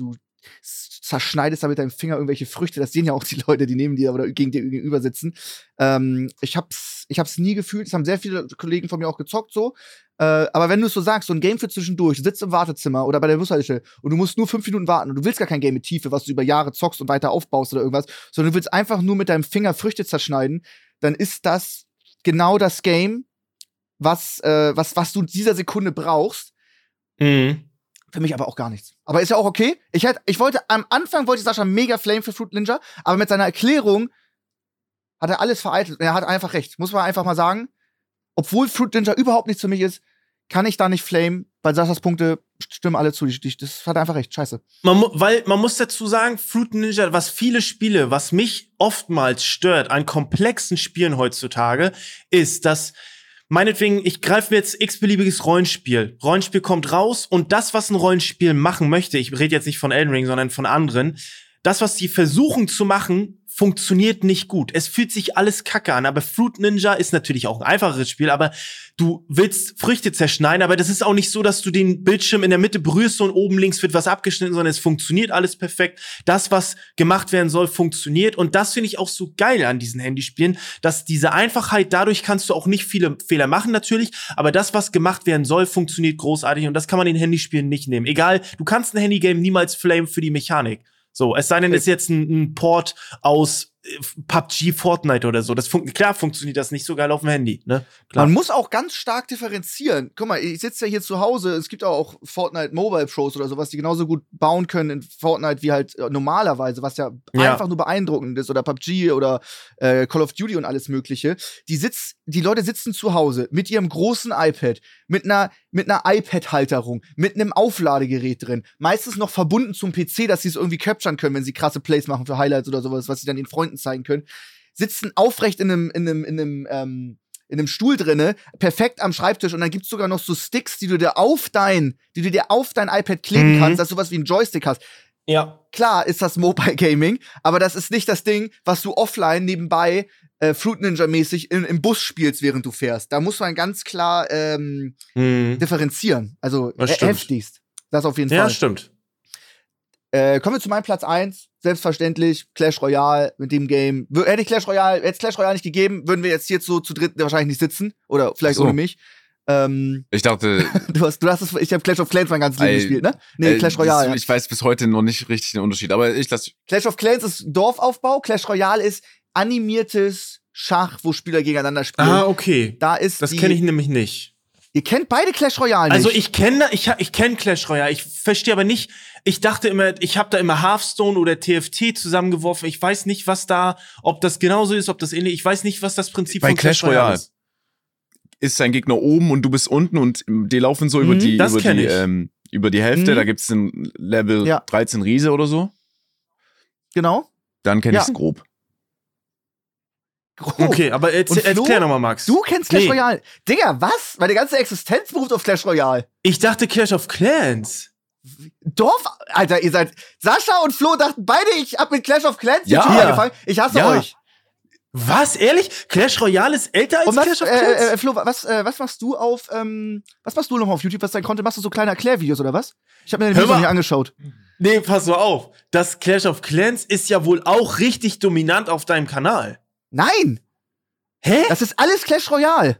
Speaker 1: zerschneidest da mit deinem Finger irgendwelche Früchte. Das sehen ja auch die Leute, die neben dir oder gegen dir gegenüber sitzen. Ähm, ich hab's, ich hab's nie gefühlt. Das haben sehr viele Kollegen von mir auch gezockt so. Äh, aber wenn du es so sagst, so ein Game für zwischendurch, du sitzt im Wartezimmer oder bei der Bushaltestelle und du musst nur fünf Minuten warten und du willst gar kein Game mit Tiefe, was du über Jahre zockst und weiter aufbaust oder irgendwas, sondern du willst einfach nur mit deinem Finger Früchte zerschneiden, dann ist das genau das Game, was, äh, was, was du dieser Sekunde brauchst.
Speaker 2: Mhm.
Speaker 1: Für mich aber auch gar nichts. Aber ist ja auch okay. Ich, hätte, ich wollte, am Anfang wollte Sascha mega Flame für Fruit Ninja, aber mit seiner Erklärung hat er alles vereitelt. Er hat einfach recht. Muss man einfach mal sagen. Obwohl Fruit Ninja überhaupt nichts für mich ist, kann ich da nicht Flame, weil Saschas Punkte stimmen alle zu. Die, die, das hat er einfach recht. Scheiße.
Speaker 2: Man, mu- weil man muss dazu sagen, Fruit Ninja, was viele Spiele, was mich oftmals stört an komplexen Spielen heutzutage, ist, dass meinetwegen, ich greife mir jetzt x-beliebiges Rollenspiel. Rollenspiel kommt raus und das, was ein Rollenspiel machen möchte, ich rede jetzt nicht von Elden Ring, sondern von anderen, das, was sie versuchen zu machen, funktioniert nicht gut. Es fühlt sich alles kacke an, aber Fruit Ninja ist natürlich auch ein einfacheres Spiel, aber du willst Früchte zerschneiden, aber das ist auch nicht so, dass du den Bildschirm in der Mitte berührst und oben links wird was abgeschnitten, sondern es funktioniert alles perfekt. Das, was gemacht werden soll, funktioniert und das finde ich auch so geil an diesen Handyspielen, dass diese Einfachheit, dadurch kannst du auch nicht viele Fehler machen natürlich, aber das, was gemacht werden soll, funktioniert großartig und das kann man in Handyspielen nicht nehmen. Egal, du kannst ein Handygame niemals flamen für die Mechanik. So, es sei denn, es ist jetzt ein, ein Port aus äh, P U B G, Fortnite oder so. Das fun- klar funktioniert das nicht so geil auf dem Handy, ne? Klar.
Speaker 1: Man muss auch ganz stark differenzieren. Guck mal, ich sitze ja hier zu Hause. Es gibt auch Fortnite Mobile Pros oder sowas, die genauso gut bauen können in Fortnite wie halt äh, normalerweise, was ja,
Speaker 2: Ja.
Speaker 1: einfach nur beeindruckend ist. Oder P U B G oder äh, Call of Duty und alles Mögliche. Die, sitz, die Leute sitzen zu Hause mit ihrem großen iPad, mit einer, mit einer iPad-Halterung, mit einem Aufladegerät drin. Meistens noch verbunden zum P C, dass sie es irgendwie capturen können, wenn sie krasse Plays machen für Highlights oder sowas, was sie dann den Freunden zeigen können. Sitzen aufrecht in einem, in einem, in einem, ähm, in einem Stuhl drinne, perfekt am Schreibtisch und dann gibt's sogar noch so Sticks, die du dir auf dein, die du dir auf dein iPad kleben
Speaker 2: Mhm.
Speaker 1: kannst, dass du sowas wie einen Joystick hast.
Speaker 2: Ja.
Speaker 1: Klar ist das Mobile Gaming, aber das ist nicht das Ding, was du offline nebenbei äh, Fruit Ninja-mäßig in, im Bus spielst, während du fährst. Da muss man ganz klar ähm,
Speaker 2: Mhm.
Speaker 1: differenzieren. Also
Speaker 2: Das
Speaker 1: he-
Speaker 2: stimmt.
Speaker 1: heftigst. Das auf jeden
Speaker 2: Ja,
Speaker 1: Fall.
Speaker 2: stimmt.
Speaker 1: Äh, kommen wir zu meinem Platz eins. Selbstverständlich, Clash Royale mit dem Game. W- hätte ich Clash Royale, hätte es Clash Royale nicht gegeben, würden wir jetzt hier so zu dritt wahrscheinlich nicht sitzen. Oder vielleicht
Speaker 3: Ach so.
Speaker 1: ohne mich. Ähm,
Speaker 3: Ich dachte,
Speaker 1: du hast, du hast es, ich habe Clash of Clans mein ganzes Leben
Speaker 3: Ey,
Speaker 1: gespielt, ne? Nee,
Speaker 3: äh,
Speaker 1: Clash Royale. Ja.
Speaker 3: Ich weiß bis heute noch nicht richtig den Unterschied, aber ich lasse.
Speaker 1: Clash of Clans ist Dorfaufbau, Clash Royale ist animiertes Schach, wo Spieler gegeneinander spielen.
Speaker 2: Ah, okay.
Speaker 1: Da ist
Speaker 2: Das
Speaker 1: die,
Speaker 2: kenne ich nämlich nicht.
Speaker 1: Ihr kennt beide Clash Royale nicht.
Speaker 2: Also ich kenne, ich, ha- ich kenne Clash Royale. Ich verstehe aber nicht. Ich dachte immer, ich habe da immer Hearthstone oder T F T zusammengeworfen. Ich weiß nicht, was da, ob das genauso ist, ob das ähnlich. Ich weiß nicht, was das Prinzip
Speaker 3: Bei
Speaker 2: von Clash,
Speaker 3: Clash Royale.
Speaker 2: Royale ist.
Speaker 3: Ist sein Gegner oben und du bist unten und die laufen so über
Speaker 1: Mhm,
Speaker 3: die,
Speaker 2: das
Speaker 3: über
Speaker 2: kenn
Speaker 3: die,
Speaker 2: ich.
Speaker 3: ähm, über die Hälfte.
Speaker 1: Mhm.
Speaker 3: Da gibt's ein Level
Speaker 1: Ja.
Speaker 3: dreizehn Riese oder so.
Speaker 1: genau.
Speaker 3: Dann kenn
Speaker 1: Ja.
Speaker 3: ich's grob.
Speaker 1: Grob.
Speaker 2: Okay, aber erz-
Speaker 1: Und Flo,
Speaker 2: erklär nochmal, Max.
Speaker 1: Du kennst Clash
Speaker 2: Nee.
Speaker 1: Royale. Digga, was? Meine ganze Existenz beruft auf Clash Royale.
Speaker 2: Ich dachte Clash of Clans.
Speaker 1: Dorf, Alter, ihr seid. Sascha und Flo dachten beide, ich hab mit Clash of Clans
Speaker 3: Ja.
Speaker 1: YouTube angefangen. Ich hasse
Speaker 3: Ja.
Speaker 1: euch.
Speaker 2: Was? Ehrlich? Clash Royale ist älter als
Speaker 1: Und was,
Speaker 2: Clash of
Speaker 1: äh,
Speaker 2: Clans?
Speaker 1: äh, Flo, was, äh, was machst du auf, ähm, was machst du noch auf YouTube, was dein Content? Machst du so kleine Erklärvideos oder was? Ich habe mir den
Speaker 2: Hör
Speaker 1: Video noch
Speaker 2: mal.
Speaker 1: nicht angeschaut.
Speaker 2: Nee, pass mal auf. Das Clash of Clans ist ja wohl auch richtig dominant auf deinem Kanal.
Speaker 1: Nein!
Speaker 2: Hä?
Speaker 1: Das ist alles Clash Royale.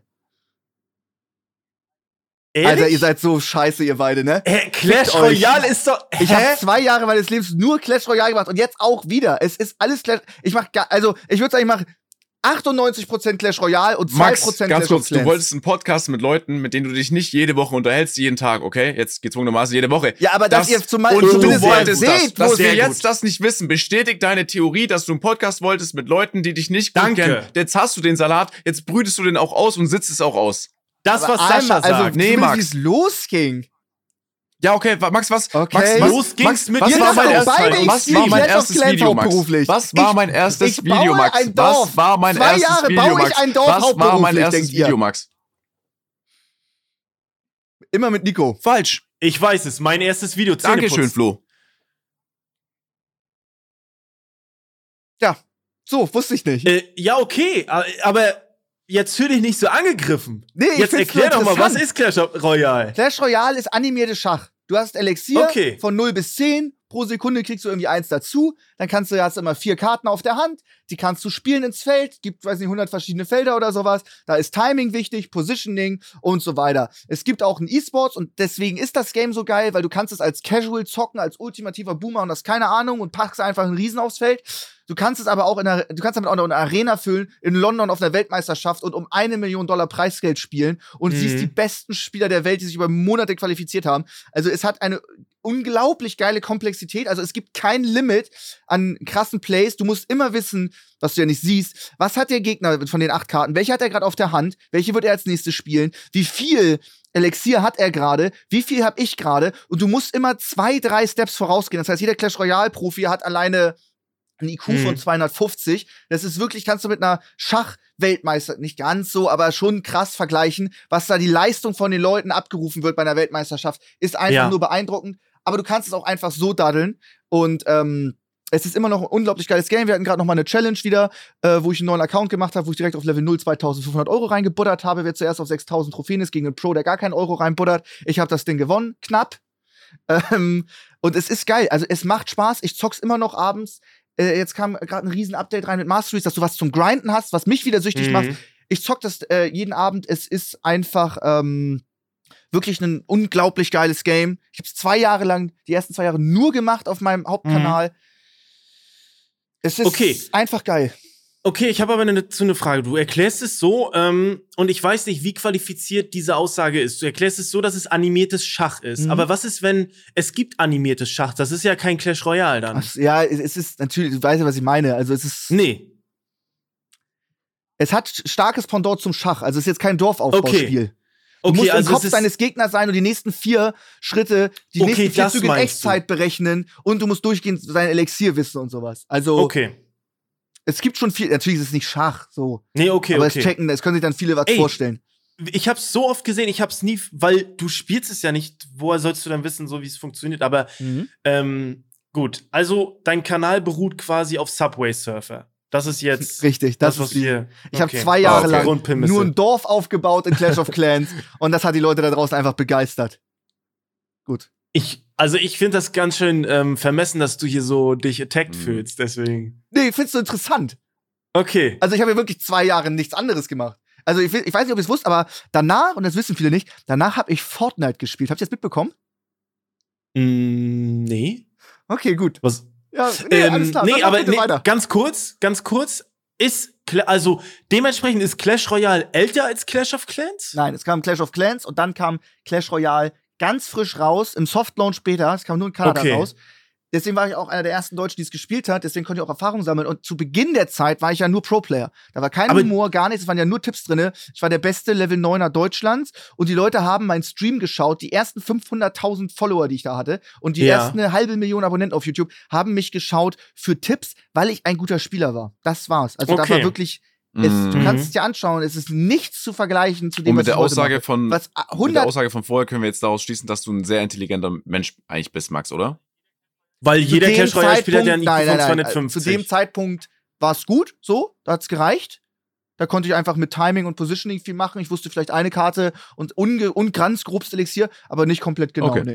Speaker 2: Ehrlich?
Speaker 1: Alter, ihr seid so scheiße, ihr beide, ne?
Speaker 2: Hä, Clash
Speaker 1: Fickt euch.
Speaker 2: Royale ist doch. Hä?
Speaker 1: Ich habe zwei Jahre meines Lebens nur Clash Royale gemacht und jetzt auch wieder. Es ist alles Clash. Ich mach, ga- also ich würde sagen, ich mache achtundneunzig Prozent Clash Royale und zwei
Speaker 3: Max,
Speaker 1: Prozent
Speaker 3: ganz
Speaker 1: Clash of
Speaker 3: kurz, du
Speaker 1: Clans.
Speaker 3: wolltest einen Podcast mit Leuten, mit denen du dich nicht jede Woche unterhältst, jeden Tag, okay? Jetzt gezwungenermaßen jede Woche.
Speaker 1: Ja, aber dass ihr zum
Speaker 3: und
Speaker 1: Beispiel
Speaker 3: du
Speaker 1: zumindest
Speaker 3: wolltest das,
Speaker 1: seht, wo
Speaker 3: dass
Speaker 1: es
Speaker 3: wir
Speaker 2: sehr
Speaker 3: jetzt
Speaker 2: gut.
Speaker 3: das nicht wissen, bestätigt deine Theorie, dass du einen Podcast wolltest mit Leuten, die dich nicht gut
Speaker 2: Danke.
Speaker 3: kennen. Jetzt hast du den Salat, jetzt brütest du den auch aus und sitzt es auch aus.
Speaker 2: Das,
Speaker 1: Aber
Speaker 2: was Sascha
Speaker 1: einmal, also,
Speaker 2: sagt.
Speaker 3: Nee,
Speaker 1: zumindest
Speaker 3: Max.
Speaker 1: wie es losging.
Speaker 3: Ja, okay, wa- Max, was?
Speaker 1: Okay.
Speaker 3: Max, was,
Speaker 2: Los ging's
Speaker 3: Max,
Speaker 2: mit
Speaker 3: was
Speaker 2: dir,
Speaker 3: war
Speaker 2: das
Speaker 3: mein
Speaker 2: auch
Speaker 3: erstes,
Speaker 2: beide.
Speaker 1: Ich
Speaker 3: was
Speaker 1: spiele
Speaker 3: war mein
Speaker 1: Clash of
Speaker 3: erstes
Speaker 1: Clans
Speaker 3: Video, Max?
Speaker 1: hauptberuflich.
Speaker 3: Was war
Speaker 1: Ich-
Speaker 3: mein erstes
Speaker 1: ich
Speaker 3: Video,
Speaker 1: baue
Speaker 3: Max?
Speaker 1: ein Dorf.
Speaker 3: Was war mein
Speaker 1: Zwei
Speaker 3: erstes
Speaker 1: Jahre
Speaker 3: Video,
Speaker 1: baue ich
Speaker 3: Max?
Speaker 1: ein Dorf
Speaker 3: Was war mein
Speaker 1: hauptberuflich,
Speaker 3: erstes
Speaker 1: denkt ihr?
Speaker 3: Video, Max?
Speaker 1: Immer mit Nico.
Speaker 3: Falsch.
Speaker 2: Ich weiß es, mein erstes Video. Zähneputzen.
Speaker 3: Dankeschön, Flo.
Speaker 1: Ja, so, wusste ich nicht.
Speaker 2: Äh, ja, okay, a- aber jetzt fühl dich nicht so angegriffen.
Speaker 1: Nee, ich
Speaker 2: Jetzt
Speaker 1: find's
Speaker 2: erklär
Speaker 1: nur
Speaker 2: doch mal, was
Speaker 1: interessant.
Speaker 2: ist Clash Royale?
Speaker 1: Clash Royale ist animiertes Schach. Du hast Elixier
Speaker 2: Okay.
Speaker 1: von null bis zehn pro Sekunde kriegst du irgendwie eins dazu, dann kannst du, hast du immer vier Karten auf der Hand, die kannst du spielen ins Feld, gibt, weiß nicht, hundert verschiedene Felder oder sowas, da ist Timing wichtig, Positioning und so weiter. Es gibt auch ein E-Sports und deswegen ist das Game so geil, weil du kannst es als Casual zocken, als ultimativer Boomer und hast keine Ahnung und packst einfach einen Riesen aufs Feld. Du kannst es aber auch in der, du kannst damit auch noch eine Arena füllen, in London auf einer Weltmeisterschaft und um eine Million Dollar Preisgeld spielen und
Speaker 2: Mhm.
Speaker 1: siehst die besten Spieler der Welt, die sich über Monate qualifiziert haben. Also es hat eine unglaublich geile Komplexität. Also es gibt kein Limit an krassen Plays. Du musst immer wissen, was du ja nicht siehst. Was hat der Gegner von den acht Karten? Welche hat er gerade auf der Hand? Welche wird er als nächstes spielen? Wie viel Elixier hat er gerade? Wie viel habe ich gerade? Und du musst immer zwei, drei Steps vorausgehen. Das heißt, jeder Clash Royale-Profi hat alleine ein I Q
Speaker 2: Mhm.
Speaker 1: von zweihundertfünfzig. Das ist wirklich, kannst du mit einer Schachweltmeister, nicht ganz so, aber schon krass vergleichen, was da die Leistung von den Leuten abgerufen wird bei einer Weltmeisterschaft, ist einfach
Speaker 2: Ja.
Speaker 1: nur beeindruckend. Aber du kannst es auch einfach so daddeln. Und ähm, es ist immer noch ein unglaublich geiles Game. Wir hatten gerade noch mal eine Challenge wieder, äh, wo ich einen neuen Account gemacht habe, wo ich direkt auf Level null zweitausendfünfhundert Euro reingebuddert habe. Wer zuerst auf sechstausend Trophäen ist gegen einen Pro, der gar keinen Euro reinbuddert. Ich habe das Ding gewonnen, knapp. Ähm, und es ist geil. Also es macht Spaß. Ich zock's immer noch abends. Äh, jetzt kam gerade ein riesen Update rein mit Masteries, dass du was zum Grinden hast, was mich wieder süchtig
Speaker 2: Mhm.
Speaker 1: macht. Ich zock das äh, jeden Abend. Es ist einfach ähm, wirklich ein unglaublich geiles Game. Ich habe es zwei Jahre lang, die ersten zwei Jahre nur gemacht auf meinem Hauptkanal. Es ist
Speaker 2: Okay.
Speaker 1: einfach geil.
Speaker 2: Okay, ich habe aber eine, zu eine Frage. Du erklärst es so, ähm, und ich weiß nicht, wie qualifiziert diese Aussage ist. Du erklärst es so, dass es animiertes Schach ist.
Speaker 1: Mhm.
Speaker 2: Aber was ist, wenn es gibt animiertes Schach? Das ist ja kein Clash Royale dann.
Speaker 1: Ach, ja, es es ist natürlich, du weißt ja, was ich meine. Also es ist,
Speaker 2: Nee.
Speaker 1: es hat starkes Pendant zum Schach. Also es ist jetzt kein Dorfaufbauspiel. Du
Speaker 2: Okay,
Speaker 1: musst
Speaker 2: also
Speaker 1: im Kopf
Speaker 2: es ist,
Speaker 1: deines Gegners sein und die nächsten vier Schritte, die
Speaker 2: Okay,
Speaker 1: nächsten vier
Speaker 2: das
Speaker 1: Züge in
Speaker 2: meinst
Speaker 1: Echtzeit berechnen und du musst durchgehend sein Elixier wissen und sowas. Also
Speaker 2: Okay.
Speaker 1: es gibt schon viel, natürlich ist es nicht Schach, so.
Speaker 2: Nee, okay,
Speaker 1: aber
Speaker 2: okay.
Speaker 1: es checken, es können sich dann viele was
Speaker 2: Ey.
Speaker 1: vorstellen.
Speaker 2: Ich hab's so oft gesehen, ich hab's nie, weil du spielst es ja nicht, woher sollst du dann wissen, so wie es funktioniert, aber ähm, gut, also dein Kanal beruht quasi auf Subway Surfer. Das ist jetzt
Speaker 1: Richtig,
Speaker 2: das,
Speaker 1: das,
Speaker 2: was
Speaker 1: ist die.
Speaker 2: wir.
Speaker 1: Ich habe
Speaker 2: okay.
Speaker 1: zwei Jahre
Speaker 3: okay.
Speaker 1: lang
Speaker 2: Grundprämisse.
Speaker 1: nur ein Dorf aufgebaut in Clash of Clans und das hat die Leute da draußen einfach begeistert. Gut.
Speaker 2: Ich, also ich finde das ganz schön ähm, vermessen, dass du hier so dich attacked
Speaker 3: Mhm.
Speaker 2: fühlst, deswegen.
Speaker 1: Nee, findest du interessant?
Speaker 2: Okay.
Speaker 1: Also ich habe ja wirklich zwei Jahre nichts anderes gemacht. Also ich, will- ich weiß nicht, ob ihr es wusst, aber danach, und das wissen viele nicht, danach habe ich Fortnite gespielt. Habt ihr das mitbekommen?
Speaker 2: Mm, nee.
Speaker 1: Okay, gut.
Speaker 2: Was?
Speaker 1: Ja, nee,
Speaker 2: ähm,
Speaker 1: alles klar.
Speaker 2: nee,
Speaker 1: Dann mach
Speaker 2: aber
Speaker 1: bitte
Speaker 2: nee,
Speaker 1: weiter.
Speaker 2: ganz kurz, ganz kurz. Ist, Cla- also dementsprechend ist Clash Royale älter als Clash of Clans?
Speaker 1: Nein, es kam Clash of Clans und dann kam Clash Royale ganz frisch raus, im Softlaunch später. Es kam nur in Kanada
Speaker 2: Okay.
Speaker 1: raus. Deswegen war ich auch einer der ersten Deutschen, die es gespielt hat. Deswegen konnte ich auch Erfahrung sammeln. Und zu Beginn der Zeit war ich ja nur Pro-Player. Da war kein
Speaker 2: Aber-
Speaker 1: Humor, gar nichts. Es waren ja nur Tipps drin. Ich war der beste Level neuner Deutschlands. Und die Leute haben meinen Stream geschaut. Die ersten fünfhunderttausend Follower, die ich da hatte. Und die
Speaker 2: Ja.
Speaker 1: ersten eine halbe Million Abonnenten auf YouTube haben mich geschaut für Tipps, weil ich ein guter Spieler war. Das war's. Also das
Speaker 2: Okay.
Speaker 1: war wirklich. Es, du
Speaker 3: Mhm.
Speaker 1: kannst es dir anschauen. Es ist nichts zu vergleichen zu dem,
Speaker 3: Und
Speaker 1: was
Speaker 3: mit der
Speaker 1: ich heute
Speaker 3: Aussage
Speaker 1: mache.
Speaker 3: von
Speaker 1: Was
Speaker 3: mit der
Speaker 1: hundert
Speaker 3: Aussage von vorher können wir jetzt daraus schließen, dass du ein sehr intelligenter Mensch eigentlich bist, Max, oder?
Speaker 2: Weil
Speaker 1: Zu
Speaker 2: jeder
Speaker 1: dem
Speaker 2: Clash Royale Spieler hat ja einen I Q
Speaker 1: Zeitpunkt-
Speaker 2: von
Speaker 1: nein, nein, nein.
Speaker 2: zweihundertfünfzig.
Speaker 1: Zu dem Zeitpunkt war es gut, so, da hat's gereicht. Da konnte ich einfach mit Timing und Positioning viel machen. Ich wusste vielleicht eine Karte und, unge und ganz grobst Elixier, aber nicht komplett genau.
Speaker 3: Okay.
Speaker 1: Nee.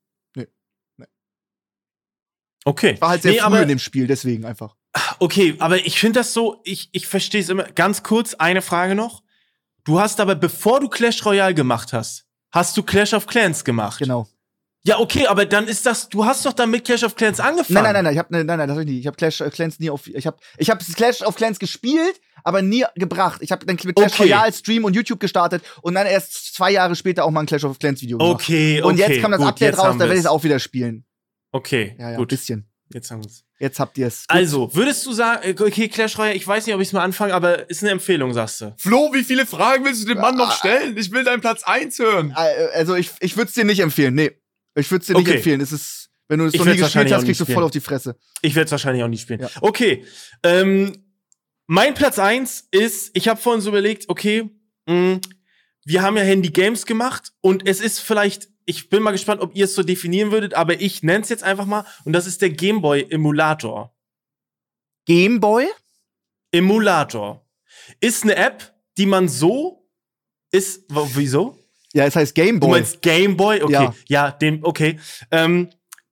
Speaker 2: Okay.
Speaker 1: War halt sehr
Speaker 2: Nee,
Speaker 1: früh
Speaker 2: aber-
Speaker 1: in dem Spiel, deswegen einfach.
Speaker 2: Okay, aber ich finde das so, ich, ich verstehe es immer. Ganz kurz, eine Frage noch. Du hast aber, bevor du Clash Royale gemacht hast, hast du Clash of Clans gemacht.
Speaker 1: Genau.
Speaker 2: Ja, okay, aber dann ist das, du hast doch dann mit Clash of Clans angefangen.
Speaker 1: Nein, nein, nein, nein, ich hab, ne, nein, nein, das hab ich nie. Ich habe Clash of Clans nie auf, ich habe, ich habe Clash of Clans gespielt, aber nie gebracht. Ich habe dann mit Clash
Speaker 2: Okay.
Speaker 1: Royale Stream und YouTube gestartet und dann erst zwei Jahre später auch mal ein Clash of Clans Video gemacht.
Speaker 2: Okay, okay.
Speaker 1: Und jetzt kam das
Speaker 2: gut,
Speaker 1: Update
Speaker 2: jetzt
Speaker 1: raus,
Speaker 2: haben
Speaker 1: da werde ich
Speaker 2: wir's.
Speaker 1: es auch wieder spielen.
Speaker 2: Okay,
Speaker 1: Ja, ja, ein
Speaker 2: gut.
Speaker 1: bisschen.
Speaker 2: Jetzt haben wir's.
Speaker 1: Jetzt habt ihr es.
Speaker 2: Also, würdest du sagen, äh, okay, Clash Royale, ich weiß nicht, ob ich es mal anfange, aber ist eine Empfehlung, sagst du.
Speaker 3: Flo, wie viele Fragen willst du dem Mann noch stellen? Ich will deinen Platz eins hören.
Speaker 1: Also ich, ich würde es dir nicht empfehlen. Nee. Ich würde es dir nicht
Speaker 2: Okay.
Speaker 1: empfehlen. Es ist, wenn du es
Speaker 2: Ich
Speaker 1: noch nie
Speaker 2: werd's
Speaker 1: gespielt
Speaker 2: wahrscheinlich
Speaker 1: hast,
Speaker 2: auch
Speaker 1: kriegst du
Speaker 2: nicht
Speaker 1: voll
Speaker 2: spielen.
Speaker 1: auf die Fresse.
Speaker 2: Ich werde es wahrscheinlich auch nicht spielen.
Speaker 1: Ja.
Speaker 2: Okay. Ähm, mein Platz eins ist, ich habe vorhin so überlegt, okay, mh, wir haben ja Handy Games gemacht und es ist vielleicht, ich bin mal gespannt, ob ihr es so definieren würdet, aber ich nenne es jetzt einfach mal und das ist der Gameboy Emulator.
Speaker 1: Gameboy?
Speaker 2: Emulator ist eine App, die man so ist, w- wieso?
Speaker 1: Ja, es heißt
Speaker 2: Du
Speaker 1: Gameboy.
Speaker 2: meinst Gameboy? Okay,
Speaker 1: Ja.
Speaker 2: ja, den, okay. Ähm,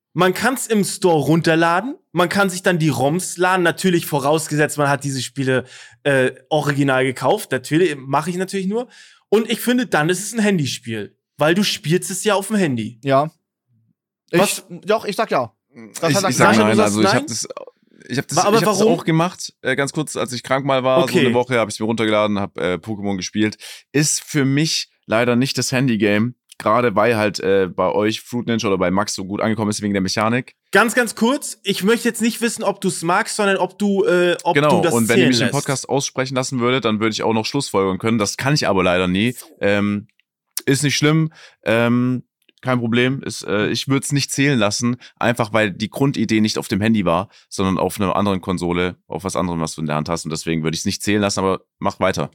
Speaker 2: Man kann es im Store runterladen, man kann sich dann die ROMs laden, natürlich vorausgesetzt, man hat diese Spiele äh, original gekauft, natürlich, mache ich natürlich nur. Und ich finde, dann ist es ein Handyspiel, weil du spielst es ja auf dem Handy.
Speaker 1: Ja. Ich,
Speaker 2: Was?
Speaker 1: Doch, ich sag ja. Das
Speaker 3: Ich,
Speaker 1: hat er
Speaker 3: ich sag
Speaker 2: gesagt.
Speaker 3: nein,
Speaker 2: Du
Speaker 3: also ich
Speaker 2: sagst
Speaker 3: habe
Speaker 2: nein?
Speaker 3: das, ich hab das,
Speaker 2: Aber
Speaker 3: ich hab das
Speaker 2: warum?
Speaker 3: auch gemacht, äh, ganz kurz, als ich krank mal war,
Speaker 2: Okay.
Speaker 3: so eine Woche, habe ich mir runtergeladen, habe äh, Pokémon gespielt. Ist für mich leider nicht das Handygame, gerade weil halt äh, bei euch Fruit Ninja oder bei Max so gut angekommen ist wegen der Mechanik.
Speaker 2: Ganz, ganz kurz, ich möchte jetzt nicht wissen, ob du es magst, sondern ob du, äh, ob
Speaker 3: Genau,
Speaker 2: du das
Speaker 3: und wenn ihr
Speaker 2: zählen
Speaker 3: mich im
Speaker 2: lässt.
Speaker 3: Podcast aussprechen lassen würdet, dann würde ich auch noch Schlussfolgern können. Das kann ich aber leider nie. Ähm, ist nicht schlimm, ähm, kein Problem. Ist, äh, ich würde es nicht zählen lassen, einfach weil die Grundidee nicht auf dem Handy war, sondern auf einer anderen Konsole, auf was anderem, was du in der Hand hast. Und deswegen würde ich es nicht zählen lassen, aber mach weiter.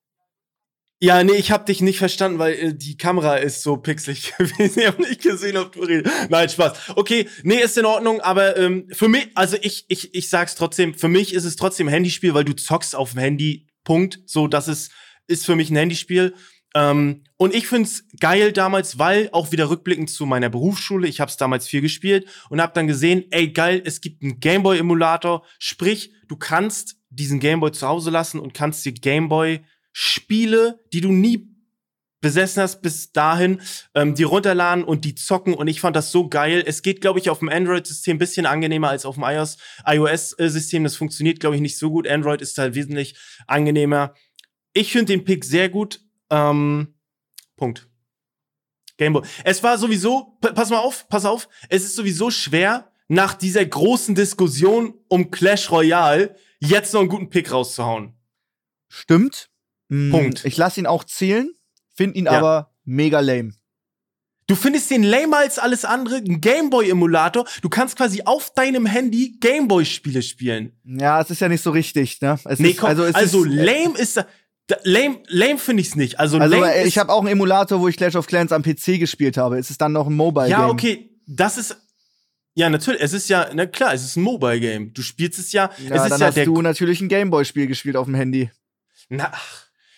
Speaker 2: Ja, nee, ich hab dich nicht verstanden, weil äh, die Kamera ist so pixelig gewesen. Ich hab nicht gesehen, ob du redest. Nein, Spaß. Okay, nee, ist in Ordnung, aber ähm, für mich, also ich, ich, ich sag's trotzdem, für mich ist es trotzdem ein Handyspiel, weil du zockst auf dem Handy, Punkt. So, das ist, ist für mich ein Handyspiel. Ähm, und ich find's geil damals, weil auch wieder rückblickend zu meiner Berufsschule, ich hab's damals viel gespielt und hab dann gesehen, ey, geil, es gibt einen Gameboy-Emulator, sprich, du kannst diesen Gameboy zu Hause lassen und kannst dir Gameboy Spiele, die du nie besessen hast bis dahin, ähm, die runterladen und die zocken und ich fand das so geil. Es geht, glaube ich, auf dem Android-System ein bisschen angenehmer als auf dem iOS- iOS-System. Das funktioniert, glaube ich, nicht so gut. Android ist halt wesentlich angenehmer. Ich finde den Pick sehr gut. Ähm, Punkt. Gameboy. Es war sowieso, p- pass mal auf, pass auf, es ist sowieso schwer, nach dieser großen Diskussion um Clash Royale jetzt noch einen guten Pick rauszuhauen.
Speaker 1: Stimmt. Mm,
Speaker 2: Punkt.
Speaker 1: Ich lasse ihn auch zählen, finde ihn
Speaker 2: Ja.
Speaker 1: aber mega lame.
Speaker 2: Du findest den lamer als alles andere, ein Gameboy-Emulator. Du kannst quasi auf deinem Handy Gameboy-Spiele spielen.
Speaker 1: Ja, es ist ja nicht so richtig, ne? Es
Speaker 2: Nee,
Speaker 1: ist,
Speaker 2: komm,
Speaker 1: also es
Speaker 2: also
Speaker 1: ist,
Speaker 2: lame ist da, da, lame, lame finde ich's nicht. Also,
Speaker 1: Also
Speaker 2: lame
Speaker 1: äh,
Speaker 2: ist,
Speaker 1: ich habe auch einen Emulator, wo ich Clash of Clans am P C gespielt habe. Ist es dann noch ein Mobile Game?
Speaker 2: ja, okay, das ist, ja, natürlich, es ist ja, na klar, es ist ein Mobile-Game. Du spielst es ja,
Speaker 1: Ja,
Speaker 2: es ist
Speaker 1: dann
Speaker 2: ja
Speaker 1: hast
Speaker 2: der,
Speaker 1: du natürlich ein Gameboy-Spiel gespielt auf dem Handy.
Speaker 2: na, ach,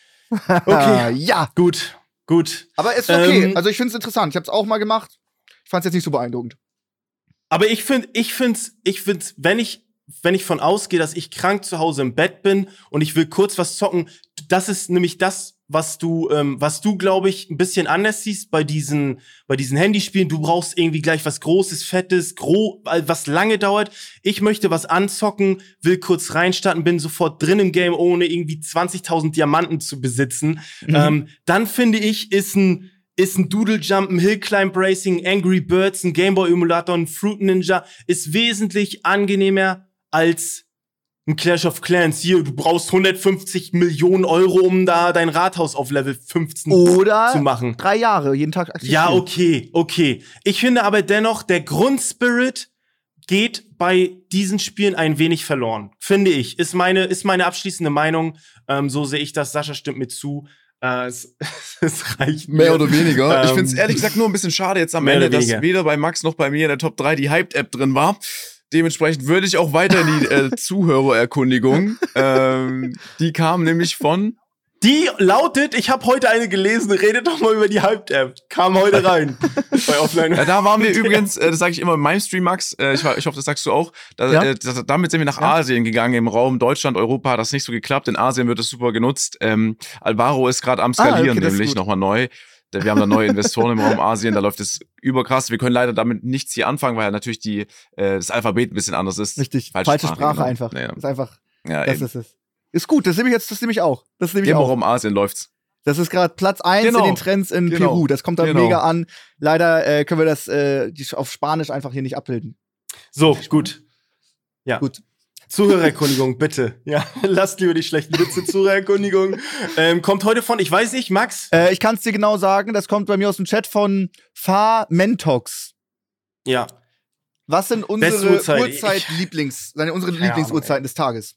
Speaker 1: Okay, ja.
Speaker 2: gut, gut.
Speaker 1: Aber ist okay.
Speaker 2: Ähm,
Speaker 1: also ich finde es interessant. Ich habe es auch mal gemacht. Ich fand es jetzt nicht so beeindruckend.
Speaker 2: Aber ich finde, ich find's, ich find's, wenn ich, wenn ich von ausgehe, dass ich krank zu Hause im Bett bin und ich will kurz was zocken, das ist nämlich das, was du, ähm, was du, glaube ich, ein bisschen anders siehst bei diesen, bei diesen Handyspielen. Du brauchst irgendwie gleich was Großes, Fettes, gro was lange dauert. Ich möchte was anzocken, will kurz reinstarten, bin sofort drin im Game, ohne irgendwie zwanzigtausend Diamanten zu besitzen.
Speaker 1: Mhm.
Speaker 2: Ähm, dann finde ich, ist ein ist ein Doodle Jump, ein Hill Climb Racing, Angry Birds, ein Gameboy Emulator, ein Fruit Ninja ist wesentlich angenehmer als ein Clash of Clans. Hier, du brauchst hundertfünfzig Millionen Euro, um da dein Rathaus auf Level fünfzehn
Speaker 1: Oder
Speaker 2: zu machen.
Speaker 1: drei Jahre, jeden Tag aktiv
Speaker 2: Ja,
Speaker 1: spielen.
Speaker 2: okay, okay. Ich finde aber dennoch, der Grundspirit geht bei diesen Spielen ein wenig verloren. Finde ich. Ist meine, ist meine abschließende Meinung. Ähm, so sehe ich das. Sascha stimmt mir zu. Äh, es, es reicht mir.
Speaker 3: Mehr oder weniger.
Speaker 2: Ähm,
Speaker 3: ich finde es ehrlich gesagt nur ein bisschen schade jetzt am
Speaker 2: mehr
Speaker 3: Ende,
Speaker 2: oder
Speaker 3: dass
Speaker 2: weniger.
Speaker 3: weder bei Max noch bei mir in der Top drei die Hyped-App drin war. Dementsprechend würde ich auch weiter in die äh, Zuhörererkundigung. ähm, die kam nämlich von
Speaker 2: Die lautet, ich habe heute eine gelesen, redet doch mal über die Hyped-App. Kam heute rein bei Offline.
Speaker 3: Ja, da waren wir übrigens, äh, das sage ich immer in meinem Stream, Max, äh, ich, ich hoffe, das sagst du auch, da,
Speaker 1: Ja.
Speaker 3: äh, da, damit sind wir nach
Speaker 1: Ja.
Speaker 3: Asien gegangen, im Raum Deutschland, Europa hat das nicht so geklappt, in Asien wird es super genutzt. Ähm, Alvaro ist gerade am skalieren,
Speaker 1: Ah, okay, das ist
Speaker 3: nämlich
Speaker 1: gut.
Speaker 3: nochmal neu. Wir haben da neue Investoren im Raum Asien, da läuft es überkrass. Wir können leider damit nichts hier anfangen, weil natürlich die, äh, das Alphabet ein bisschen anders ist.
Speaker 1: Richtig.
Speaker 3: Falsche
Speaker 1: Falsche
Speaker 3: Sprache,
Speaker 1: Sprache
Speaker 3: genau.
Speaker 1: einfach.
Speaker 3: Ja, ja.
Speaker 1: Ist einfach,
Speaker 3: Ja,
Speaker 1: das
Speaker 3: eben.
Speaker 1: ist es. Ist gut, das nehme ich jetzt, das nehme ich auch. Das nehme ich
Speaker 3: Im
Speaker 1: auch.
Speaker 3: Raum Asien läuft's.
Speaker 1: Das ist gerade Platz eins
Speaker 3: Genau.
Speaker 1: in den Trends in
Speaker 3: Genau.
Speaker 1: Peru. Das kommt da
Speaker 3: Genau.
Speaker 1: mega an. Leider äh, können wir das äh, die, auf Spanisch einfach hier nicht abbilden.
Speaker 2: So, gut. Ja.
Speaker 1: Gut.
Speaker 2: Zuhörererkundigung, bitte. Ja, lasst lieber die schlechten Witze. Zuhörererkundigung. Ähm, kommt heute von, ich weiß nicht, Max?
Speaker 1: Äh, ich kann es dir genau sagen, das kommt bei mir aus dem Chat von Fa Mentox.
Speaker 2: Ja.
Speaker 1: Was sind
Speaker 2: Beste
Speaker 1: unsere
Speaker 2: Uhrzeit.
Speaker 1: Uhrzeit-Lieblings, seine unsere
Speaker 2: Keine
Speaker 1: Lieblingsuhrzeiten des Tages?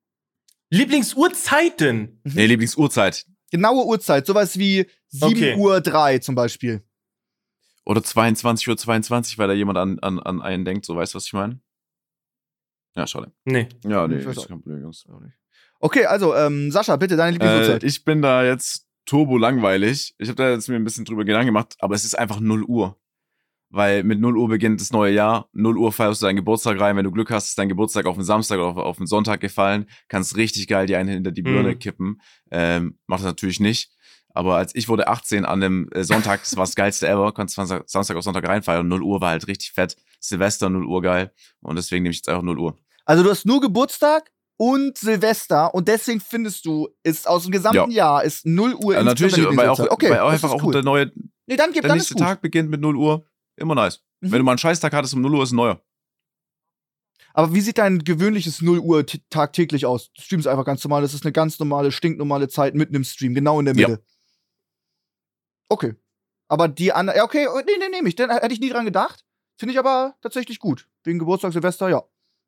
Speaker 2: Lieblingsuhrzeiten.
Speaker 3: Nee, Lieblingsuhrzeit.
Speaker 1: Genaue Uhrzeit, sowas wie
Speaker 2: Okay.
Speaker 1: sieben Uhr drei zum Beispiel.
Speaker 3: Oder zweiundzwanzig Uhr zweiundzwanzig, weil da jemand an, an, an einen denkt, so weißt du, was ich meine? Ja, schade.
Speaker 2: Nee.
Speaker 3: Ja, nee,
Speaker 1: Ich weiß
Speaker 3: ist
Speaker 1: auch.
Speaker 3: kein Problem, Jungs.
Speaker 1: Okay, also ähm, Sascha, bitte deine
Speaker 3: Äh,
Speaker 1: Lieblingsuhrzeit.
Speaker 3: ich bin da jetzt turbo langweilig. Ich habe da jetzt mir ein bisschen drüber Gedanken gemacht, aber es ist einfach null Uhr. weil mit null Uhr beginnt das neue Jahr, null Uhr feierst du deinen Geburtstag rein, wenn du Glück hast, ist dein Geburtstag auf den Samstag oder auf, auf den Sonntag gefallen, kannst richtig geil die einen hinter die Birne
Speaker 2: Mhm.
Speaker 3: kippen, ähm, mach das natürlich nicht, aber als ich wurde achtzehn an einem äh, Sonntag, das war das geilste ever, konntest von Sa- Samstag auf Sonntag reinfeiern und null Uhr war halt richtig fett, Silvester null Uhr geil und deswegen nehme ich jetzt einfach null Uhr.
Speaker 1: Also du hast nur Geburtstag und Silvester und deswegen findest du, ist aus dem gesamten Jahr ist null Uhr
Speaker 3: Ja, natürlich,
Speaker 1: insgesamt deine
Speaker 3: weil auch,
Speaker 1: Lieblingszeit. Okay,
Speaker 3: weil auch
Speaker 1: das
Speaker 3: einfach
Speaker 1: ist
Speaker 3: auch
Speaker 1: cool.
Speaker 3: der neue,
Speaker 1: Nee, dann gib,
Speaker 3: der
Speaker 1: dann ist
Speaker 3: nächste
Speaker 1: gut.
Speaker 3: Tag beginnt mit null Uhr, immer nice.
Speaker 1: Mhm.
Speaker 3: Wenn du mal einen Scheißtag hattest um null Uhr, ist ein neuer.
Speaker 1: Aber wie sieht dein gewöhnliches null Uhr t- tagtäglich aus? Du streamst einfach ganz normal, das ist eine ganz normale, stinknormale Zeit mitten im Stream, genau in der
Speaker 3: Ja.
Speaker 1: Mitte. Okay. Aber die andere, ja, okay, nee, nee, nehme ich. Den hätte ich nie dran gedacht. Finde ich aber tatsächlich gut. Wegen Geburtstag, Silvester, ja.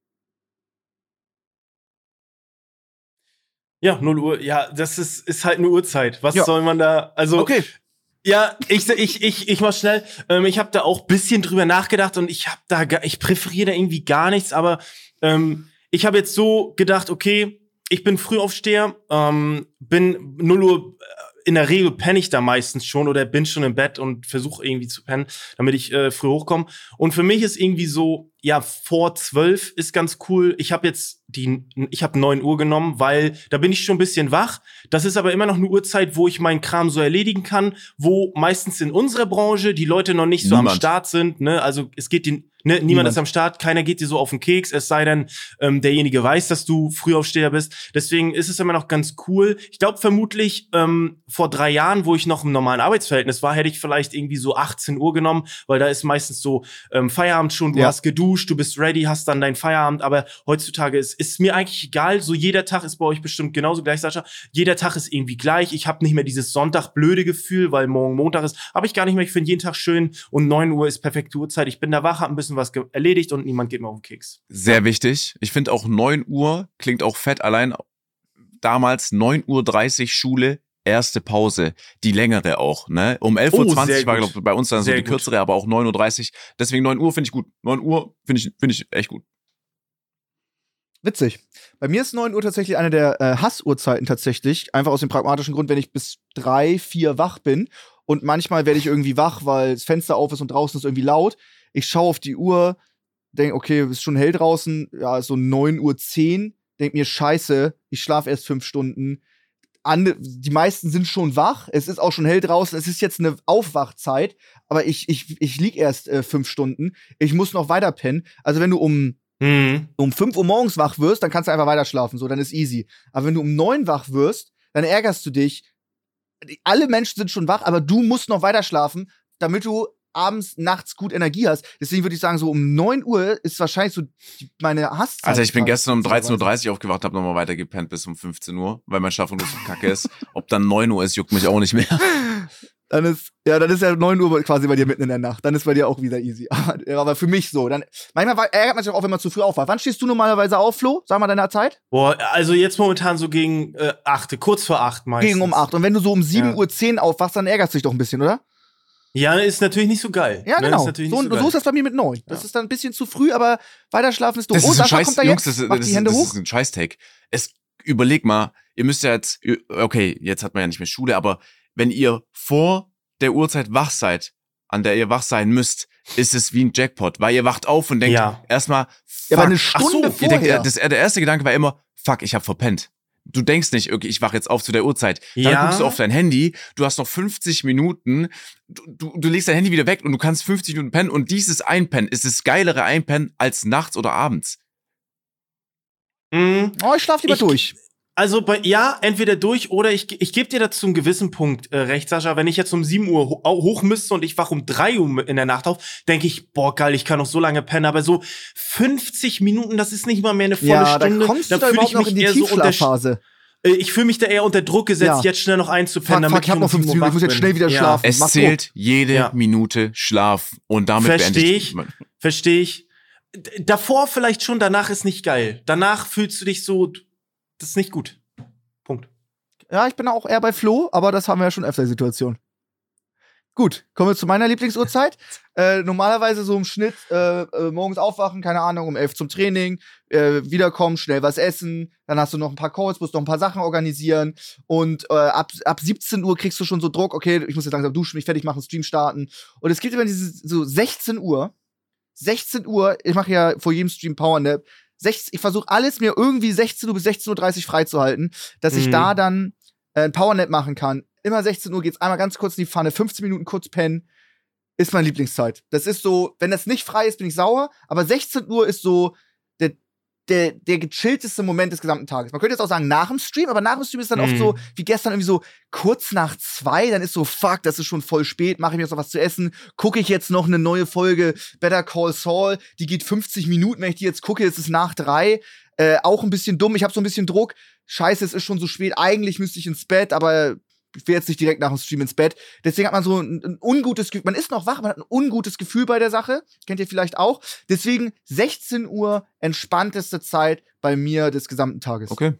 Speaker 2: Ja, null Uhr, ja, das ist, ist halt eine Uhrzeit. Was
Speaker 1: Ja.
Speaker 2: soll man da, also,
Speaker 1: Okay.
Speaker 2: ja, ich, ich, ich, ich mach schnell. Ähm, ich habe da auch bisschen drüber nachgedacht und ich habe da, ga- ich präferiere da irgendwie gar nichts, aber ähm, ich habe jetzt so gedacht, okay, ich bin Frühaufsteher, ähm, bin null Uhr, äh, in der Regel penne ich da meistens schon oder bin schon im Bett und versuche irgendwie zu pennen, damit ich äh, früh hochkomme. Und für mich ist irgendwie so, ja, vor zwölf ist ganz cool. Ich habe jetzt die, ich habe neun Uhr genommen, weil da bin ich schon ein bisschen wach. Das ist aber immer noch eine Uhrzeit, wo ich meinen Kram so erledigen kann, wo meistens in unserer Branche die Leute noch nicht so am
Speaker 3: Niemand.
Speaker 2: Start sind. Ne? Also es geht den, ne, niemand,
Speaker 1: Niemand.
Speaker 2: ist am Start, keiner geht dir so auf den Keks, es sei denn, ähm, derjenige weiß, dass du Frühaufsteher bist. Deswegen ist es immer noch ganz cool. Ich glaube vermutlich ähm, vor drei Jahren, wo ich noch im normalen Arbeitsverhältnis war, hätte ich vielleicht irgendwie so achtzehn Uhr genommen, weil da ist meistens so ähm, Feierabend schon, du
Speaker 1: Ja.
Speaker 2: hast geduscht, du bist ready, hast dann deinen Feierabend, aber heutzutage ist, ist mir eigentlich egal, so jeder Tag ist bei euch bestimmt genauso gleich, Sascha, jeder Tag ist irgendwie gleich, ich habe nicht mehr dieses Sonntag-blöde Gefühl, weil morgen Montag ist, habe ich gar nicht mehr, ich finde jeden Tag schön und neun Uhr ist perfekte Uhrzeit, ich bin da wach, hab ein bisschen was ge- erledigt und niemand geht mir auf den Keks.
Speaker 3: Sehr wichtig. Ich finde auch neun Uhr klingt auch fett. Allein damals neun Uhr dreißig Schule, erste Pause. Die längere auch, ne? Um elf Uhr
Speaker 2: Oh,
Speaker 3: zwanzig
Speaker 2: sehr
Speaker 3: war,
Speaker 2: gut.
Speaker 3: glaube ich, bei uns dann
Speaker 2: Sehr
Speaker 3: so die
Speaker 2: gut.
Speaker 3: kürzere, aber auch neun Uhr dreißig. Deswegen neun Uhr finde ich gut. neun Uhr finde ich, finde ich echt gut.
Speaker 1: Witzig. Bei mir ist neun Uhr tatsächlich eine der äh, Hassuhrzeiten tatsächlich. Einfach aus dem pragmatischen Grund, wenn ich bis drei, vier wach bin. Und manchmal werde ich irgendwie wach, weil das Fenster auf ist und draußen ist irgendwie laut. Ich schaue auf die Uhr, denke, okay, es ist schon hell draußen. Ja, ist so neun Uhr zehn. Denk mir, scheiße, ich schlafe erst fünf Stunden. Ande, die meisten sind schon wach. Es ist auch schon hell draußen. Es ist jetzt eine Aufwachzeit. Aber ich, ich, ich lieg erst äh, fünf Stunden. Ich muss noch weiter pennen. Also wenn du um
Speaker 2: Mhm.
Speaker 1: um fünf Uhr morgens wach wirst, dann kannst du einfach weiter schlafen, so, dann ist easy. Aber wenn du um neun wach wirst, dann ärgerst du dich. Die- Alle Menschen sind schon wach, aber du musst noch weiter schlafen, damit du abends, nachts gut Energie hast. Deswegen würde ich sagen, so um neun Uhr ist wahrscheinlich so die, meine Hasszeit.
Speaker 3: Also ich bin gestern um dreizehn Uhr
Speaker 1: teilweise.
Speaker 3: dreißig aufgewacht, habe nochmal weiter gepennt bis um fünfzehn Uhr, weil mein Schlafrhythmus so kacke ist. Ob dann neun Uhr ist, juckt mich auch nicht mehr.
Speaker 1: Dann ist, ja, dann ist ja neun Uhr quasi bei dir mitten in der Nacht. Dann ist bei dir auch wieder easy. Aber, aber für mich so. Dann, manchmal wa- ärgert man sich auch, wenn man zu früh aufwacht. Wann stehst du normalerweise auf, Flo? Sag mal deine Zeit.
Speaker 2: Boah, also jetzt momentan so gegen äh, achte, kurz vor acht meistens.
Speaker 1: Gegen um acht. Und wenn du so um sieben
Speaker 2: Ja.
Speaker 1: Uhr zehn aufwachst, dann ärgerst du dich doch ein bisschen, oder?
Speaker 2: Ja, ist natürlich nicht so geil.
Speaker 1: Ja,
Speaker 2: Ne?
Speaker 1: genau.
Speaker 2: Ist natürlich
Speaker 1: So,
Speaker 2: nicht so
Speaker 1: so
Speaker 2: geil.
Speaker 1: ist das bei mir mit neun. Das
Speaker 2: Ja.
Speaker 1: ist dann ein bisschen zu früh, aber weiterschlafen ist doof.
Speaker 3: Das
Speaker 1: Oh,
Speaker 3: ist ein
Speaker 1: Sascha
Speaker 3: Scheiß,
Speaker 1: kommt da
Speaker 3: Jungs,
Speaker 1: jetzt.
Speaker 3: das, ist-
Speaker 1: Macht
Speaker 3: das,
Speaker 1: die
Speaker 3: ist-
Speaker 1: Hände
Speaker 3: das
Speaker 1: hoch.
Speaker 3: ist ein Scheiß-Take. Es, überleg mal, ihr müsst ja jetzt, okay, jetzt hat man ja nicht mehr Schule, aber wenn ihr vor der Uhrzeit wach seid, an der ihr wach sein müsst, ist es wie ein Jackpot, weil ihr wacht auf und denkt
Speaker 2: Ja.
Speaker 3: erstmal, fuck,
Speaker 1: Ja, aber eine
Speaker 3: ach so,
Speaker 1: Stunde
Speaker 3: ihr denkt,
Speaker 1: vorher.
Speaker 3: das, der erste Gedanke war immer, fuck, ich hab verpennt. Du denkst nicht, okay, ich wach jetzt auf zu der Uhrzeit. Dann
Speaker 2: Ja.
Speaker 3: guckst du auf dein Handy, du hast noch fünfzig Minuten, du, du, du legst dein Handy wieder weg und du kannst fünfzig Minuten pennen und dieses Einpennen ist das geilere Einpennen als nachts oder abends.
Speaker 2: Mhm.
Speaker 1: Oh, ich schlaf lieber
Speaker 2: Ich-
Speaker 1: durch.
Speaker 2: Also bei, ja, entweder durch oder ich, ich gebe dir dazu einen gewissen Punkt äh, recht, Sascha. Wenn ich jetzt um sieben Uhr ho au- hoch müsste und ich wach um drei Uhr in der Nacht auf, denke ich, boah, geil, ich kann noch so lange pennen. Aber so fünfzig Minuten, das ist nicht mal mehr eine volle
Speaker 1: Ja, da
Speaker 2: Stunde.
Speaker 1: kommst du da
Speaker 2: fühl
Speaker 1: überhaupt noch in die
Speaker 2: eher so unter,
Speaker 1: Tiefschlafphase.
Speaker 2: äh, ich fühle mich da eher unter Druck gesetzt,
Speaker 1: Ja.
Speaker 2: jetzt schnell noch einzupennen,
Speaker 1: Fuck, fuck, ich hab
Speaker 2: um
Speaker 1: noch fünfzehn
Speaker 2: sieben Uhr
Speaker 1: Minuten, ich muss
Speaker 2: wach
Speaker 1: jetzt schnell wieder
Speaker 2: bin.
Speaker 1: schlafen.
Speaker 3: Es
Speaker 1: Mach
Speaker 3: zählt jede
Speaker 2: Ja.
Speaker 3: Minute Schlaf und damit beende
Speaker 2: Versteh
Speaker 3: ich.
Speaker 2: ich. Verstehe ich. D davor vielleicht schon, danach ist nicht geil. Danach fühlst du dich so, das ist nicht gut. Punkt.
Speaker 1: Ja, ich bin auch eher bei Flo, aber das haben wir ja schon öfter die Situation. Gut, kommen wir zu meiner Lieblingsuhrzeit. äh, normalerweise so im Schnitt äh, äh, morgens aufwachen, keine Ahnung, um elf zum Training, äh, wiederkommen, schnell was essen, dann hast du noch ein paar Calls, musst noch ein paar Sachen organisieren und äh, ab, ab siebzehn Uhr kriegst du schon so Druck, okay, ich muss jetzt langsam duschen, mich fertig machen, Stream starten. Und es gibt immer diese so sechzehn Uhr, sechzehn Uhr, ich mache ja vor jedem Stream Powernap, ich versuche alles mir irgendwie sechzehn Uhr bis sechzehn Uhr dreißig freizuhalten, dass ich
Speaker 2: Mhm.
Speaker 1: da dann äh, ein Powernap machen kann. Immer sechzehn Uhr geht's einmal ganz kurz in die Pfanne, fünfzehn Minuten kurz pennen, ist meine Lieblingszeit. Das ist so, wenn das nicht frei ist, bin ich sauer, aber sechzehn Uhr ist so der, der, der gechillteste Moment des gesamten Tages. Man könnte jetzt auch sagen, nach dem Stream, aber nach dem Stream ist dann oft
Speaker 2: Mhm.
Speaker 1: so, wie gestern irgendwie so kurz nach zwei, dann ist so, fuck, das ist schon voll spät, mache ich mir jetzt noch was zu essen, gucke ich jetzt noch eine neue Folge Better Call Saul, die geht fünfzig Minuten, wenn ich die jetzt gucke, es ist nach drei, äh, auch ein bisschen dumm, ich habe so ein bisschen Druck, scheiße, es ist schon so spät, eigentlich müsste ich ins Bett, aber ich will jetzt nicht direkt nach dem Stream ins Bett. Deswegen hat man so ein, ein ungutes Gefühl. Man ist noch wach, man hat ein ungutes Gefühl bei der Sache. Kennt ihr vielleicht auch. Deswegen sechzehn Uhr entspannteste Zeit bei mir des gesamten Tages.
Speaker 3: Okay.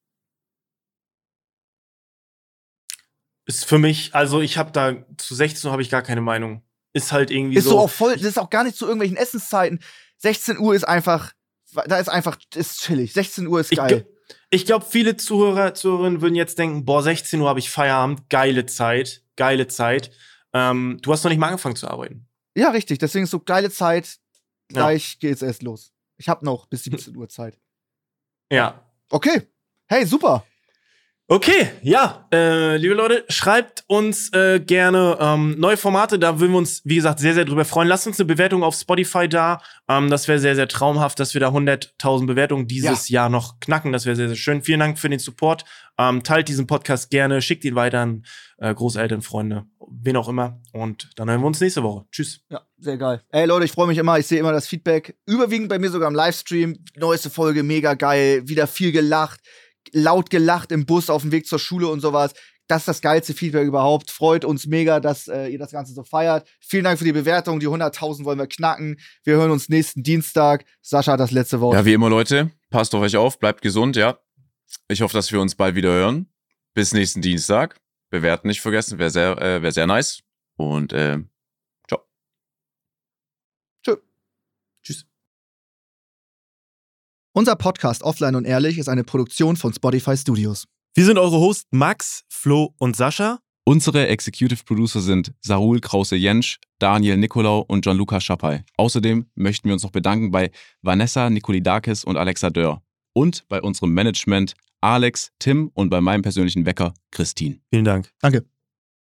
Speaker 2: Ist für mich, also ich habe da, zu sechzehn Uhr habe ich gar keine Meinung. Ist halt irgendwie
Speaker 1: Ist
Speaker 2: so.
Speaker 1: so auch voll, das ist auch gar nicht zu irgendwelchen Essenszeiten. sechzehn Uhr ist einfach, da ist einfach, ist chillig. sechzehn Uhr ist
Speaker 2: Ich
Speaker 1: geil.
Speaker 2: ge- Ich glaube, viele Zuhörer, Zuhörerinnen würden jetzt denken, boah, sechzehn Uhr habe ich Feierabend, geile Zeit, geile Zeit. Ähm, du hast noch nicht mal angefangen zu arbeiten.
Speaker 1: Ja, richtig. Deswegen ist so geile Zeit.
Speaker 2: Ja.
Speaker 1: Gleich geht's erst los. Ich habe noch bis siebzehn Uhr Zeit.
Speaker 2: Ja.
Speaker 1: Okay. Hey, super.
Speaker 2: Okay, ja, äh, liebe Leute, schreibt uns äh, gerne ähm, neue Formate, da würden wir uns, wie gesagt, sehr, sehr drüber freuen. Lasst uns eine Bewertung auf Spotify da, ähm, das wäre sehr, sehr traumhaft, dass wir da hunderttausend Bewertungen dieses Jahr noch knacken, das wäre sehr, sehr schön. Vielen Dank für den Support, ähm, teilt diesen Podcast gerne, schickt ihn weiter an äh, Großeltern, Freunde, wen auch immer und dann hören wir uns nächste Woche. Tschüss.
Speaker 1: Ja, sehr geil. Ey Leute, ich freue mich immer, ich sehe immer das Feedback. Überwiegend bei mir sogar im Livestream. Neueste Folge, mega geil, wieder viel gelacht. Laut gelacht im Bus auf dem Weg zur Schule und sowas. Das ist das geilste Feedback überhaupt. Freut uns mega, dass äh, ihr das Ganze so feiert. Vielen Dank für die Bewertung. Die hunderttausend wollen wir knacken. Wir hören uns nächsten Dienstag. Sascha hat das letzte Wort.
Speaker 3: Ja, wie immer, Leute, passt auf euch auf, bleibt gesund, ja. Ich hoffe, dass wir uns bald wieder hören. Bis nächsten Dienstag. Bewerten nicht vergessen, wäre sehr, äh, wär sehr nice. Und äh, ciao.
Speaker 1: Tschö.
Speaker 2: Tschüss.
Speaker 1: Unser Podcast Offline und Ehrlich ist eine Produktion von Spotify Studios.
Speaker 2: Wir sind eure Hosts Max, Flo und Sascha.
Speaker 3: Unsere Executive Producer sind Sarul Krause-Jentsch, Daniel Nicolau und Gianluca Schappay. Außerdem möchten wir uns noch bedanken bei Vanessa Nikolidakis und Alexa Dörr. Und bei unserem Management Alex, Tim und bei meinem persönlichen Wecker Christine.
Speaker 2: Vielen Dank.
Speaker 1: Danke.